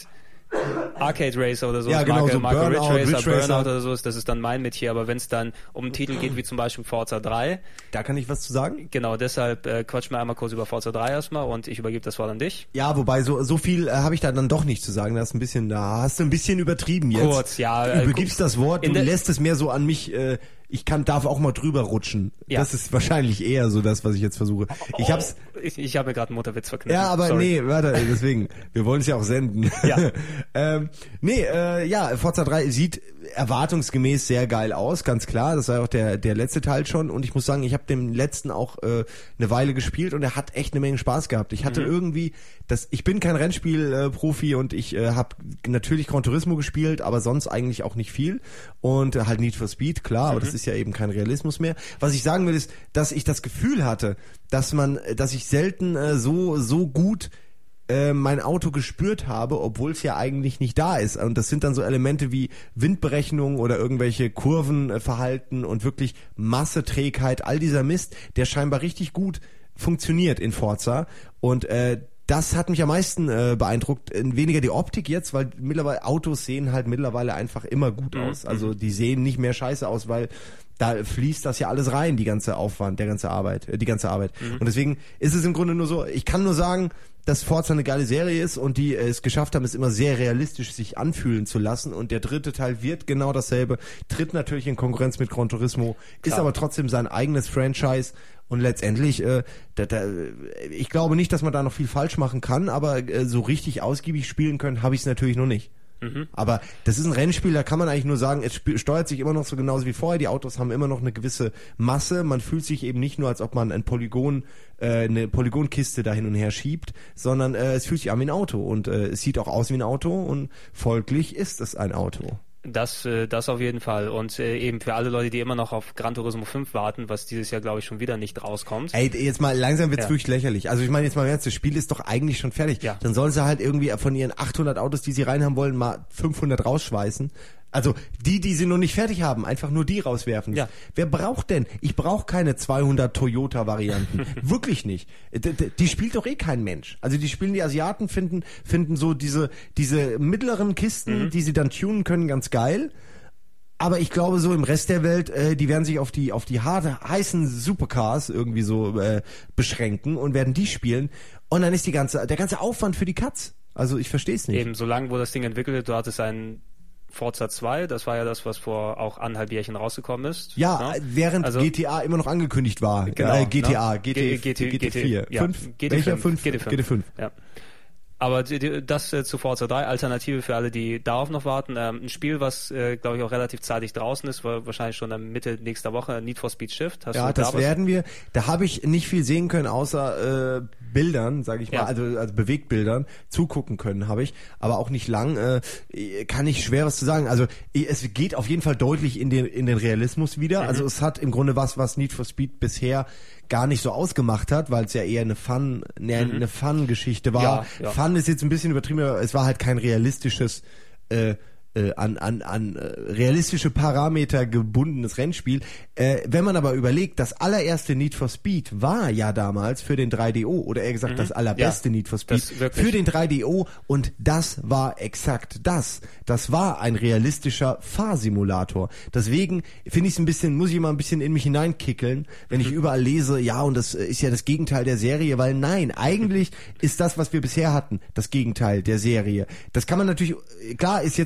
Arcade Racer oder so, ja, genau, Marke, so Marke Burnout, Ridge Racer, Ridge Racer, Burnout oder so ist, das ist dann mein Metier, aber wenn es dann um einen Titel geht, wie zum Beispiel Forza drei. Da kann ich was zu sagen? Genau, deshalb äh, quatschen wir einmal kurz über Forza drei erstmal und ich übergebe das Wort an dich. Ja, wobei so so viel äh, habe ich da dann doch nicht zu sagen, das ist ein bisschen, da hast du ein bisschen übertrieben jetzt. Kurz, ja. Du äh, übergibst das Wort, du lässt es mehr so an mich, äh, ich kann, darf auch mal drüber rutschen. Ja. Das ist wahrscheinlich eher so das, was ich jetzt versuche. Ich hab's. Ich, ich habe mir gerade einen Mutterwitz verknüpft. Ja, aber Sorry. nee, warte, deswegen. Wir wollen es ja auch senden. Ja. ähm, nee, äh, ja, Forza drei sieht erwartungsgemäß sehr geil aus, ganz klar. Das war ja auch der der letzte Teil schon. Und ich muss sagen, ich habe den letzten auch äh, eine Weile gespielt und er hat echt eine Menge Spaß gehabt. Ich hatte mhm. irgendwie, das, ich bin kein Rennspiel-Profi äh, und ich äh, habe natürlich Gran Turismo gespielt, aber sonst eigentlich auch nicht viel. Und äh, halt Need for Speed, klar, aber mhm. das ist ja eben kein Realismus mehr. Was ich sagen will, ist, dass ich das Gefühl hatte, dass man, dass ich selten äh, so so gut äh, mein Auto gespürt habe, obwohl es ja eigentlich nicht da ist. Und das sind dann so Elemente wie Windberechnung oder irgendwelche Kurvenverhalten und wirklich Masse, Trägheit, all dieser Mist, der scheinbar richtig gut funktioniert in Forza. Und äh, das hat mich am meisten äh, beeindruckt. Weniger die Optik jetzt, weil mittlerweile Autos sehen halt mittlerweile einfach immer gut mhm. aus. Also die sehen nicht mehr scheiße aus, weil da fließt das ja alles rein, die ganze Aufwand, der ganze Arbeit, äh, die ganze Arbeit. Mhm. Und deswegen ist es im Grunde nur so, ich kann nur sagen, dass Forza eine geile Serie ist und die es geschafft haben, es immer sehr realistisch sich anfühlen zu lassen. Und der dritte Teil wird genau dasselbe, tritt natürlich in Konkurrenz mit Gran Turismo, Klar. ist aber trotzdem sein eigenes Franchise. Und letztendlich, äh, da, da, ich glaube nicht, dass man da noch viel falsch machen kann, aber äh, so richtig ausgiebig spielen können, habe ich es natürlich noch nicht. Mhm. Aber das ist ein Rennspiel, da kann man eigentlich nur sagen, es steuert sich immer noch so genauso wie vorher. Die Autos haben immer noch eine gewisse Masse. Man fühlt sich eben nicht nur, als ob man ein Polygon, äh, eine Polygonkiste da hin und her schiebt, sondern äh, es fühlt sich an wie ein Auto und äh, es sieht auch aus wie ein Auto und folglich ist es ein Auto. Das, äh, das auf jeden Fall. Und äh, eben für alle Leute, die immer noch auf Gran Turismo fünf warten, was dieses Jahr, glaube ich, schon wieder nicht rauskommt. Ey, jetzt mal, langsam wird's ja. wirklich lächerlich. Also ich meine jetzt mal, das Spiel ist doch eigentlich schon fertig. Ja. Dann sollen sie halt irgendwie von ihren achthundert Autos, die sie reinhaben wollen, mal fünfhundert rausschweißen. Also die, die sie noch nicht fertig haben, einfach nur die rauswerfen. Ja. Wer braucht denn? Ich brauche keine zweihundert Toyota-Varianten. Wirklich nicht. Die, die spielt doch eh kein Mensch. Also die spielen, die Asiaten finden finden so diese diese mittleren Kisten, mhm. die sie dann tunen können, ganz geil. Aber ich glaube so im Rest der Welt, äh, die werden sich auf die auf die harte, heißen Supercars irgendwie so äh, beschränken und werden die spielen. Und dann ist die ganze der ganze Aufwand für die Katz. Also ich verstehe es nicht. Eben, solange wo das Ding entwickelt wird, du hattest einen Forza zwei, das war ja das, was vor auch anderthalb Jährchen rausgekommen ist. Ja, ne? Während also, G T A immer noch angekündigt war. Genau, äh, G T A, ne? G T, G T, G T vier, ja, fünf, G T welcher fünf, fünf? G T fünf. G T fünf. Ja. Aber die, die, das äh, zu Forza drei, Alternative für alle, die darauf noch warten. Ähm, ein Spiel, was, äh, glaube ich, auch relativ zeitig draußen ist, war wahrscheinlich schon am Mitte nächster Woche, Need for Speed Shift. Hast ja, du das da werden wir. Da habe ich nicht viel sehen können, außer äh, Bildern, sage ich mal, ja. also, also Bewegtbildern. Zugucken können habe ich, aber auch nicht lang. Äh, kann ich schwer was zu sagen. Also es geht auf jeden Fall deutlich in den, in den Realismus wieder. Mhm. Also es hat im Grunde was, was Need for Speed bisher gar nicht so ausgemacht hat, weil es ja eher eine Fun, eine, mhm. eine Fun-Geschichte war. Ja, ja. Fun ist jetzt ein bisschen übertrieben, aber es war halt kein realistisches, äh, äh, an, an, an äh, realistische Parameter gebundenes Rennspiel. Äh, wenn man aber überlegt, das allererste Need for Speed war ja damals für den drei D O, oder eher gesagt mhm. das allerbeste ja, Need for Speed für den drei D O, und das war exakt das. Das war ein realistischer Fahrsimulator. Deswegen finde ich es ein bisschen, muss ich mal ein bisschen in mich hineinkickeln, wenn ich überall lese, ja, und das ist ja das Gegenteil der Serie, weil nein, eigentlich ist das, was wir bisher hatten, das Gegenteil der Serie. Das kann man natürlich, klar ist jetzt in den letzten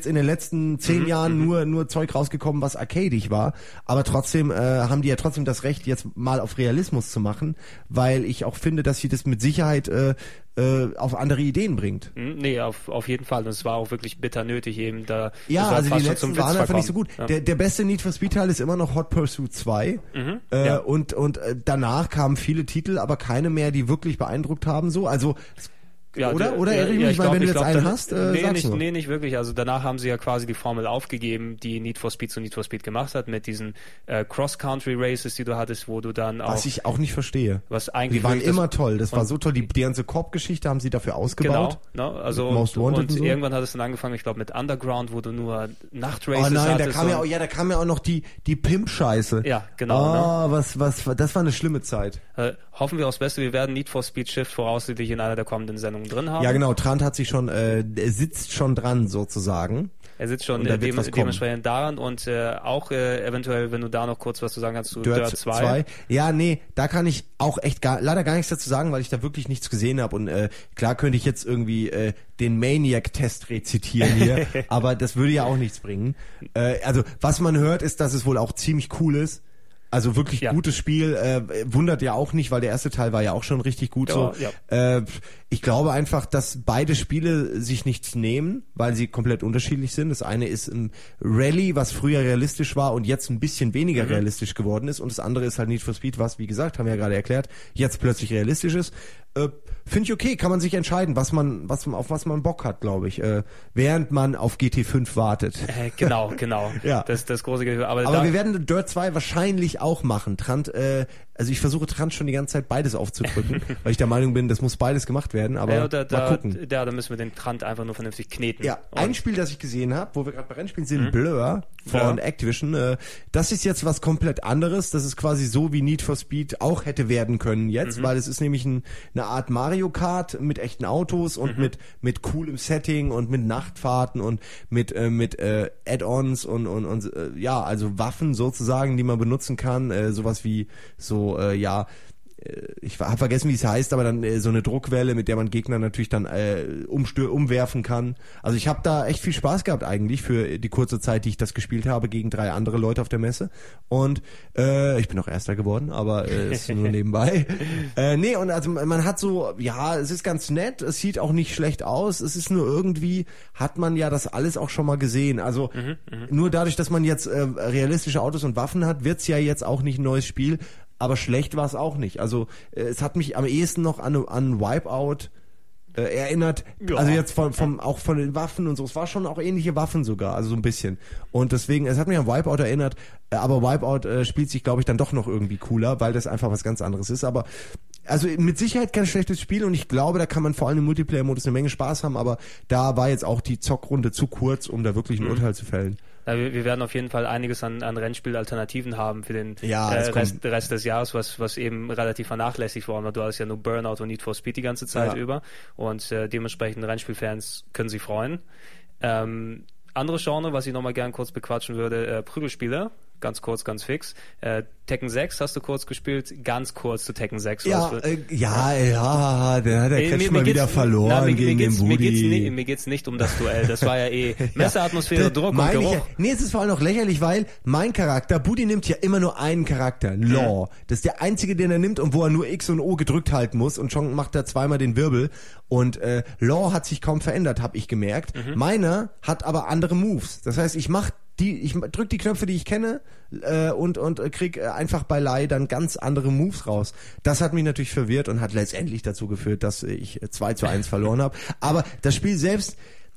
letzten zehn mhm, Jahren mhm. nur nur Zeug rausgekommen, was arcadig war. Aber trotzdem äh, haben die ja trotzdem das Recht, jetzt mal auf Realismus zu machen, weil ich auch finde, dass sie das mit Sicherheit äh, äh, auf andere Ideen bringt. Nee, auf, auf jeden Fall. Und es war auch wirklich bitter nötig eben da. Ja, also die letzten waren einfach nicht so gut. Ja. Der, der beste Need for Speed Teil ist immer noch Hot Pursuit zwei. Mhm, äh, ja. Und, und äh, danach kamen viele Titel, aber keine mehr, die wirklich beeindruckt haben. So, also Ja, oder? Oder ja, irre ich ja, mich, ich weil glaub, wenn du ich jetzt glaub, einen dann, hast, äh, nee, sag's nicht, nur. nee, nicht wirklich. Also danach haben sie ja quasi die Formel aufgegeben, die Need for Speed zu Need for Speed gemacht hat, mit diesen äh, Cross-Country-Races, die du hattest, wo du dann auch... Was ich auch nicht verstehe. Was eigentlich die waren immer toll. Das war so toll. Die, die ganze Korb-Geschichte haben sie dafür ausgebaut. Genau. No, also Most und, Wanted und und so. irgendwann hat es dann angefangen, ich glaube mit Underground, wo du nur Nachtraces hattest. Oh nein, hattest. da kam ja auch, ja, da kam ja auch noch die, die Pimp-Scheiße. Ja, genau. Oh, ne? was, was, das war eine schlimme Zeit. Äh, hoffen wir aufs Beste. Wir werden Need for Speed Shift voraussichtlich in einer der kommenden Sendungen drin haben. Ja, genau. Trant hat sich schon, äh, er sitzt schon dran sozusagen. Er sitzt schon äh, dem, dementsprechend daran und äh, auch äh, eventuell, wenn du da noch kurz was zu sagen kannst zu Dirt, Dirt zwei. Ja, nee, da kann ich auch echt gar, leider gar nichts dazu sagen, weil ich da wirklich nichts gesehen habe und äh, klar könnte ich jetzt irgendwie äh, den Maniac-Test rezitieren hier, aber das würde ja auch nichts bringen. Äh, also was man hört, ist, dass es wohl auch ziemlich cool ist. Also wirklich ja. gutes Spiel, äh, wundert ja auch nicht, weil der erste Teil war ja auch schon richtig gut ja, so. Ja. Äh, ich glaube einfach, dass beide Spiele sich nichts nehmen, weil sie komplett unterschiedlich sind. Das eine ist ein Rally, was früher realistisch war und jetzt ein bisschen weniger mhm. realistisch geworden ist. Und das andere ist halt Need for Speed, was, wie gesagt, haben wir ja gerade erklärt, jetzt plötzlich realistisch ist. Äh, Finde ich okay, kann man sich entscheiden, was man, was man, auf was man Bock hat, glaube ich, äh, während man auf G T fünf wartet. Äh, genau, genau. ja. Das, das große Gefühl. Aber, Aber da, wir werden Dirt zwei wahrscheinlich auch machen. Trant, äh, also ich versuche Trant schon die ganze Zeit beides aufzudrücken, weil ich der Meinung bin, das muss beides gemacht werden, aber ja, da, mal gucken. Da, da müssen wir den Trant einfach nur vernünftig kneten. Ja, Und ein Spiel, das ich gesehen habe, wo wir gerade bei Rennspielen sind, mhm. Blur Blur. von Activision. Äh, das ist jetzt was komplett anderes. Das ist quasi so, wie Need for Speed auch hätte werden können jetzt, mhm. weil es ist nämlich ein, eine Art Mario Kart mit echten Autos und mhm. mit mit coolem Setting und mit Nachtfahrten und mit äh, mit äh, Add-ons und und, und äh, ja, also Waffen sozusagen, die man benutzen kann, äh, sowas wie so äh, ja ich habe vergessen, wie es heißt, aber dann äh, so eine Druckwelle, mit der man Gegner natürlich dann äh, umstö- umwerfen kann. Also ich habe da echt viel Spaß gehabt eigentlich für die kurze Zeit, die ich das gespielt habe, gegen drei andere Leute auf der Messe. Und äh, ich bin auch Erster geworden, aber äh, ist nur nebenbei. Äh, nee, und also man hat so, ja, es ist ganz nett, es sieht auch nicht schlecht aus, es ist nur irgendwie, hat man ja das alles auch schon mal gesehen. Also mhm, nur dadurch, dass man jetzt äh, realistische Autos und Waffen hat, wird's ja jetzt auch nicht ein neues Spiel. Aber schlecht war es auch nicht. Also äh, es hat mich am ehesten noch an, an Wipeout äh, erinnert. Ja. Also jetzt von, vom, auch von den Waffen und so. Es war schon auch ähnliche Waffen sogar, also so ein bisschen. Und deswegen, es hat mich an Wipeout erinnert. Äh, aber Wipeout äh, spielt sich, glaube ich, dann doch noch irgendwie cooler, weil das einfach was ganz anderes ist. Aber also mit Sicherheit kein schlechtes Spiel und ich glaube, da kann man vor allem im Multiplayer-Modus eine Menge Spaß haben. Aber da war jetzt auch die Zockrunde zu kurz, um da wirklich ein mhm. Urteil zu fällen. Ja, wir, wir werden auf jeden Fall einiges an, an Rennspielalternativen haben für den ja, äh, Rest, Rest des Jahres, was, was eben relativ vernachlässigt worden war. Du hast ja nur Burnout und Need for Speed die ganze Zeit ja. über und äh, dementsprechend Rennspielfans können sich freuen. Ähm, andere Genre, was ich nochmal gern kurz bequatschen würde, äh, Prügelspiele. Ganz kurz, ganz fix. Äh, Tekken sechs hast du kurz gespielt, ganz kurz zu Tekken sechs. Ja, äh, ja, ja, der hat der Kretsch mal wieder verloren na, mir, gegen mir den Budi. Mir geht's, nicht, mir geht's nicht um das Duell, das war ja eh Messeratmosphäre, ja, Druck und Geruch. Ja. Nee, es ist vor allem noch lächerlich, weil mein Charakter, Budi nimmt ja immer nur einen Charakter, Law. Mhm. Das ist der einzige, den er nimmt und wo er nur X und O gedrückt halten muss und schon macht er zweimal den Wirbel. Und äh, Law hat sich kaum verändert, habe ich gemerkt. Mhm. Meiner hat aber andere Moves. Das heißt, ich mach die, ich drück die Knöpfe, die ich kenne, äh, und und krieg äh, einfach bei Lai dann ganz andere Moves raus. Das hat mich natürlich verwirrt und hat letztendlich dazu geführt, dass ich zwei zu eins verloren habe. Aber das Spiel selbst,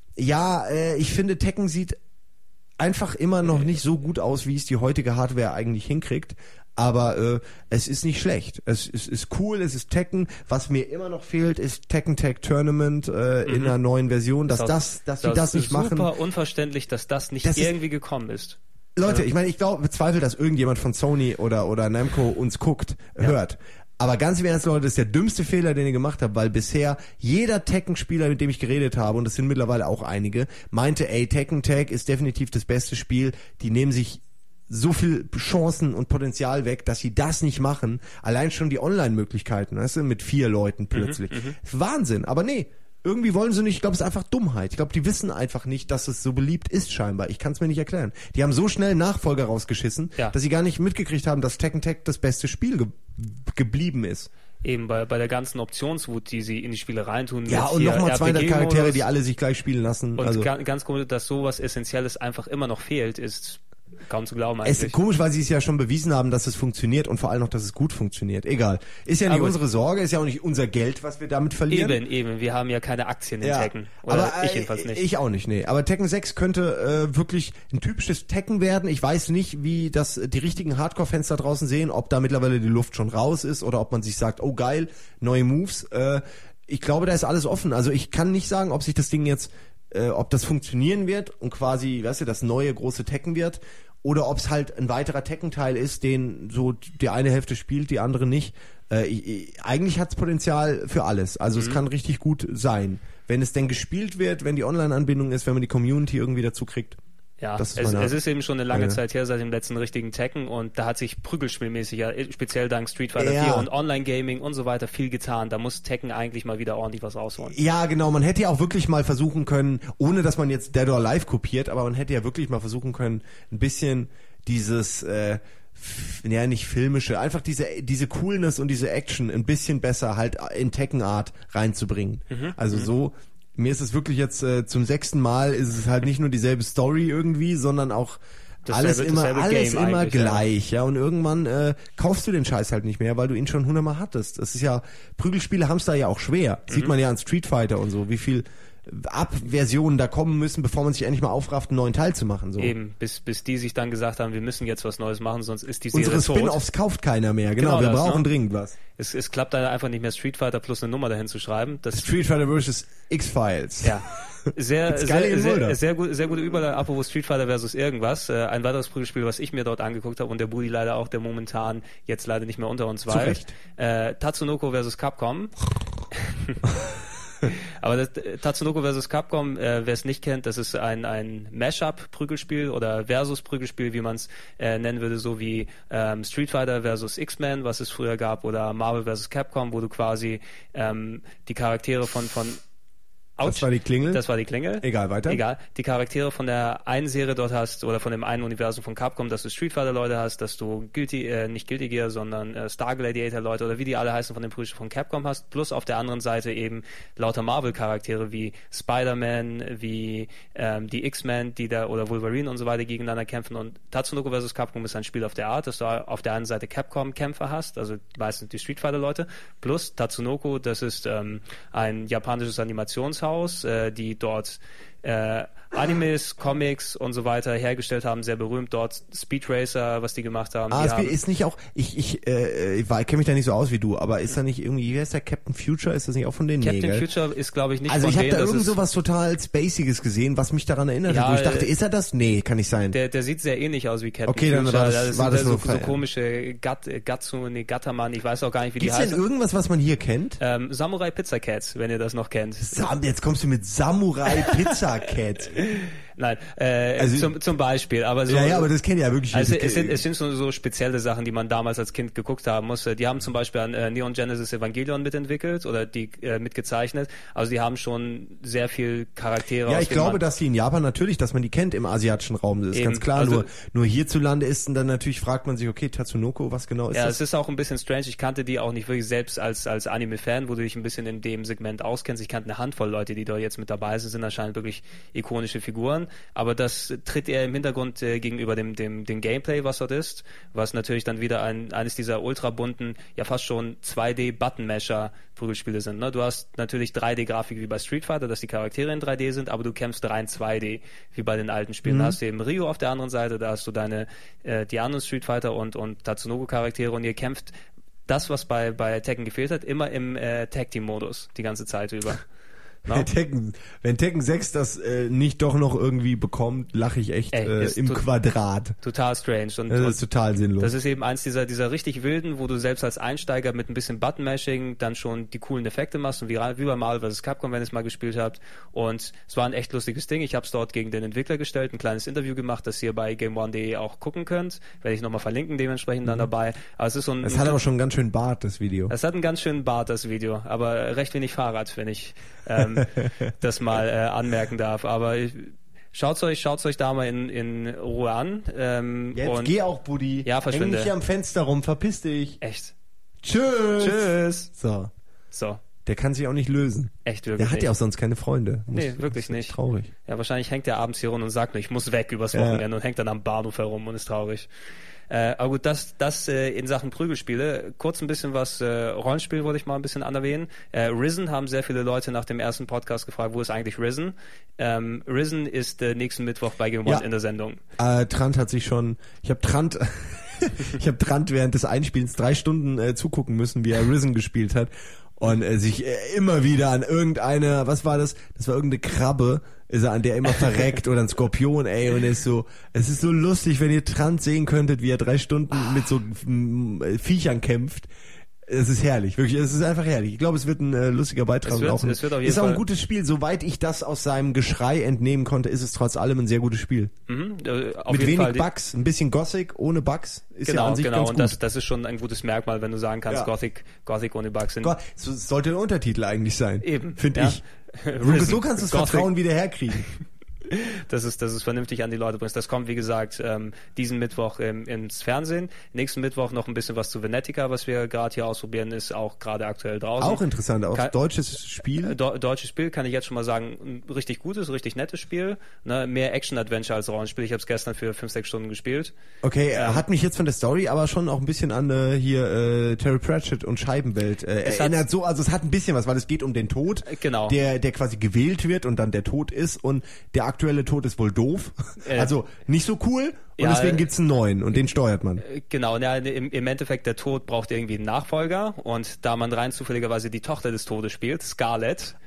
ja, äh, ich finde, Tekken sieht einfach immer noch nicht so gut aus, wie es die heutige Hardware eigentlich hinkriegt. Aber äh, es ist nicht schlecht. Es, es ist cool, es ist Tekken. Was mir immer noch fehlt, ist Tekken Tag Tournament äh, in mhm. einer neuen Version. Dass das, das dass das sie das nicht machen. Super unverständlich, dass das nicht das irgendwie ist, gekommen ist. Leute, ja. ich meine, ich glaube, bezweifle, dass irgendjemand von Sony oder oder Namco uns guckt, ja. hört. Aber ganz im Ernst, Leute, das ist der dümmste Fehler, den ihr gemacht habt, weil bisher jeder Tekken-Spieler, mit dem ich geredet habe, und das sind mittlerweile auch einige, meinte, ey, Tekken Tag ist definitiv das beste Spiel. Die nehmen sich so viel Chancen und Potenzial weg, dass sie das nicht machen. Allein schon die Online-Möglichkeiten, weißt du, mit vier Leuten plötzlich. Mhm, Wahnsinn. Aber nee, irgendwie wollen sie nicht, ich glaube, es ist einfach Dummheit. Ich glaube, die wissen einfach nicht, dass es so beliebt ist scheinbar. Ich kann es mir nicht erklären. Die haben so schnell Nachfolger rausgeschissen, ja. dass sie gar nicht mitgekriegt haben, dass Tekken Tag das beste Spiel ge- geblieben ist. Eben bei, bei der ganzen Optionswut, die sie in die Spiele reintun. Ja, und nochmal zweihundert Charaktere, die alle sich gleich spielen lassen. Und also. ga, ganz komisch, dass sowas Essentielles einfach immer noch fehlt, ist kaum zu glauben Es eigentlich. ist komisch, weil sie es ja schon bewiesen haben, dass es funktioniert und vor allem noch, dass es gut funktioniert. Egal. Ist ja nicht aber unsere Sorge, ist ja auch nicht unser Geld, was wir damit verlieren. Eben, eben. Wir haben ja keine Aktien in ja. Tekken. Oder aber, ich jedenfalls nicht. Ich auch nicht, nee. Aber Tekken sechs könnte äh, wirklich ein typisches Tekken werden. Ich weiß nicht, wie das die richtigen Hardcore-Fans da draußen sehen, ob da mittlerweile die Luft schon raus ist oder ob man sich sagt, oh geil, neue Moves. Äh, ich glaube, da ist alles offen. Also ich kann nicht sagen, ob sich das Ding jetzt, äh, ob das funktionieren wird und quasi, weißt du, das neue große Tekken wird. Oder ob es halt ein weiterer Tekken-Teil ist, den so die eine Hälfte spielt, die andere nicht. Äh, ich, ich, eigentlich hat es Potenzial für alles. Also mhm. es kann richtig gut sein. Wenn es denn gespielt wird, wenn die Online-Anbindung ist, wenn man die Community irgendwie dazu kriegt. Ja, das ist es, meine, es ist eben schon eine lange ja. Zeit her, seit dem letzten richtigen Tekken, und da hat sich prügelspielmäßig, ja, speziell dank Street Fighter ja. vier und Online-Gaming und so weiter viel getan. Da muss Tekken eigentlich mal wieder ordentlich was rausholen. Ja, genau. Man hätte ja auch wirklich mal versuchen können, ohne dass man jetzt Dead or Alive kopiert, aber man hätte ja wirklich mal versuchen können, ein bisschen dieses, äh, f- ja, nicht filmische, einfach diese diese Coolness und diese Action ein bisschen besser halt in Tekken-Art reinzubringen. Mhm. Also mhm. so, mir ist es wirklich jetzt äh, zum sechsten Mal ist es halt nicht nur dieselbe Story irgendwie, sondern auch Dasselbe, alles immer alles Game immer gleich, ja. ja. Und irgendwann äh, kaufst du den Scheiß halt nicht mehr, weil du ihn schon hundertmal hattest. Das ist ja, Prügelspiele haben's da ja auch schwer. Mhm. Sieht man ja an Street Fighter und so, wie viel Abversionen da kommen müssen, bevor man sich endlich mal aufrafft, einen neuen Teil zu machen. So. Eben, bis bis die sich dann gesagt haben, wir müssen jetzt was Neues machen, sonst ist die Serie Unsere tot. Spin-Offs kauft keiner mehr, genau, Genau wir das, brauchen ne? dringend was. Es, es klappt da einfach nicht mehr, Street Fighter plus eine Nummer dahin zu schreiben. Das Street Fighter versus X-Files. Ja. Sehr, sehr, sehr, sehr, sehr, gut, sehr gute Überleitung, apropos Street Fighter versus irgendwas. Äh, ein weiteres Prügelspiel, was ich mir dort angeguckt habe, und der Budi leider auch, der momentan jetzt leider nicht mehr unter uns war. Äh, Tatsunoko versus Capcom. Aber das, Tatsunoko versus Capcom, äh, wer es nicht kennt, das ist ein ein Mashup-Prügelspiel oder Versus-Prügelspiel, wie man es äh, nennen würde, so wie ähm, Street Fighter versus X-Men, was es früher gab, oder Marvel versus Capcom, wo du quasi ähm, die Charaktere von von Ouch. Das war die Klingel. Das war die Klingel. Egal, weiter. Egal. Die Charaktere von der einen Serie dort hast, oder von dem einen Universum von Capcom, dass du Street Fighter Leute hast, dass du Guilty, äh, nicht Guilty Gear, sondern äh, Star Gladiator Leute oder wie die alle heißen von dem Prügelspiel von Capcom hast, plus auf der anderen Seite eben lauter Marvel Charaktere wie Spider-Man, wie ähm, die X-Men, die da, oder Wolverine und so weiter gegeneinander kämpfen. Und Tatsunoko versus Capcom ist ein Spiel auf der Art, dass du auf der einen Seite Capcom Kämpfer hast, also meistens die Street Fighter Leute, plus Tatsunoko, das ist ähm, ein japanisches Animationshaus, äh, die dort äh, Animes, Comics und so weiter hergestellt haben, sehr berühmt dort. Speed Racer, was die gemacht haben. Ah, die es haben ist nicht auch, ich, ich, äh, ich kenne mich da nicht so aus wie du, aber ist da nicht irgendwie, wie heißt der, Captain Future, ist das nicht auch von denen? Captain nee, Future ist, glaube ich, nicht also von ich habe denen. da Das irgend ist, so was total Spaciges gesehen, was mich daran erinnert Ja, hat, wo ich dachte, ist er das? Nee, kann nicht sein. Der, der sieht sehr ähnlich aus wie Captain Okay, dann Future. war das- das war sind das da so, nur so Ver- komische Gat, Gatsu, nee, Gattermann, ich weiß auch gar nicht, wie Gibt's die denn heißen. irgendwas, was man hier kennt? Ähm, Samurai Pizza Cats, wenn ihr das noch kennt. Sam, jetzt kommst du mit Samurai Pizza Cat. Nein, äh, Also- zum, zum Beispiel, aber so. ja, ja, aber das kennt ja wirklich Also das- es sind, es sind so, so spezielle Sachen, die man damals als Kind geguckt haben muss. Die haben zum Beispiel an äh, Neon Genesis Evangelion mitentwickelt oder die äh, mitgezeichnet. Also die haben schon sehr viel Charaktere. Ja, aus ich denen glaube, man, dass die in Japan natürlich, dass man die kennt im asiatischen Raum. Das ist Eben. ganz klar. Also- nur, nur hierzulande ist dann natürlich, fragt man sich, okay, Tatsunoko, was genau ist ja, das? es ist auch ein bisschen strange. Ich kannte die auch nicht wirklich selbst als als Anime-Fan, wo du dich ein bisschen in dem Segment auskennst. Ich kannte eine Handvoll Leute, die da jetzt mit dabei sind, sind anscheinend wirklich ikonische Figuren. Aber das tritt eher im Hintergrund äh, gegenüber dem, dem, dem Gameplay, was dort ist, was natürlich dann wieder ein, eines dieser ultrabunten, ja fast schon zwei D Button-Masher Prügelspiele sind. Ne? Du hast natürlich drei D Grafik wie bei Street Fighter, dass die Charaktere in drei D sind, aber du kämpfst rein zwei D, wie bei den alten Spielen. Mhm. Da hast du eben Ryu auf der anderen Seite, da hast du deine, äh, die anderen Street Fighter und, und Tatsunoko Charaktere, und ihr kämpft das, was bei, bei Tekken gefehlt hat, immer im äh, Tag-Team-Modus, die ganze Zeit über. No? Wenn Tekken, wenn Tekken sechs das äh, nicht doch noch irgendwie bekommt, lache ich echt Ey, äh, ist im to- Quadrat. Total strange. Und, Das und ist total sinnlos. das ist eben eins dieser, dieser richtig wilden, wo du selbst als Einsteiger mit ein bisschen Button-Mashing dann schon die coolen Effekte machst, und wie, wie bei Marvel versus. Capcom, wenn ihr es mal gespielt habt. Und es war ein echt lustiges Ding. Ich habe es dort gegen den Entwickler gestellt, ein kleines Interview gemacht, das ihr bei game one punkt de auch gucken könnt. Werde ich nochmal verlinken, dementsprechend dann dabei. Aber es ist so ein... Es hat aber schon einen ganz schön Bart, das Video. Es hat einen ganz schönen Bart, das Video, aber recht wenig Fahrrad, wenn ich ähm, ähm, das mal äh, anmerken darf. Aber ich, Schaut's euch, schaut's euch da mal in, in Ruhe an. Ähm, Jetzt und geh auch, Buddy. Ja, verschwinde. Häng nicht hier am Fenster rum, verpiss dich. Echt. Tschüss. Tschüss. So. So. Der kann sich auch nicht lösen. Echt, wirklich Der hat nicht. ja auch sonst keine Freunde. Muss, Nee, wirklich nicht. Traurig. Ja, wahrscheinlich hängt er abends hier rum und sagt nur, ich muss weg übers Wochenende Ja. und hängt dann am Bahnhof herum und ist traurig. Äh, aber gut, das, das äh, in Sachen Prügelspiele. Kurz ein bisschen was äh, Rollenspiel wollte ich mal ein bisschen anerwähnen. Äh, Risen haben sehr viele Leute nach dem ersten Podcast gefragt, wo ist eigentlich Risen? Ähm, Risen ist äh, nächsten Mittwoch bei Game Ja. One in der Sendung. Äh, Trant hat sich schon, ich habe Trant, ich habe Trant während des Einspielens drei Stunden äh, zugucken müssen, wie er Risen gespielt hat und äh, sich äh, immer wieder an irgendeine, was war das? Das war irgendeine Krabbe, ist er an der immer verreckt oder ein Skorpion, ey, und er ist so, es ist so lustig, wenn ihr Trant sehen könntet, wie er drei Stunden mit so mm, Viechern kämpft. Es ist herrlich, wirklich, es ist einfach herrlich. Ich glaube, es wird ein äh, lustiger Beitrag. Es wird- und auch ein, es wird auf jeden ist auch ein Fall- gutes Spiel. Soweit ich das aus seinem Geschrei entnehmen konnte, ist es trotz allem ein sehr gutes Spiel. Mhm, äh, auf Mit jeden wenig Fall die- Bugs, ein bisschen Gothic, ohne Bugs. Ist Genau, ja an sich genau. ganz Und gut. das, das ist schon ein gutes Merkmal, wenn du sagen kannst, Ja. Gothic, Gothic ohne Bugs sind. Gott, so sollte der Untertitel eigentlich sein. Eben, Finde ja. ich. So, Risen, so kannst du das Gothic. Vertrauen wieder herkriegen. dass es, dass es vernünftig an die Leute bringst. Das kommt, wie gesagt, ähm, diesen Mittwoch ähm, ins Fernsehen. Nächsten Mittwoch noch ein bisschen was zu Venetica, was wir gerade hier ausprobieren, ist auch gerade aktuell draußen. Auch interessant, auch Kann- deutsches Spiel. Äh, Do- deutsches Spiel, kann ich jetzt schon mal sagen, ein richtig gutes, richtig nettes Spiel. Ne? Mehr Action-Adventure als Rollenspiel. Ich habe es gestern für fünf, sechs Stunden gespielt. Okay, er hat mich jetzt von der Story aber schon auch ein bisschen an äh, hier äh, Terry Pratchett und Scheibenwelt äh, Es erinnert. hat- So, also es hat ein bisschen was, weil es geht um den Tod, Äh, genau. der der quasi gewählt wird und dann der Tod ist und der aktuelle Tod ist wohl doof. Äh, also nicht so cool und ja, deswegen gibt's einen neuen und den steuert man. Äh, Genau, ja, im, im Endeffekt, der Tod braucht irgendwie einen Nachfolger und da man rein zufälligerweise die Tochter des Todes spielt, Scarlett,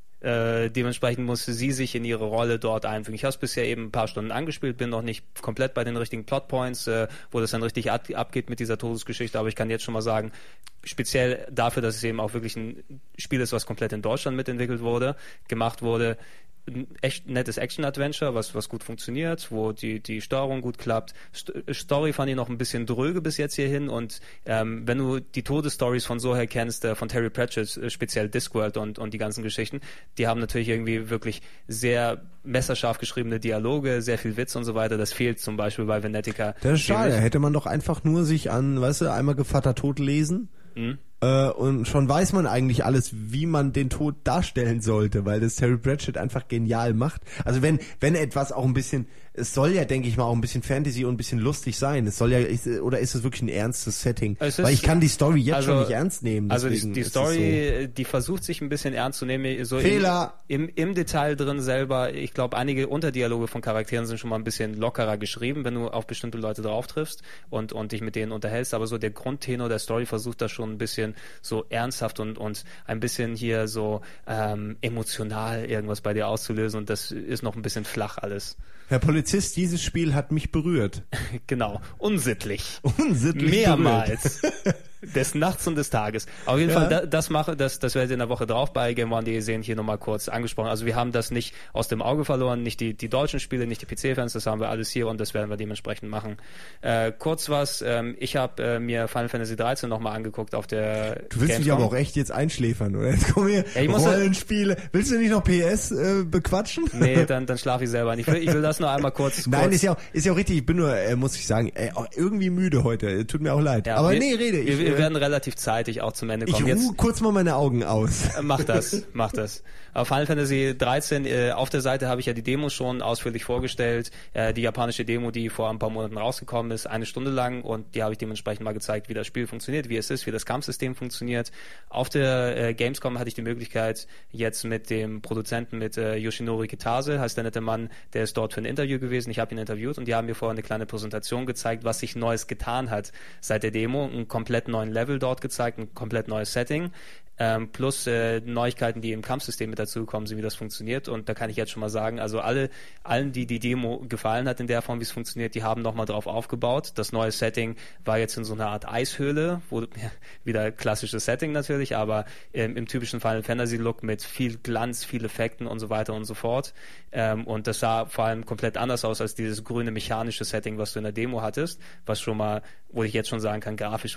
äh, dementsprechend musste sie sich in ihre Rolle dort einfügen. Ich habe es bisher eben ein paar Stunden angespielt, bin noch nicht komplett bei den richtigen Plotpoints, äh, wo das dann richtig ab, abgeht mit dieser Todesgeschichte, aber ich kann jetzt schon mal sagen, speziell dafür, dass es eben auch wirklich ein Spiel ist, was komplett in Deutschland mitentwickelt wurde, gemacht wurde, ein echt nettes Action-Adventure, was, was gut funktioniert, wo die, die Steuerung gut klappt. St Story fand ich noch ein bisschen dröge bis jetzt hierhin und ähm, wenn du die Todesstories von so her kennst, äh, von Terry Pratchett, äh, speziell Discworld und, und die ganzen Geschichten, die haben natürlich irgendwie wirklich sehr messerscharf geschriebene Dialoge, sehr viel Witz und so weiter. Das fehlt zum Beispiel bei Venetica. Das ist schade, ziemlich. hätte man doch einfach nur sich an, weißt du, einmal Gevatter Tod lesen. Mhm. Äh, und schon weiß man eigentlich alles, wie man den Tod darstellen sollte, weil das Terry Pratchett einfach genial macht. Also wenn wenn etwas auch ein bisschen, es soll ja, denke ich mal, auch ein bisschen Fantasy und ein bisschen lustig sein. Es soll ja, ist, oder ist es wirklich ein ernstes Setting? Es ist- weil ich kann die Story jetzt also- schon nicht ernst nehmen. Also die, deswegen die ist es Story, die versucht sich ein bisschen ernst zu nehmen. So Fehler. Im, im, Im Detail drin selber, ich glaube, einige Unterdialoge von Charakteren sind schon mal ein bisschen lockerer geschrieben, wenn du auf bestimmte Leute drauf triffst und, und dich mit denen unterhältst. Aber so der Grundtenor der Story versucht das schon ein bisschen so ernsthaft und, und ein bisschen hier so ähm, emotional irgendwas bei dir auszulösen. Und das ist noch ein bisschen flach alles. so. Herr Polizist, dieses Spiel hat mich berührt. Genau. Unsittlich. Unsittlich Mehrmals. Des Nachts und des Tages. Auf jeden Ja. Fall, da, das mache, das, das werdet ihr in der Woche drauf bei Game One punkt de sehen, hier nochmal kurz angesprochen. Also wir haben das nicht aus dem Auge verloren, nicht die, die deutschen Spiele, nicht die P C-Fans, das haben wir alles hier und das werden wir dementsprechend machen. Äh, kurz was, ähm, ich habe äh, mir Final Fantasy dreizehn nochmal angeguckt auf der Du willst mich Gamescom. aber auch echt jetzt einschläfern, oder? Jetzt kommen hier Ja, ich muss ja- Rollenspiele. Willst du nicht noch P S äh, bequatschen? Nee, dann, dann schlafe ich selber nicht. Ich will, ich will das nur einmal kurz, kurz Nein, ist ja auch, ist ja auch richtig. Ich bin nur, äh, muss ich sagen, äh, auch irgendwie müde heute. Tut mir auch leid. Ja, aber wir, nee, rede. Wir, Ich, wir äh, werden relativ zeitig auch zum Ende ich kommen. ruhe Jetzt, kurz mal meine Augen aus. Äh, Mach das, mach das. Aber Final Fantasy dreizehn, äh, auf der Seite habe ich ja die Demo schon ausführlich vorgestellt. Äh, die japanische Demo, die vor ein paar Monaten rausgekommen ist, eine Stunde lang und die habe ich dementsprechend mal gezeigt, wie das Spiel funktioniert, wie es ist, wie das Kampfsystem funktioniert. Auf der äh, Gamescom hatte ich die Möglichkeit, jetzt mit dem Produzenten, mit äh, Yoshinori Kitase, heißt der nette Mann, der ist dort für ein Interview gewesen. Ich habe ihn interviewt und die haben mir vorher eine kleine Präsentation gezeigt, was sich Neues getan hat seit der Demo. Einen komplett neuen Level dort gezeigt, ein komplett neues Setting. Ähm, plus äh, Neuigkeiten, die im Kampfsystem mit dazugekommen sind, wie das funktioniert. Und da kann ich jetzt schon mal sagen, also alle, allen, die die Demo gefallen hat in der Form, wie es funktioniert, die haben nochmal drauf aufgebaut. Das neue Setting war jetzt in so einer Art Eishöhle, wo ja, wieder klassisches Setting natürlich, aber ähm, im typischen Final Fantasy Look mit viel Glanz, viel Effekten und so weiter und so fort. Ähm, und das sah vor allem komplett anders aus als dieses grüne mechanische Setting, was du in der Demo hattest, was schon mal, wo ich jetzt schon sagen kann, grafisch wird das wirklich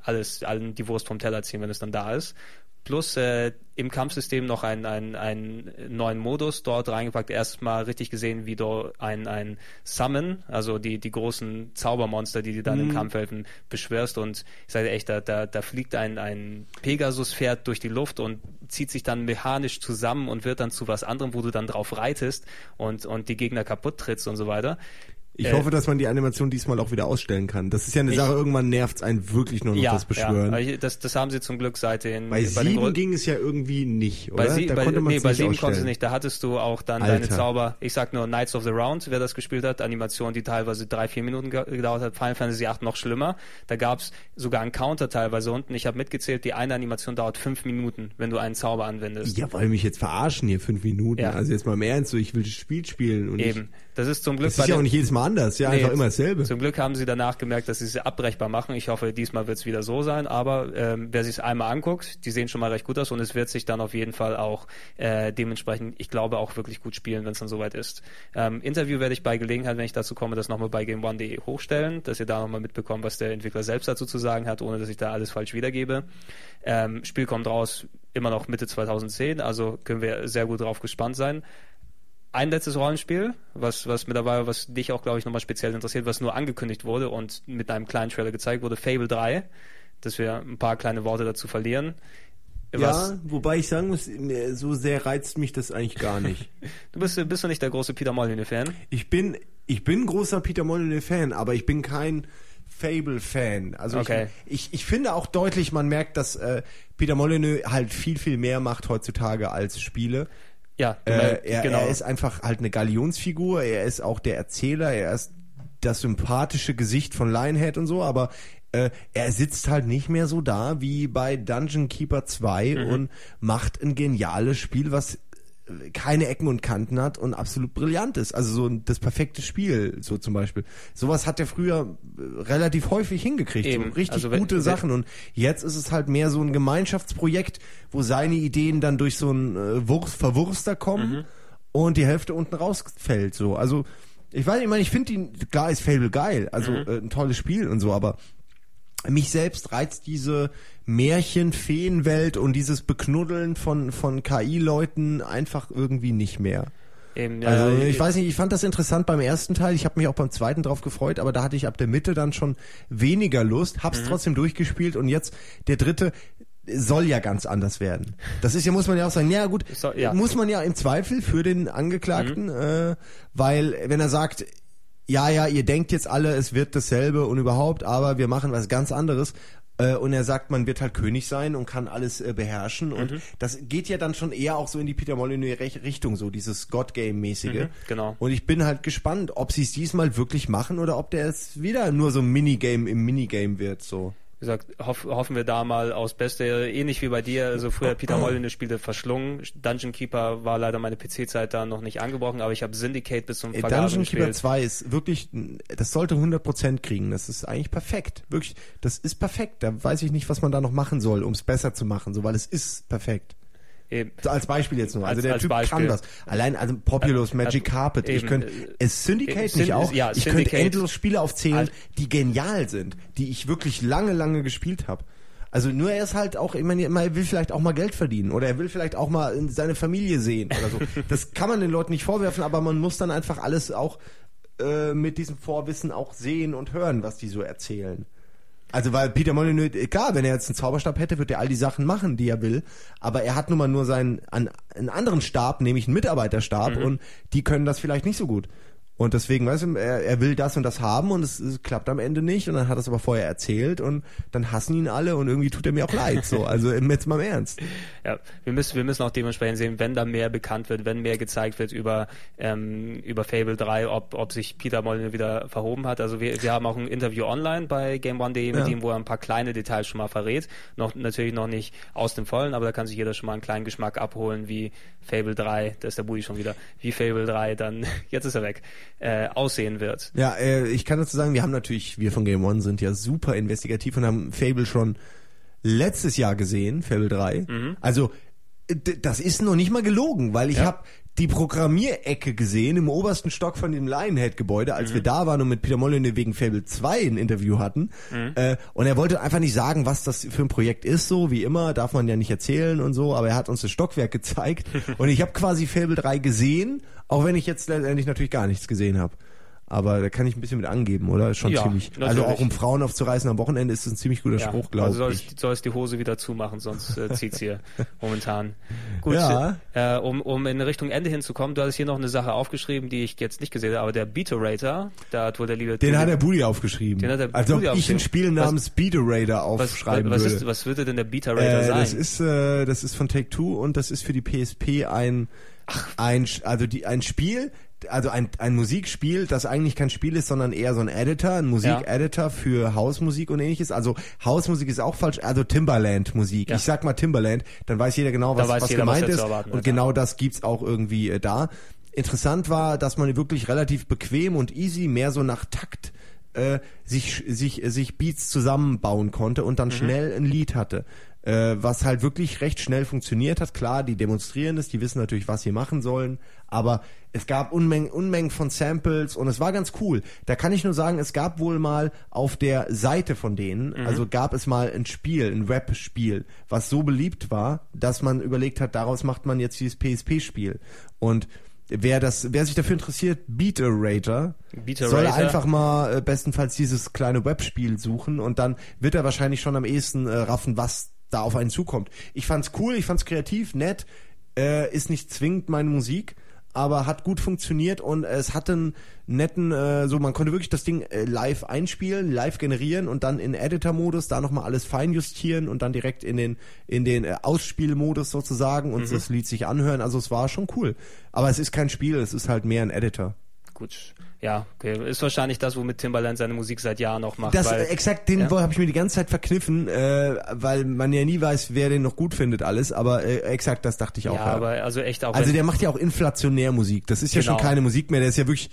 alles, allen die Wurst vom Teller ziehen, wenn es dann da ist. Plus äh, im Kampfsystem noch einen, einen, einen neuen Modus dort reingepackt. Erstmal richtig gesehen, wie du ein, ein Summon, also die, die großen Zaubermonster, die dir dann mhm. im Kampf helfen, beschwörst. Und ich sage echt, da, da, da fliegt ein, ein Pegasus-Pferd durch die Luft und zieht sich dann mechanisch zusammen und wird dann zu was anderem, wo du dann drauf reitest und, und die Gegner kaputt trittst und so weiter. Ich äh, hoffe, dass man die Animation diesmal auch wieder ausstellen kann. Das ist ja eine ich, Sache, irgendwann nervt es einen wirklich nur noch ja, das Beschwören. Ja, ich, das, das haben sie zum Glück seit den... Bei, bei sieben den ging es ja irgendwie nicht, oder? Bei, sie, da bei, konnte man nee, es bei nicht sieben ausstellen. konntest du nicht. Da hattest du auch dann Alter. deine Zauber, ich sag nur Knights of the Round, wer das gespielt hat, Animation, die teilweise drei, vier Minuten gedauert hat, Final Fantasy acht noch schlimmer. Da gab's sogar einen Counter teilweise unten. Ich habe mitgezählt, die eine Animation dauert fünf Minuten, wenn du einen Zauber anwendest. Ja, weil mich jetzt verarschen hier, fünf Minuten. Ja. Also jetzt mal im Ernst, so, ich will das Spiel spielen. Und Eben. Ich, das ist zum Glück... das ist ja auch nicht jedes Mal anders, ja, nee, einfach immer dasselbe. Zum Glück haben sie danach gemerkt, dass sie es abbrechbar machen. Ich hoffe, diesmal wird es wieder so sein, aber ähm, wer sich es einmal anguckt, die sehen schon mal recht gut aus und es wird sich dann auf jeden Fall auch äh, dementsprechend, ich glaube, auch wirklich gut spielen, wenn es dann soweit ist. Ähm, Interview werde ich bei Gelegenheit, wenn ich dazu komme, das nochmal bei game one punkt de hochstellen, dass ihr da nochmal mitbekommt, was der Entwickler selbst dazu zu sagen hat, ohne dass ich da alles falsch wiedergebe. Ähm, Spiel kommt raus immer noch Mitte zwanzig zehn, also können wir sehr gut drauf gespannt sein. Ein letztes Rollenspiel, was, was mittlerweile, was dich auch, glaube ich, nochmal speziell interessiert, was nur angekündigt wurde und mit einem kleinen Trailer gezeigt wurde, Fable drei, dass wir ein paar kleine Worte dazu verlieren. Was, ja, wobei ich sagen muss, so sehr reizt mich das eigentlich gar nicht. Du bist, bist du nicht der große Peter Molyneux-Fan? Ich bin, ich bin großer Peter Molyneux-Fan, aber ich bin kein Fable-Fan. Also okay. ich, ich, ich finde auch deutlich, man merkt, dass äh, Peter Molyneux halt viel, viel mehr macht heutzutage als Spiele. Ja, äh, er, genau. Er ist einfach halt eine Galionsfigur, er ist auch der Erzähler, er ist das sympathische Gesicht von Lionhead und so, aber äh, er sitzt halt nicht mehr so da wie bei Dungeon Keeper zwei mhm. und macht ein geniales Spiel, was keine Ecken und Kanten hat und absolut brillant ist. Also so das perfekte Spiel, so zum Beispiel. Sowas hat er früher relativ häufig hingekriegt. Eben. So richtig also wenn, gute wenn, Sachen. Und jetzt ist es halt mehr so ein Gemeinschaftsprojekt, wo seine Ideen dann durch so einen äh, Wurst, Verwurster kommen mhm. und die Hälfte unten rausfällt. So. Also ich weiß, ich meine, ich finde ihn, klar ist Fable geil, also mhm. äh, ein tolles Spiel und so, aber mich selbst reizt diese Märchen-Feenwelt und dieses Beknuddeln von, von K I-Leuten einfach irgendwie nicht mehr. Eben, ja, also ich weiß nicht, ich fand das interessant beim ersten Teil, ich habe mich auch beim zweiten drauf gefreut, aber da hatte ich ab der Mitte dann schon weniger Lust, hab's mhm. trotzdem durchgespielt und jetzt der dritte soll ja ganz anders werden. Das ist ja, muss man ja auch sagen, ja gut, so, ja. muss man ja im Zweifel für den Angeklagten, mhm. äh, weil wenn er sagt, ja, ja, ihr denkt jetzt alle, es wird dasselbe und überhaupt, aber wir machen was ganz anderes. Äh, und er sagt, man wird halt König sein und kann alles äh, beherrschen. Und mhm. das geht ja dann schon eher auch so in die Peter Molyneux-Richtung, so dieses God-Game-mäßige. Mhm, genau. Und ich bin halt gespannt, ob sie es diesmal wirklich machen oder ob der es wieder nur so ein Minigame im Minigame wird, so. Wie gesagt, hoff, hoffen wir da mal aus Beste, ähnlich wie bei dir, also früher Peter Molyneux Spiele verschlungen. Dungeon Keeper war leider meine P C-Zeit da noch nicht angebrochen, aber ich habe Syndicate bis zum Ey, Vergasen Dungeon gespielt. Keeper zwei ist wirklich, das sollte hundert Prozent kriegen, das ist eigentlich perfekt, wirklich, das ist perfekt, da weiß ich nicht, was man da noch machen soll, um es besser zu machen, so, weil es ist perfekt. Eben. So als Beispiel jetzt nur. Also als, der als Typ Beispiel. kann das. Allein also Populous, Äh, Magic äh, Carpet. eben. Ich könnte es Syndicate Syn- nicht auch. ja, ich Syndicate. könnte endlos Spiele aufzählen, Alt. die genial sind, die ich wirklich lange, lange gespielt habe. Also nur er ist halt auch, ich meine, er will vielleicht auch mal Geld verdienen oder er will vielleicht auch mal seine Familie sehen oder so. Das kann man den Leuten nicht vorwerfen, aber man muss dann einfach alles auch äh, mit diesem Vorwissen auch sehen und hören, was die so erzählen. Also weil Peter Molyneux, klar, wenn er jetzt einen Zauberstab hätte, würde er all die Sachen machen, die er will, aber er hat nun mal nur seinen an, einen anderen Stab, nämlich einen Mitarbeiterstab mhm. und die können das vielleicht nicht so gut. Und deswegen, weißt du, er, er will das und das haben und es, es klappt am Ende nicht und dann hat er es aber vorher erzählt und dann hassen ihn alle und irgendwie tut er mir auch leid, so, also jetzt mal im Ernst. Ja, wir müssen, wir müssen auch dementsprechend sehen, wenn da mehr bekannt wird, wenn mehr gezeigt wird über, ähm, über Fable drei, ob, ob sich Peter Molyneux wieder verhoben hat. Also wir, wir haben auch ein Interview online bei game one punkt de mit ja. ihm, wo er ein paar kleine Details schon mal verrät. Noch, natürlich noch nicht aus dem Vollen, aber da kann sich jeder schon mal einen kleinen Geschmack abholen, wie Fable drei, da ist der Budi schon wieder, wie Fable drei dann, jetzt ist er weg, Äh, aussehen wird. Ja, äh, ich kann dazu sagen, wir haben natürlich, wir von Game One sind ja super investigativ und haben Fable schon letztes Jahr gesehen, Fable drei. Mhm. Also d- das ist noch nicht mal gelogen, weil ich ja. habe die Programmierecke gesehen im obersten Stock von dem Lionhead-Gebäude, als mhm. wir da waren und mit Peter Molyneux wegen Fable zwei ein Interview hatten. Mhm. Äh, und er wollte einfach nicht sagen, was das für ein Projekt ist, so wie immer, darf man ja nicht erzählen und so, aber er hat uns das Stockwerk gezeigt und ich habe quasi Fable drei gesehen, auch wenn ich jetzt letztendlich natürlich gar nichts gesehen habe. Aber da kann ich ein bisschen mit angeben, oder? Schon ja, ziemlich. Natürlich. Also auch um Frauen aufzureißen am Wochenende ist es ein ziemlich guter ja, Spruch, glaube also ich. Also soll es die Hose wieder zumachen, sonst äh, zieht's hier momentan. Gut, ja. äh, um, um in Richtung Ende hinzukommen, du hattest hier noch eine Sache aufgeschrieben, die ich jetzt nicht gesehen habe, aber der Beaterator, da hat wohl der liebe... Den Tuli, hat der Budi aufgeschrieben. Den hat der also Budi ob ich ein Spiel namens Beaterator aufschreiben was, was würde. Ist, was würde denn der Beaterator äh, sein? Das ist, äh, das ist von Take-Two und das ist für die P S P ein... Ach. ein also die ein Spiel, also ein ein Musikspiel, das eigentlich kein Spiel ist, sondern eher so ein Editor, ein Musikeditor ja. für Hausmusik und ähnliches. Also Hausmusik ist auch falsch, also Timbaland Musik. Ja. Ich sag mal Timbaland, dann weiß jeder genau, was, was jeder, gemeint was ist und genau das gibt's auch irgendwie äh, da. Interessant war, dass man wirklich relativ bequem und easy mehr so nach Takt äh, sich sich sich Beats zusammenbauen konnte und dann mhm. schnell ein Lied hatte. Äh, was halt wirklich recht schnell funktioniert hat. Klar, die demonstrieren es, die wissen natürlich, was sie machen sollen, aber es gab Unmengen, Unmengen von Samples und es war ganz cool. Da kann ich nur sagen, es gab wohl mal auf der Seite von denen, mhm. also gab es mal ein Spiel, ein Rap-Spiel, was so beliebt war, dass man überlegt hat, daraus macht man jetzt dieses P S P-Spiel. Und Wer das, wer sich dafür interessiert, Beaterator, soll einfach mal äh, bestenfalls dieses kleine Webspiel suchen und dann wird er wahrscheinlich schon am ehesten äh, raffen, was da auf einen zukommt. Ich fand's cool, ich fand's kreativ, nett, äh, ist nicht zwingend meine Musik, aber hat gut funktioniert und es hatte einen netten, äh, so man konnte wirklich das Ding äh, live einspielen, live generieren und dann in Editor-Modus da nochmal alles feinjustieren und dann direkt in den in den äh, Ausspielmodus sozusagen und mhm. das Lied sich anhören. Also es war schon cool. Aber es ist kein Spiel, es ist halt mehr ein Editor. Gut, ja, okay. Ist wahrscheinlich das, womit Timbaland seine Musik seit Jahren noch macht. Das weil, äh, exakt, den ja? habe ich mir die ganze Zeit verkniffen, äh, weil man ja nie weiß, wer den noch gut findet alles, aber äh, exakt, das dachte ich auch. Ja, ja. aber also echt auch. Also der macht ja auch inflationär Musik. Das ist genau. ja schon keine Musik mehr, der ist ja wirklich.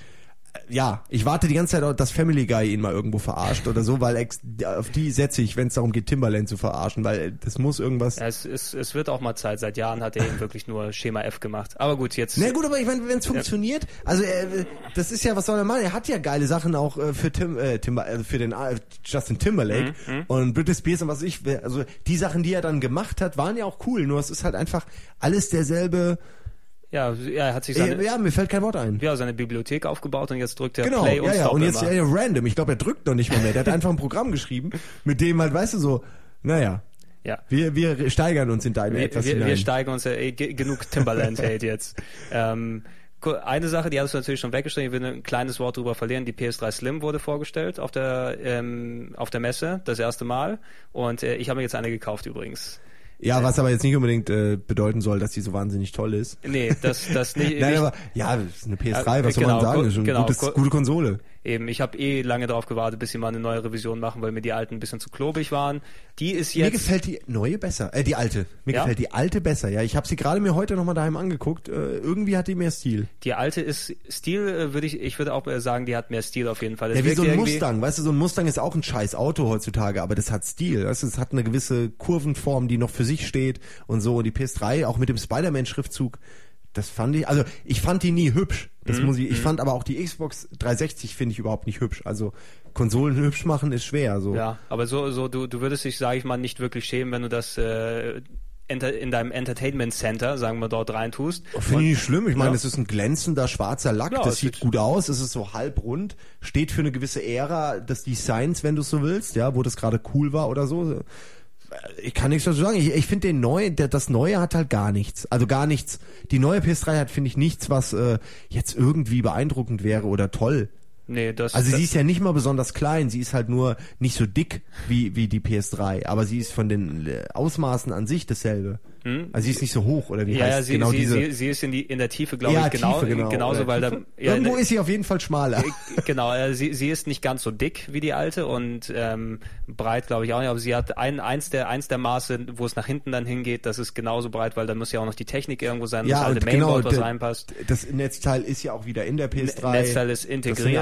Ja, ich warte die ganze Zeit, dass Family Guy ihn mal irgendwo verarscht oder so, weil ex, auf die setze ich, wenn es darum geht, Timbaland zu verarschen, weil das muss irgendwas... Ja, es, es, es wird auch mal Zeit. Seit Jahren hat er eben wirklich nur Schema F gemacht. Aber gut, jetzt... Na gut, aber ich meine, wenn es funktioniert, also äh, das ist ja, was soll er machen? Er hat ja geile Sachen auch äh, für Tim, äh, Timba, äh, für den äh, Justin Timberlake mhm, und Britney Spears und was ich... Also die Sachen, die er dann gemacht hat, waren ja auch cool, nur es ist halt einfach alles derselbe... Ja, er hat sich seine, ja, mir fällt kein Wort ein. Ja, seine Bibliothek aufgebaut und jetzt drückt er genau, Play und ja, ja. Stop und jetzt immer. Ja, random. Ich glaube, er drückt noch nicht mal mehr. Der hat einfach ein Programm geschrieben, mit dem halt, weißt du, so, naja. Ja. Wir, wir steigern uns in deine wir, etwas wir, hinein. Wir steigern uns, äh, genug Timbaland-Hate jetzt. Ähm, eine Sache, die hast du natürlich schon weggestrichen, ich will ein kleines Wort drüber verlieren. Die P S drei Slim wurde vorgestellt auf der, ähm, auf der Messe, das erste Mal. Und äh, ich habe mir jetzt eine gekauft übrigens. Ja, was aber jetzt nicht unbedingt äh, bedeuten soll, dass die so wahnsinnig toll ist. Nee, das das nicht. Nein, nicht, aber ja, das ist eine P S drei, ja, was soll genau, man sagen? Das ist eine genau, gutes, gute Konsole. Eben, ich habe eh lange darauf gewartet, bis sie mal eine neue Revision machen, weil mir die alten ein bisschen zu klobig waren. Die ist jetzt... Mir gefällt die neue besser, äh, die alte. Mir ja? gefällt die alte besser, ja. Ich habe sie gerade mir heute nochmal daheim angeguckt. Äh, irgendwie hat die mehr Stil. Die alte ist Stil, äh, würde ich, ich würde auch sagen, die hat mehr Stil auf jeden Fall. Das ja, wie so ein Mustang, weißt du, so ein Mustang ist auch ein scheiß Auto heutzutage, aber das hat Stil, weißt du, es hat eine gewisse Kurvenform, die noch für sich steht und so. Und die P S drei, auch mit dem Spider-Man-Schriftzug, das fand ich, also ich fand die nie hübsch. Das mhm. muss ich, ich fand aber auch die Xbox dreihundertsechzig finde ich überhaupt nicht hübsch. Also Konsolen hübsch machen ist schwer. So. Ja, aber so, so du, du würdest dich, sage ich mal, nicht wirklich schämen, wenn du das äh, in deinem Entertainment Center, sagen wir, dort reintust. Finde ich nicht schlimm. Ich meine, es ist ein glänzender schwarzer Lack. Ja, das sieht gut aus. Es ist so halbrund. Steht für eine gewisse Ära des Designs, wenn du es so willst, ja, wo das gerade cool war oder so. Ich kann nichts dazu sagen. Ich, ich finde den neu, der, das Neue hat halt gar nichts. Also gar nichts. Die neue P S drei hat, finde ich, nichts, was äh, jetzt irgendwie beeindruckend wäre oder toll. Nee, das, also das sie ist ja nicht mal besonders klein, sie ist halt nur nicht so dick wie wie die P S drei, aber sie ist von den Ausmaßen an sich dasselbe. Hm? Also sie ist nicht so hoch, oder wie ja, heißt ja, sie, genau sie, diese? Sie, sie ist in die in der Tiefe, glaube ja, ich, genau, Tiefe, genau genauso, weil da ja, irgendwo ist sie auf jeden Fall schmaler. Genau, äh, sie sie ist nicht ganz so dick wie die alte und ähm, breit, glaube ich auch nicht, aber sie hat ein eins der eins der Maße, wo es nach hinten dann hingeht, das ist genauso breit, weil da muss ja auch noch die Technik irgendwo sein, ja, das alte Mainboard, genau, was reinpasst. Das Netzteil ist ja auch wieder in der P S drei. Netzteil ist integriert. Das sind ja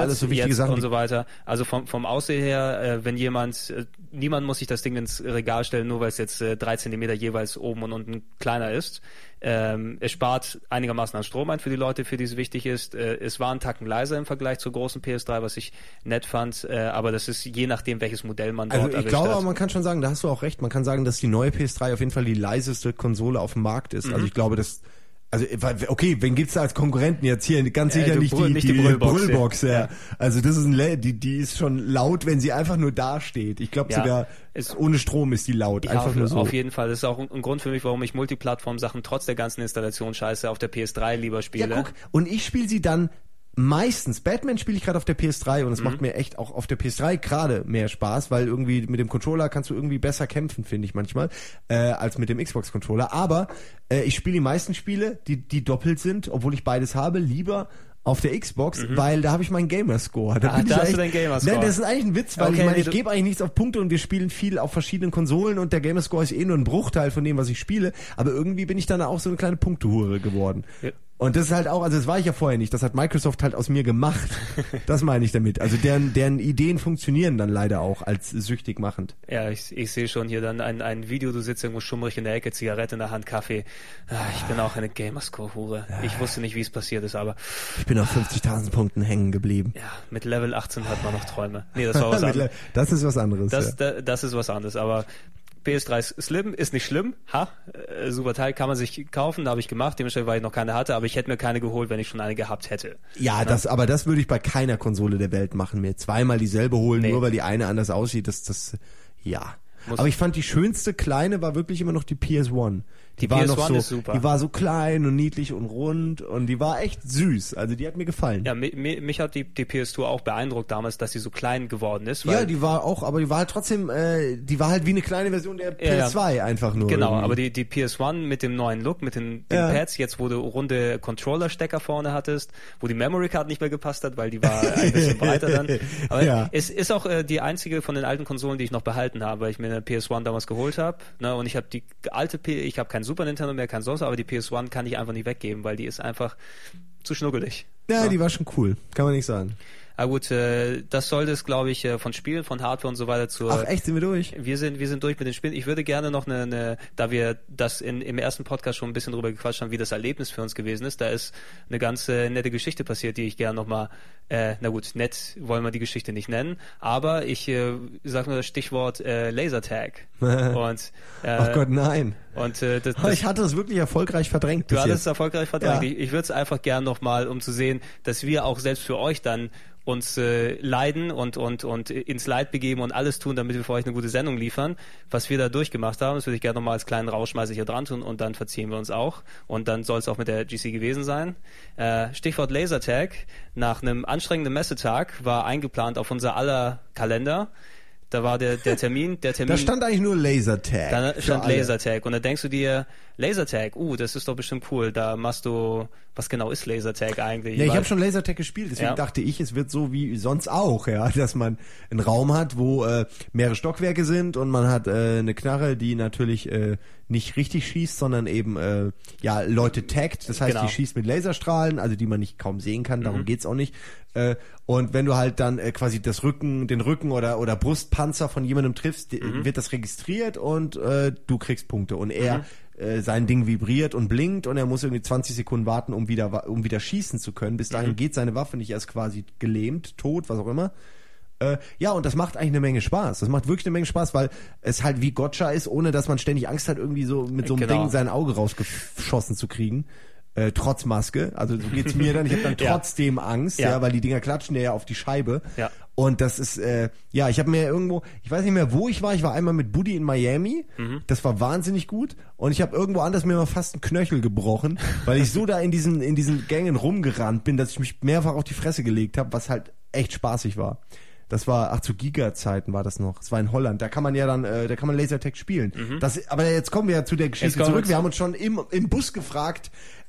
alles so wichtige jetzt Sachen und so weiter. Also vom vom Aussehen her, äh, wenn jemand, äh, niemand muss sich das Ding ins Regal stellen, nur weil es jetzt äh, drei Zentimeter jeweils oben und unten kleiner ist. Ähm, es spart einigermaßen an Strom ein für die Leute, für die es wichtig ist. Äh, es war ein Tacken leiser im Vergleich zur großen P S drei, was ich nett fand. Äh, aber das ist je nachdem, welches Modell man dort Also ich erwischt glaube, hat. aber man kann schon sagen, da hast du auch recht, man kann sagen, dass die neue P S drei auf jeden Fall die leiseste Konsole auf dem Markt ist. Mhm. Also ich glaube, dass Also, okay, wen gibt's da als Konkurrenten jetzt hier? Ganz sicher äh, nicht, die, nicht die, die Brüllbox. Brüllbox ja. Ja. Also das ist ein, die, die ist schon laut, wenn sie einfach nur da steht. Ich glaube ja. sogar, es, ohne Strom ist die laut. Ja, einfach nur so. Auf jeden Fall. Das ist auch ein, ein Grund für mich, warum ich Multiplattform-Sachen trotz der ganzen Installationsscheiße auf der P S drei lieber spiele. Ja, guck, und ich spiele sie dann meistens, Batman spiele ich gerade auf der P S drei und es mhm. macht mir echt auch auf der P S drei gerade mehr Spaß, weil irgendwie mit dem Controller kannst du irgendwie besser kämpfen, finde ich manchmal, äh, als mit dem Xbox-Controller. Aber äh, ich spiele die meisten Spiele, die, die doppelt sind, obwohl ich beides habe, lieber auf der Xbox, mhm. weil da habe ich meinen Gamerscore. Da, Ach, bin da ich hast echt, du deinen Gamerscore. Nein, das ist eigentlich ein Witz, weil okay, ich meine, nee, ich gebe eigentlich nichts auf Punkte und wir spielen viel auf verschiedenen Konsolen und der Gamerscore ist eh nur ein Bruchteil von dem, was ich spiele, aber irgendwie bin ich dann auch so eine kleine Punktehure geworden. Ja. Und das ist halt auch, also das war ich ja vorher nicht, das hat Microsoft halt aus mir gemacht. Das meine ich damit. Also deren, deren Ideen funktionieren dann leider auch als süchtig machend. Ja, ich, ich sehe schon hier dann ein, ein Video, du sitzt irgendwo schummrig in der Ecke, Zigarette in der Hand, Kaffee. Ah, ich bin auch eine Gamerscore-Hure. Ich wusste nicht, wie es passiert ist, aber... Ich bin auf fünfzigtausend Punkten hängen geblieben. Ja, mit Level achtzehn hat man noch Träume. Nee, das war was anderes. Das ist was anderes. Das, ja. da, das ist was anderes, aber... P S drei Slim ist nicht schlimm, ha, äh, super Teil, kann man sich kaufen, da habe ich gemacht, dementsprechend, weil ich noch keine hatte, aber ich hätte mir keine geholt, wenn ich schon eine gehabt hätte. Ja, das, aber das würde ich bei keiner Konsole der Welt machen, mir zweimal dieselbe holen, nee. nur weil die eine anders aussieht, das, das, ja. Muss aber ich fand die schönste kleine war wirklich immer noch die P S eins. Die, die war noch so, ist super. Die war so klein und niedlich und rund und die war echt süß. Also die hat mir gefallen. Ja, mich, mich hat die, die P S zwei auch beeindruckt damals, dass sie so klein geworden ist. Weil ja, die war auch, aber die war halt trotzdem, äh, die war halt wie eine kleine Version der P S zwei ja, einfach nur. Genau, irgendwie. aber die, die P S eins mit dem neuen Look, mit den, den ja. Pads, jetzt wo du runde Controller-Stecker vorne hattest, wo die Memory Card nicht mehr gepasst hat, weil die war ein bisschen breiter dann. Aber ja. es ist auch äh, die einzige von den alten Konsolen, die ich noch behalten habe, weil ich mir eine P S eins damals geholt habe. Ne, und ich habe die alte P, ich habe kein Super Nintendo mehr, kein sonst, aber die P S eins kann ich einfach nicht weggeben, weil die ist einfach zu schnuggelig. Ja, ja, die war schon cool, kann man nicht sagen. Aber gut, äh, das sollte es, glaube ich, äh, von Spielen, von Hardware und so weiter zu... Ach echt, sind wir durch? Wir sind wir sind durch mit den Spielen. Ich würde gerne noch eine, eine da wir das in, im ersten Podcast schon ein bisschen drüber gequatscht haben, wie das Erlebnis für uns gewesen ist, da ist eine ganz äh, nette Geschichte passiert, die ich gerne nochmal, äh, na gut, nett wollen wir die Geschichte nicht nennen, aber ich äh, sag nur das Stichwort äh, Lasertag. und, äh, Ach Gott, nein. Und, äh, das, das, ich hatte das wirklich erfolgreich verdrängt. Du hattest es erfolgreich verdrängt. Ja. Ich, ich würde es einfach gerne nochmal, um zu sehen, dass wir auch selbst für euch dann uns äh, leiden und und und ins Leid begeben und alles tun, damit wir für euch eine gute Sendung liefern, was wir da durchgemacht haben. Das würde ich gerne nochmal als kleinen Rauschmeißer hier dran tun und dann verziehen wir uns auch. Und dann soll es auch mit der G C gewesen sein. Äh, Stichwort Lasertag. Nach einem anstrengenden Messetag war eingeplant auf unser aller Kalender. Da war der, der Termin, der Termin. Da stand eigentlich nur Lasertag. Da stand Lasertag. Und da denkst du dir, Lasertag, uh, das ist doch bestimmt cool. Da machst du, was genau ist Lasertag eigentlich? Ja, ich habe schon Lasertag gespielt, deswegen ja. dachte ich, es wird so wie sonst auch, ja, dass man einen Raum hat, wo äh, mehrere Stockwerke sind und man hat äh, eine Knarre, die natürlich äh, nicht richtig schießt, sondern eben äh, ja Leute taggt. Das heißt, genau. die schießt mit Laserstrahlen, also die man nicht kaum sehen kann. Darum mhm. geht's auch nicht. Äh, und wenn du halt dann äh, quasi das Rücken, den Rücken oder oder Brustpanzer von jemandem triffst, mhm. wird das registriert und äh, du kriegst Punkte. Und er mhm. äh, sein Ding vibriert und blinkt und er muss irgendwie zwanzig Sekunden warten, um wieder um wieder schießen zu können. Bis dahin mhm. geht seine Waffe nicht, er ist quasi gelähmt, tot, was auch immer. Äh, ja, und das macht eigentlich eine Menge Spaß. Das macht wirklich eine Menge Spaß, weil es halt wie Gotcha ist, ohne dass man ständig Angst hat, irgendwie so mit so einem genau. Ding sein Auge rausgeschossen zu kriegen. Äh, trotz Maske, also so geht's mir dann, ich habe dann trotzdem ja. Angst, ja. ja, weil die Dinger klatschen ja auf die Scheibe. Ja. Und das ist, äh, ja, ich habe mir irgendwo, ich weiß nicht mehr, wo ich war, ich war einmal mit Buddy in Miami, mhm. das war wahnsinnig gut und ich habe irgendwo anders mir mal fast einen Knöchel gebrochen, weil ich so da in diesen in diesen Gängen rumgerannt bin, dass ich mich mehrfach auf die Fresse gelegt habe, was halt echt spaßig war. Das war, ach, zu Giga-Zeiten war das noch. Das war in Holland. Da kann man ja dann, äh, da kann man Lasertag spielen. Mhm. Das, aber jetzt kommen wir ja zu der Geschichte zurück. Wir haben uns schon im, im Bus gefragt,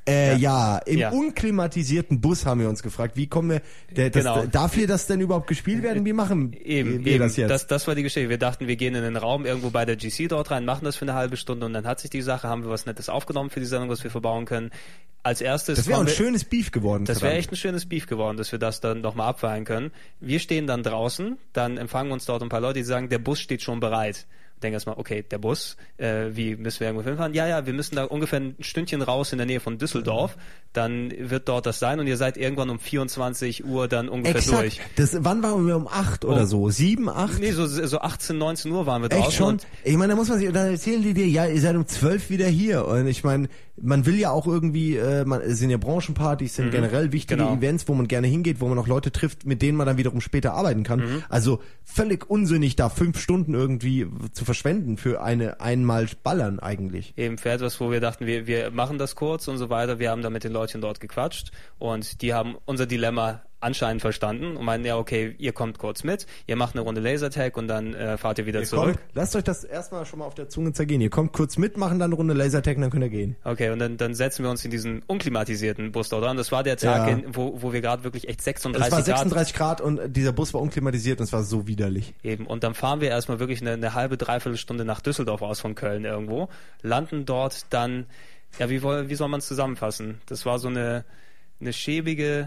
Äh, Ja. ja, im Ja. unklimatisierten Bus haben wir uns gefragt, wie kommen wir, der, das, Genau. darf hier das denn überhaupt gespielt werden? Wie machen Eben, wir eben. das jetzt? Das, das war die Geschichte. Wir dachten, wir gehen in den Raum irgendwo bei der G C dort rein, machen das für eine halbe Stunde und dann hat sich die Sache, haben wir was Nettes aufgenommen für die Sendung, was wir verbauen können. Als erstes das wäre waren ein wir- schönes Beef geworden. Das wäre verdammt. echt ein schönes Beef geworden, dass wir das dann nochmal abfeiern können. Wir stehen dann draußen, dann empfangen uns dort ein paar Leute, die sagen, der Bus steht schon bereit. Denke erstmal, okay, der Bus, äh, wie müssen wir irgendwo hinfahren? Ja, ja, wir müssen da ungefähr ein Stündchen raus in der Nähe von Düsseldorf. Dann wird dort das sein und ihr seid irgendwann um vierundzwanzig Uhr dann ungefähr Exakt. durch. Das, wann waren wir um acht oder Oh. so? Sieben, acht? Nee, so, so achtzehn, neunzehn Uhr waren wir draußen. Echt schon? Und Ich meine, da muss man sich, dann erzählen die dir, ja, ihr seid um zwölf wieder hier. Und ich meine, man will ja auch irgendwie, äh, man, es sind ja Branchenpartys, sind generell wichtige genau. Events, wo man gerne hingeht, wo man auch Leute trifft, mit denen man dann wiederum später arbeiten kann. Mhm. Also völlig unsinnig, da fünf Stunden irgendwie zu verschwenden für eine einmal Ballern eigentlich. eben für etwas, wo wir dachten, wir, wir machen das kurz und so weiter. Wir haben da mit den Leuten dort gequatscht und die haben unser Dilemma anscheinend verstanden und meinen, ja, okay, ihr kommt kurz mit, ihr macht eine Runde Lasertag und dann äh, fahrt ihr wieder Ihr zurück. kommt, lasst euch das erstmal schon mal auf der Zunge zergehen. Ihr kommt kurz mit, machen dann eine Runde Lasertag und dann könnt ihr gehen. Okay, und dann, dann setzen wir uns in diesen unklimatisierten Bus dort an. Das war der Tag, Ja. in, wo, wo wir gerade wirklich echt Es sechsunddreißig, war sechsunddreißig Grad und dieser Bus war unklimatisiert und es war so widerlich. Grad eben. Und dann fahren wir erstmal wirklich eine, eine halbe, dreiviertel Stunde nach Düsseldorf aus von Köln irgendwo, landen dort dann, ja, wie, woll- wie soll man es zusammenfassen? Das war so eine, eine schäbige,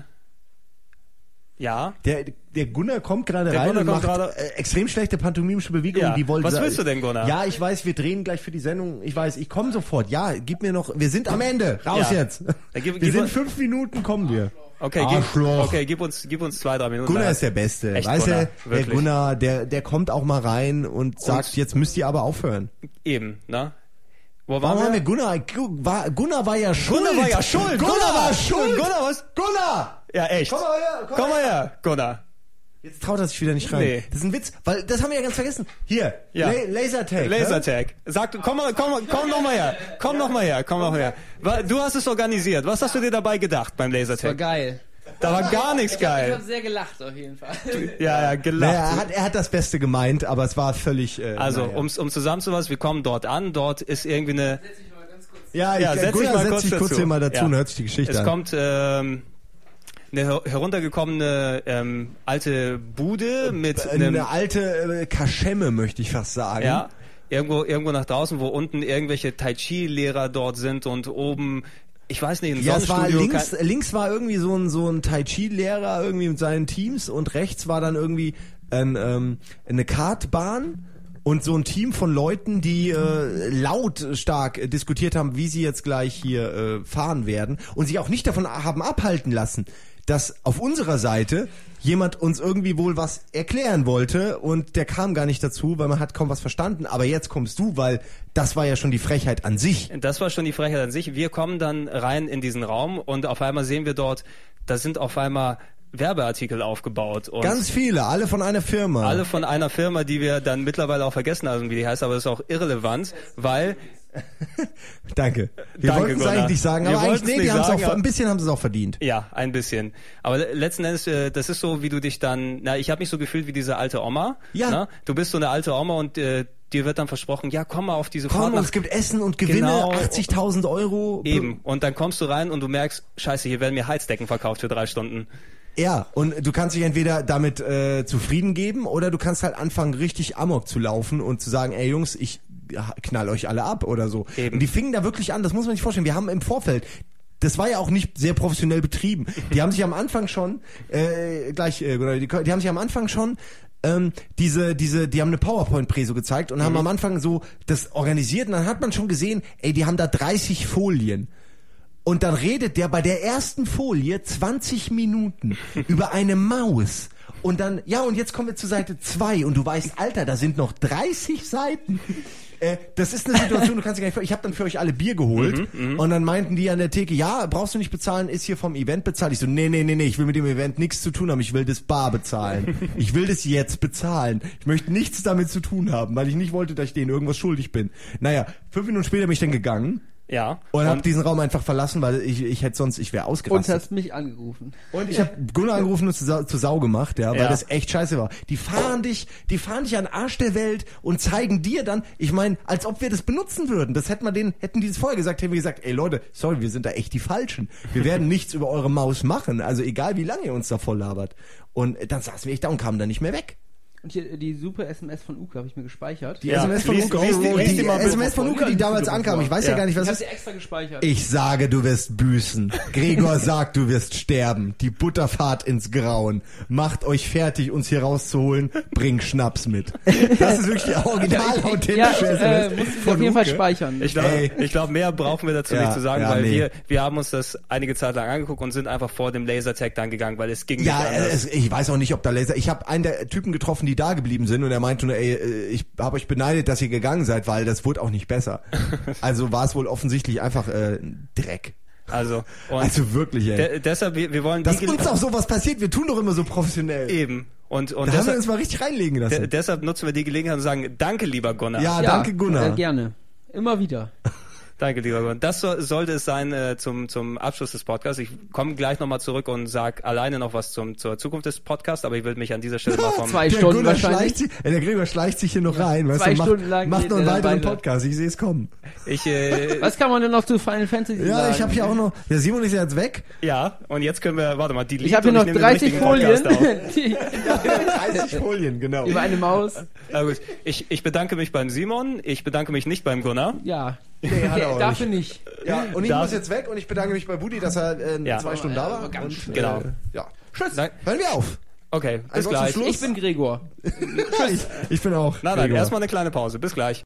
ja, Der, der Gunnar kommt gerade Der rein Gunnar und kommt macht gerade- äh, extrem schlechte pantomimische Bewegungen. Ja. Die wollen Was sa- willst du denn, Gunnar? Ja, ich weiß, wir drehen gleich für die Sendung. Ich weiß, ich komme sofort. Ja, gib mir noch. Wir sind am Ende. Raus Ja. jetzt. Da gib- wir gib sind uns- fünf Minuten, kommen wir. okay, gib, Arschloch. okay, gib uns, gib uns zwei, drei Minuten. Gunnar Dann- ist der Beste. Echt, weißt Gunnar, du, der wirklich. Gunnar, der, der kommt auch mal rein und sagt, Und- jetzt müsst ihr aber aufhören. Eben, ne? Wo Warum waren haben wir wir? Gunnar? Gu- War, Gunnar war ja schuld. Gunnar war ja schuld. Gunnar war schuld. Gunnar was? Gunnar! Ja, echt. Komm mal her, komm Komm mal mal her, Gunnar. Jetzt traut er sich wieder nicht rein. Nee. Das ist ein Witz, weil das haben wir ja ganz vergessen. Hier, Ja. La- Lasertag. ne? Lasertag. Sag, du, komm mal, komm, mal- komm noch mal her. Komm noch mal her, komm noch mal her. Wa- Du hast es organisiert. Was hast du dir dabei gedacht beim War Lasertag? geil. Da war gar nichts Ich habe geil. sehr gelacht auf jeden Fall. Ja, ja, Naja, gelacht. er hat, er hat das Beste gemeint, aber es war völlig. Äh, Also, naja. um, um zusammenzufassen, wir kommen dort an. Dort ist irgendwie eine, ja, ich, ja, äh, setz dich Gunnar, mal setz kurz dich kurz dazu. hier mal dazu Ja. und hört sich die Geschichte es an. kommt, ähm, eine her- heruntergekommene, ähm, alte Bude mit einem, Eine alte äh, Kaschemme, möchte ich fast sagen. ja, irgendwo, irgendwo nach draußen, wo unten irgendwelche Tai Chi Lehrer dort sind und oben, ich weiß nicht, ein Ja, es war Sonnenstudio. links, kein- links war irgendwie so ein, so ein Tai Chi-Lehrer irgendwie mit seinen Teams und rechts war dann irgendwie ein, ähm, eine Kartbahn und so ein Team von Leuten, die äh, lautstark äh, diskutiert haben, wie sie jetzt gleich hier äh, fahren werden und sich auch nicht davon haben abhalten lassen, dass auf unserer Seite jemand uns irgendwie wohl was erklären wollte und der kam gar nicht dazu, weil man hat kaum was verstanden. Aber jetzt kommst du, weil das war ja schon die Frechheit an sich. Das war schon die Frechheit an sich. Wir kommen dann rein in diesen Raum und auf einmal sehen wir dort, da sind auf einmal Werbeartikel aufgebaut. Und Ganz viele, alle von einer Firma. alle von einer Firma, die wir dann mittlerweile auch vergessen haben, wie die heißt, aber das ist auch irrelevant, weil Danke. Wir Danke, wollten es Gunnar. eigentlich nicht sagen, Wir aber eigentlich, wollten's nee, nicht die haben's sagen, auch, aber- ein bisschen haben sie es auch verdient. ja, ein bisschen. Aber letzten Endes, äh, das ist so, wie du dich dann, na, ich habe mich so gefühlt wie diese alte Oma. Ja. Na? Du bist so eine alte Oma und äh, dir wird dann versprochen, ja, komm mal auf diese Komm, Fahrt und nach es gibt Essen und Gewinne, Genau. achtzigtausend Euro. eben. Und dann kommst du rein und du merkst, scheiße, hier werden mir Heizdecken verkauft für drei Stunden. Ja, und du kannst dich entweder damit äh, zufrieden geben oder du kannst halt anfangen, richtig Amok zu laufen und zu sagen, ey Jungs, ich knall euch alle ab oder so. Eben. Und die fingen da wirklich an, das muss man sich vorstellen. Wir haben im Vorfeld, das war ja auch nicht sehr professionell betrieben. Die haben sich am Anfang schon, äh, gleich, äh, die, die haben sich am Anfang schon ähm, diese, diese, die haben eine PowerPoint-Präso gezeigt und haben am Anfang so das organisiert und dann hat man schon gesehen, ey, die haben da dreißig Folien. Und dann redet der bei der ersten Folie zwanzig Minuten über eine Maus. Und dann, ja, und jetzt kommen wir zu Seite zwei und du weißt, Alter, da sind noch dreißig Seiten. Äh, das ist eine Situation, du kannst dir gar nicht vor- ich habe dann für euch alle Bier geholt und dann meinten die an der Theke, ja, brauchst du nicht bezahlen, ist hier vom Event bezahlt. Ich so, nee, nee, nee, nee, ich will mit dem Event nichts zu tun haben, ich will das bar bezahlen. Ich will das jetzt bezahlen. Ich möchte nichts damit zu tun haben, weil ich nicht wollte, dass ich denen irgendwas schuldig bin. Naja, fünf Minuten später bin ich dann gegangen. Ja. Und, und habe diesen Raum einfach verlassen, weil ich, ich hätte sonst, ich wäre ausgerastet. Und hast mich angerufen. Und ich habe Gunnar angerufen und zu, Sau- zu Sau gemacht, ja, weil Ja. das echt scheiße war. Die fahren dich, die fahren dich an den Arsch der Welt und zeigen dir dann, ich meine, als ob wir das benutzen würden. Das hätten wir denen, hätten die das vorher gesagt, hätten wir gesagt, ey Leute, sorry, wir sind da echt die Falschen. Wir werden nichts über eure Maus machen, also egal wie lange ihr uns da voll labert. Und dann saßen wir echt da und kamen da nicht mehr weg. Und hier die super S M S von Uke habe ich mir gespeichert. Die Ja, S M S von lies- Uke, lies die- oh, lies die, die mal S M S bitte von vor. Uke, die damals ankam, ich weiß ja, Ja. gar nicht, was Ich habe ist. sie extra gespeichert. Ich sage, du wirst büßen. Gregor sagt, du wirst sterben. Die Butterfahrt ins Grauen. Macht euch fertig, uns hier rauszuholen. Bring Schnaps mit. Das ist wirklich die original ja, authentische S M S. äh, muss ich von auf jeden Fall Uke. speichern. Ich glaube, Ey. ich glaub, mehr brauchen wir dazu Ja, nicht zu sagen, ja, weil nee. wir, wir haben uns das einige Zeit lang angeguckt und sind einfach vor dem Lasertag dann gegangen, weil es ging Ja, nicht anders. es, ich weiß auch nicht, ob da Laser... Ich habe einen der Typen getroffen, die da geblieben sind und er meinte nur, ey, ich habe euch beneidet, dass ihr gegangen seid, weil das wurde auch nicht besser. Also war es wohl offensichtlich einfach äh, Dreck. Also, und Also wirklich, ey. de deshalb, wir, wir wollen Dass die uns auch sowas passiert, wir tun doch immer so professionell. eben. Und, und Da haben wir deshalb, uns mal richtig reinlegen lassen. de deshalb nutzen wir die Gelegenheit und sagen, danke lieber Gunnar. Ja, danke Gunnar. Äh, gerne. Immer wieder. Danke, lieber Gunnar. Das so, sollte es sein äh, zum, zum Abschluss des Podcasts. Ich komme gleich nochmal zurück und sag alleine noch was zum, zur Zukunft des Podcasts, aber ich will mich an dieser Stelle mal vom... Zwei Der Stunden Gunnar wahrscheinlich. schleicht sich, äh, der Gregor schleicht sich hier noch rein, weißt zwei du, macht, Stunden lang macht geht noch einen er dann weiteren weiter. Podcast, ich sehe es kommen. Ich, äh, Was kann man denn noch zu Final Fantasy Ja, sagen? ich habe hier auch noch, der Simon ist ja jetzt weg. ja, und jetzt können wir, warte mal, die Ich habe hier noch dreißig Folien die, dreißig Folien, genau. über eine Maus. Na gut, ich, ich bedanke mich beim Simon, ich bedanke mich nicht beim Gunnar. Ja. Nee, hat er auch Dafür nicht. Ja, und ich Da- muss jetzt weg und ich bedanke mich bei Budi, dass er äh, Ja. zwei Stunden da war. Ganz Und, Genau. Äh, ja. Tschüss. Nein. Hören wir auf. Okay, bis Wort zum gleich. Schluss. Ich bin Gregor. ich, ich bin auch. Nein, nein, Gregor. erstmal eine kleine Pause. Bis gleich.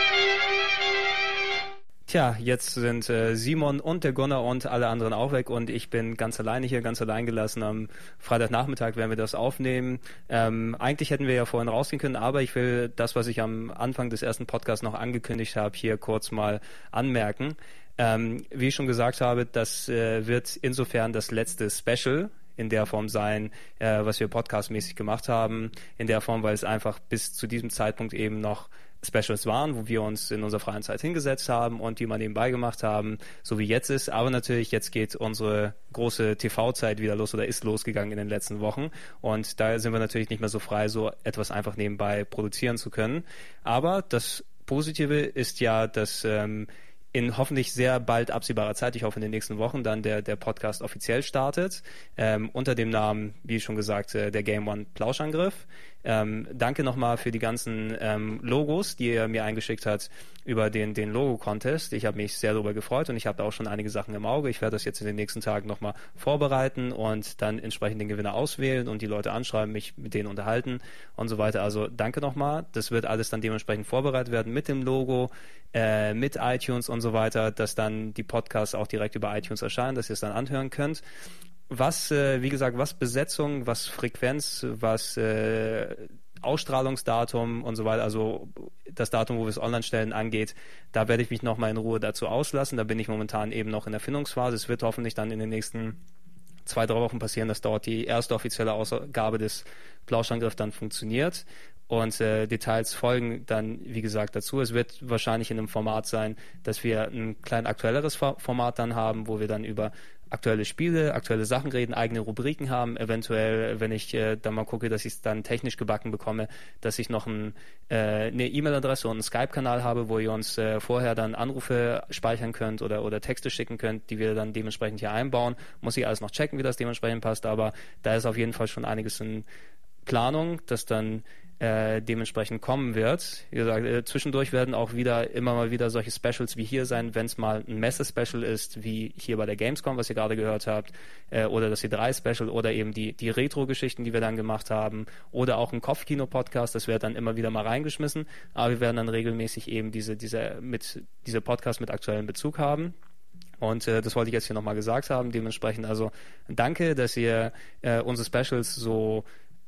Tja, jetzt sind äh, Simon und der Gunnar und alle anderen auch weg und ich bin ganz alleine hier, ganz allein gelassen. Am Freitagnachmittag werden wir das aufnehmen. Ähm, eigentlich hätten wir ja vorhin rausgehen können, aber ich will das, was ich am Anfang des ersten Podcasts noch angekündigt habe, hier kurz mal anmerken. Ähm, wie ich schon gesagt habe, das äh, wird insofern das letzte Special in der Form sein, äh, was wir podcastmäßig gemacht haben, in der Form, weil es einfach bis zu diesem Zeitpunkt eben noch Specials waren, wo wir uns in unserer freien Zeit hingesetzt haben und die mal nebenbei gemacht haben, so wie jetzt ist. Aber natürlich, jetzt geht unsere große T V-Zeit wieder los oder ist losgegangen in den letzten Wochen. Und da sind wir natürlich nicht mehr so frei, so etwas einfach nebenbei produzieren zu können. Aber das Positive ist ja, dass ähm, in hoffentlich sehr bald absehbarer Zeit, ich hoffe in den nächsten Wochen, dann der, der Podcast offiziell startet, ähm, unter dem Namen, wie schon gesagt, äh, der Game One Plauschangriff. Ähm, danke nochmal für die ganzen ähm, Logos, die ihr mir eingeschickt habt über den, den Logo-Contest. Ich habe mich sehr darüber gefreut und ich habe da auch schon einige Sachen im Auge. Ich werde das jetzt in den nächsten Tagen nochmal vorbereiten und dann entsprechend den Gewinner auswählen und die Leute anschreiben, mich mit denen unterhalten und so weiter. Also danke nochmal. Das wird alles dann dementsprechend vorbereitet werden mit dem Logo, äh, mit iTunes und so weiter, dass dann die Podcasts auch direkt über iTunes erscheinen, dass ihr es dann anhören könnt. Was, äh, wie gesagt, was Besetzung, was Frequenz, was äh, Ausstrahlungsdatum und so weiter, also das Datum, wo wir es online stellen, angeht, da werde ich mich nochmal in Ruhe dazu auslassen. Da bin ich momentan eben noch in der Findungsphase. Es wird hoffentlich dann in den nächsten zwei, drei Wochen passieren, dass dort die erste offizielle Ausgabe des Plauschangriff dann funktioniert. Und äh, Details folgen dann, wie gesagt, dazu. Es wird wahrscheinlich in einem Format sein, dass wir ein klein aktuelleres Format dann haben, wo wir dann über aktuelle Spiele, aktuelle Sachen reden, eigene Rubriken haben. Eventuell, wenn ich äh, dann mal gucke, dass ich es dann technisch gebacken bekomme, dass ich noch ein, äh, eine E-Mail-Adresse und einen Skype-Kanal habe, wo ihr uns äh, vorher dann Anrufe speichern könnt oder, oder Texte schicken könnt, die wir dann dementsprechend hier einbauen. Muss ich alles noch checken, wie das dementsprechend passt, aber da ist auf jeden Fall schon einiges in Planung, das dann äh, dementsprechend kommen wird. Wie gesagt, äh, zwischendurch werden auch wieder immer mal wieder solche Specials wie hier sein, wenn es mal ein Messe-Special ist, wie hier bei der Gamescom, was ihr gerade gehört habt, äh, oder das E drei Special oder eben die, die Retro-Geschichten, die wir dann gemacht haben, oder auch ein Kopfkino-Podcast, das wird dann immer wieder mal reingeschmissen, aber wir werden dann regelmäßig eben diese, diese, mit, diese Podcasts mit aktuellem Bezug haben. Und äh, das wollte ich jetzt hier nochmal gesagt haben. Dementsprechend also danke, dass ihr äh, unsere Specials so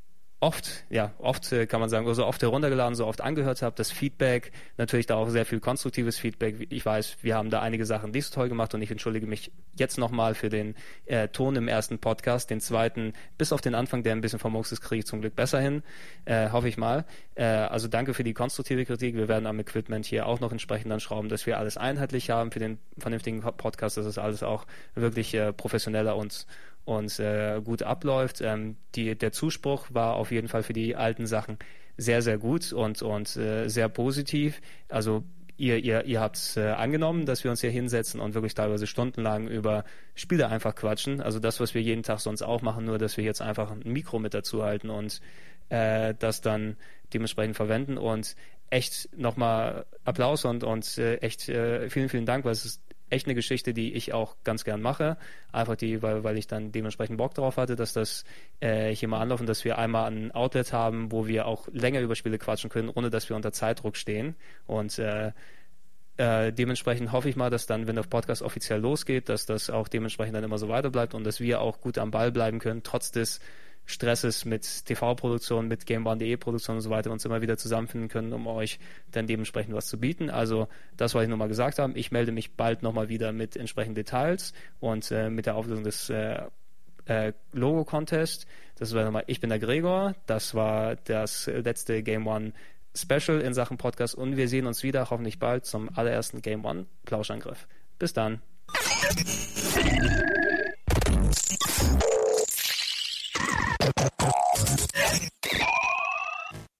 oft, ja, oft äh, kann man sagen, so oft heruntergeladen, so oft angehört habe, das Feedback, natürlich da auch sehr viel konstruktives Feedback. Ich weiß, wir haben da einige Sachen nicht so toll gemacht und ich entschuldige mich jetzt nochmal für den äh, Ton im ersten Podcast, den zweiten, bis auf den Anfang, der ein bisschen vermurkst ist, kriege ich zum Glück besser hin, äh, hoffe ich mal. Äh, also danke für die konstruktive Kritik. Wir werden am Equipment hier auch noch entsprechend dann schrauben, dass wir alles einheitlich haben für den vernünftigen Podcast, dass es alles auch wirklich äh, professioneller und und äh, gut abläuft. Ähm, die, der Zuspruch war auf jeden Fall für die alten Sachen sehr, sehr gut und, und äh, sehr positiv. Also ihr, ihr, ihr habt es äh, angenommen, dass wir uns hier hinsetzen und wirklich teilweise stundenlang über Spiele einfach quatschen. Also das, was wir jeden Tag sonst auch machen, nur dass wir jetzt einfach ein Mikro mit dazu halten und äh, das dann dementsprechend verwenden. Und echt nochmal Applaus und, und äh, echt äh, vielen, vielen Dank, weil es ist echt eine Geschichte, die ich auch ganz gern mache. Einfach die, weil, weil ich dann dementsprechend Bock drauf hatte, dass das äh, hier mal anläuft und dass wir einmal ein Outlet haben, wo wir auch länger über Spiele quatschen können, ohne dass wir unter Zeitdruck stehen. Und äh, äh, dementsprechend hoffe ich mal, dass dann, wenn der Podcast offiziell losgeht, dass das auch dementsprechend dann immer so weiter bleibt und dass wir auch gut am Ball bleiben können, trotz des Stresses mit T V-Produktion, mit Gamebahn punkt de Produktion und so weiter, uns immer wieder zusammenfinden können, um euch dann dementsprechend was zu bieten. Also das wollte ich nochmal gesagt haben. Ich melde mich bald nochmal wieder mit entsprechenden Details und äh, mit der Auflösung des äh, äh, Logo-Contest. Das war nochmal, ich bin der Gregor. Das war das letzte Game One Special in Sachen Podcast und wir sehen uns wieder, hoffentlich bald, zum allerersten Game One Plauschangriff. Bis dann.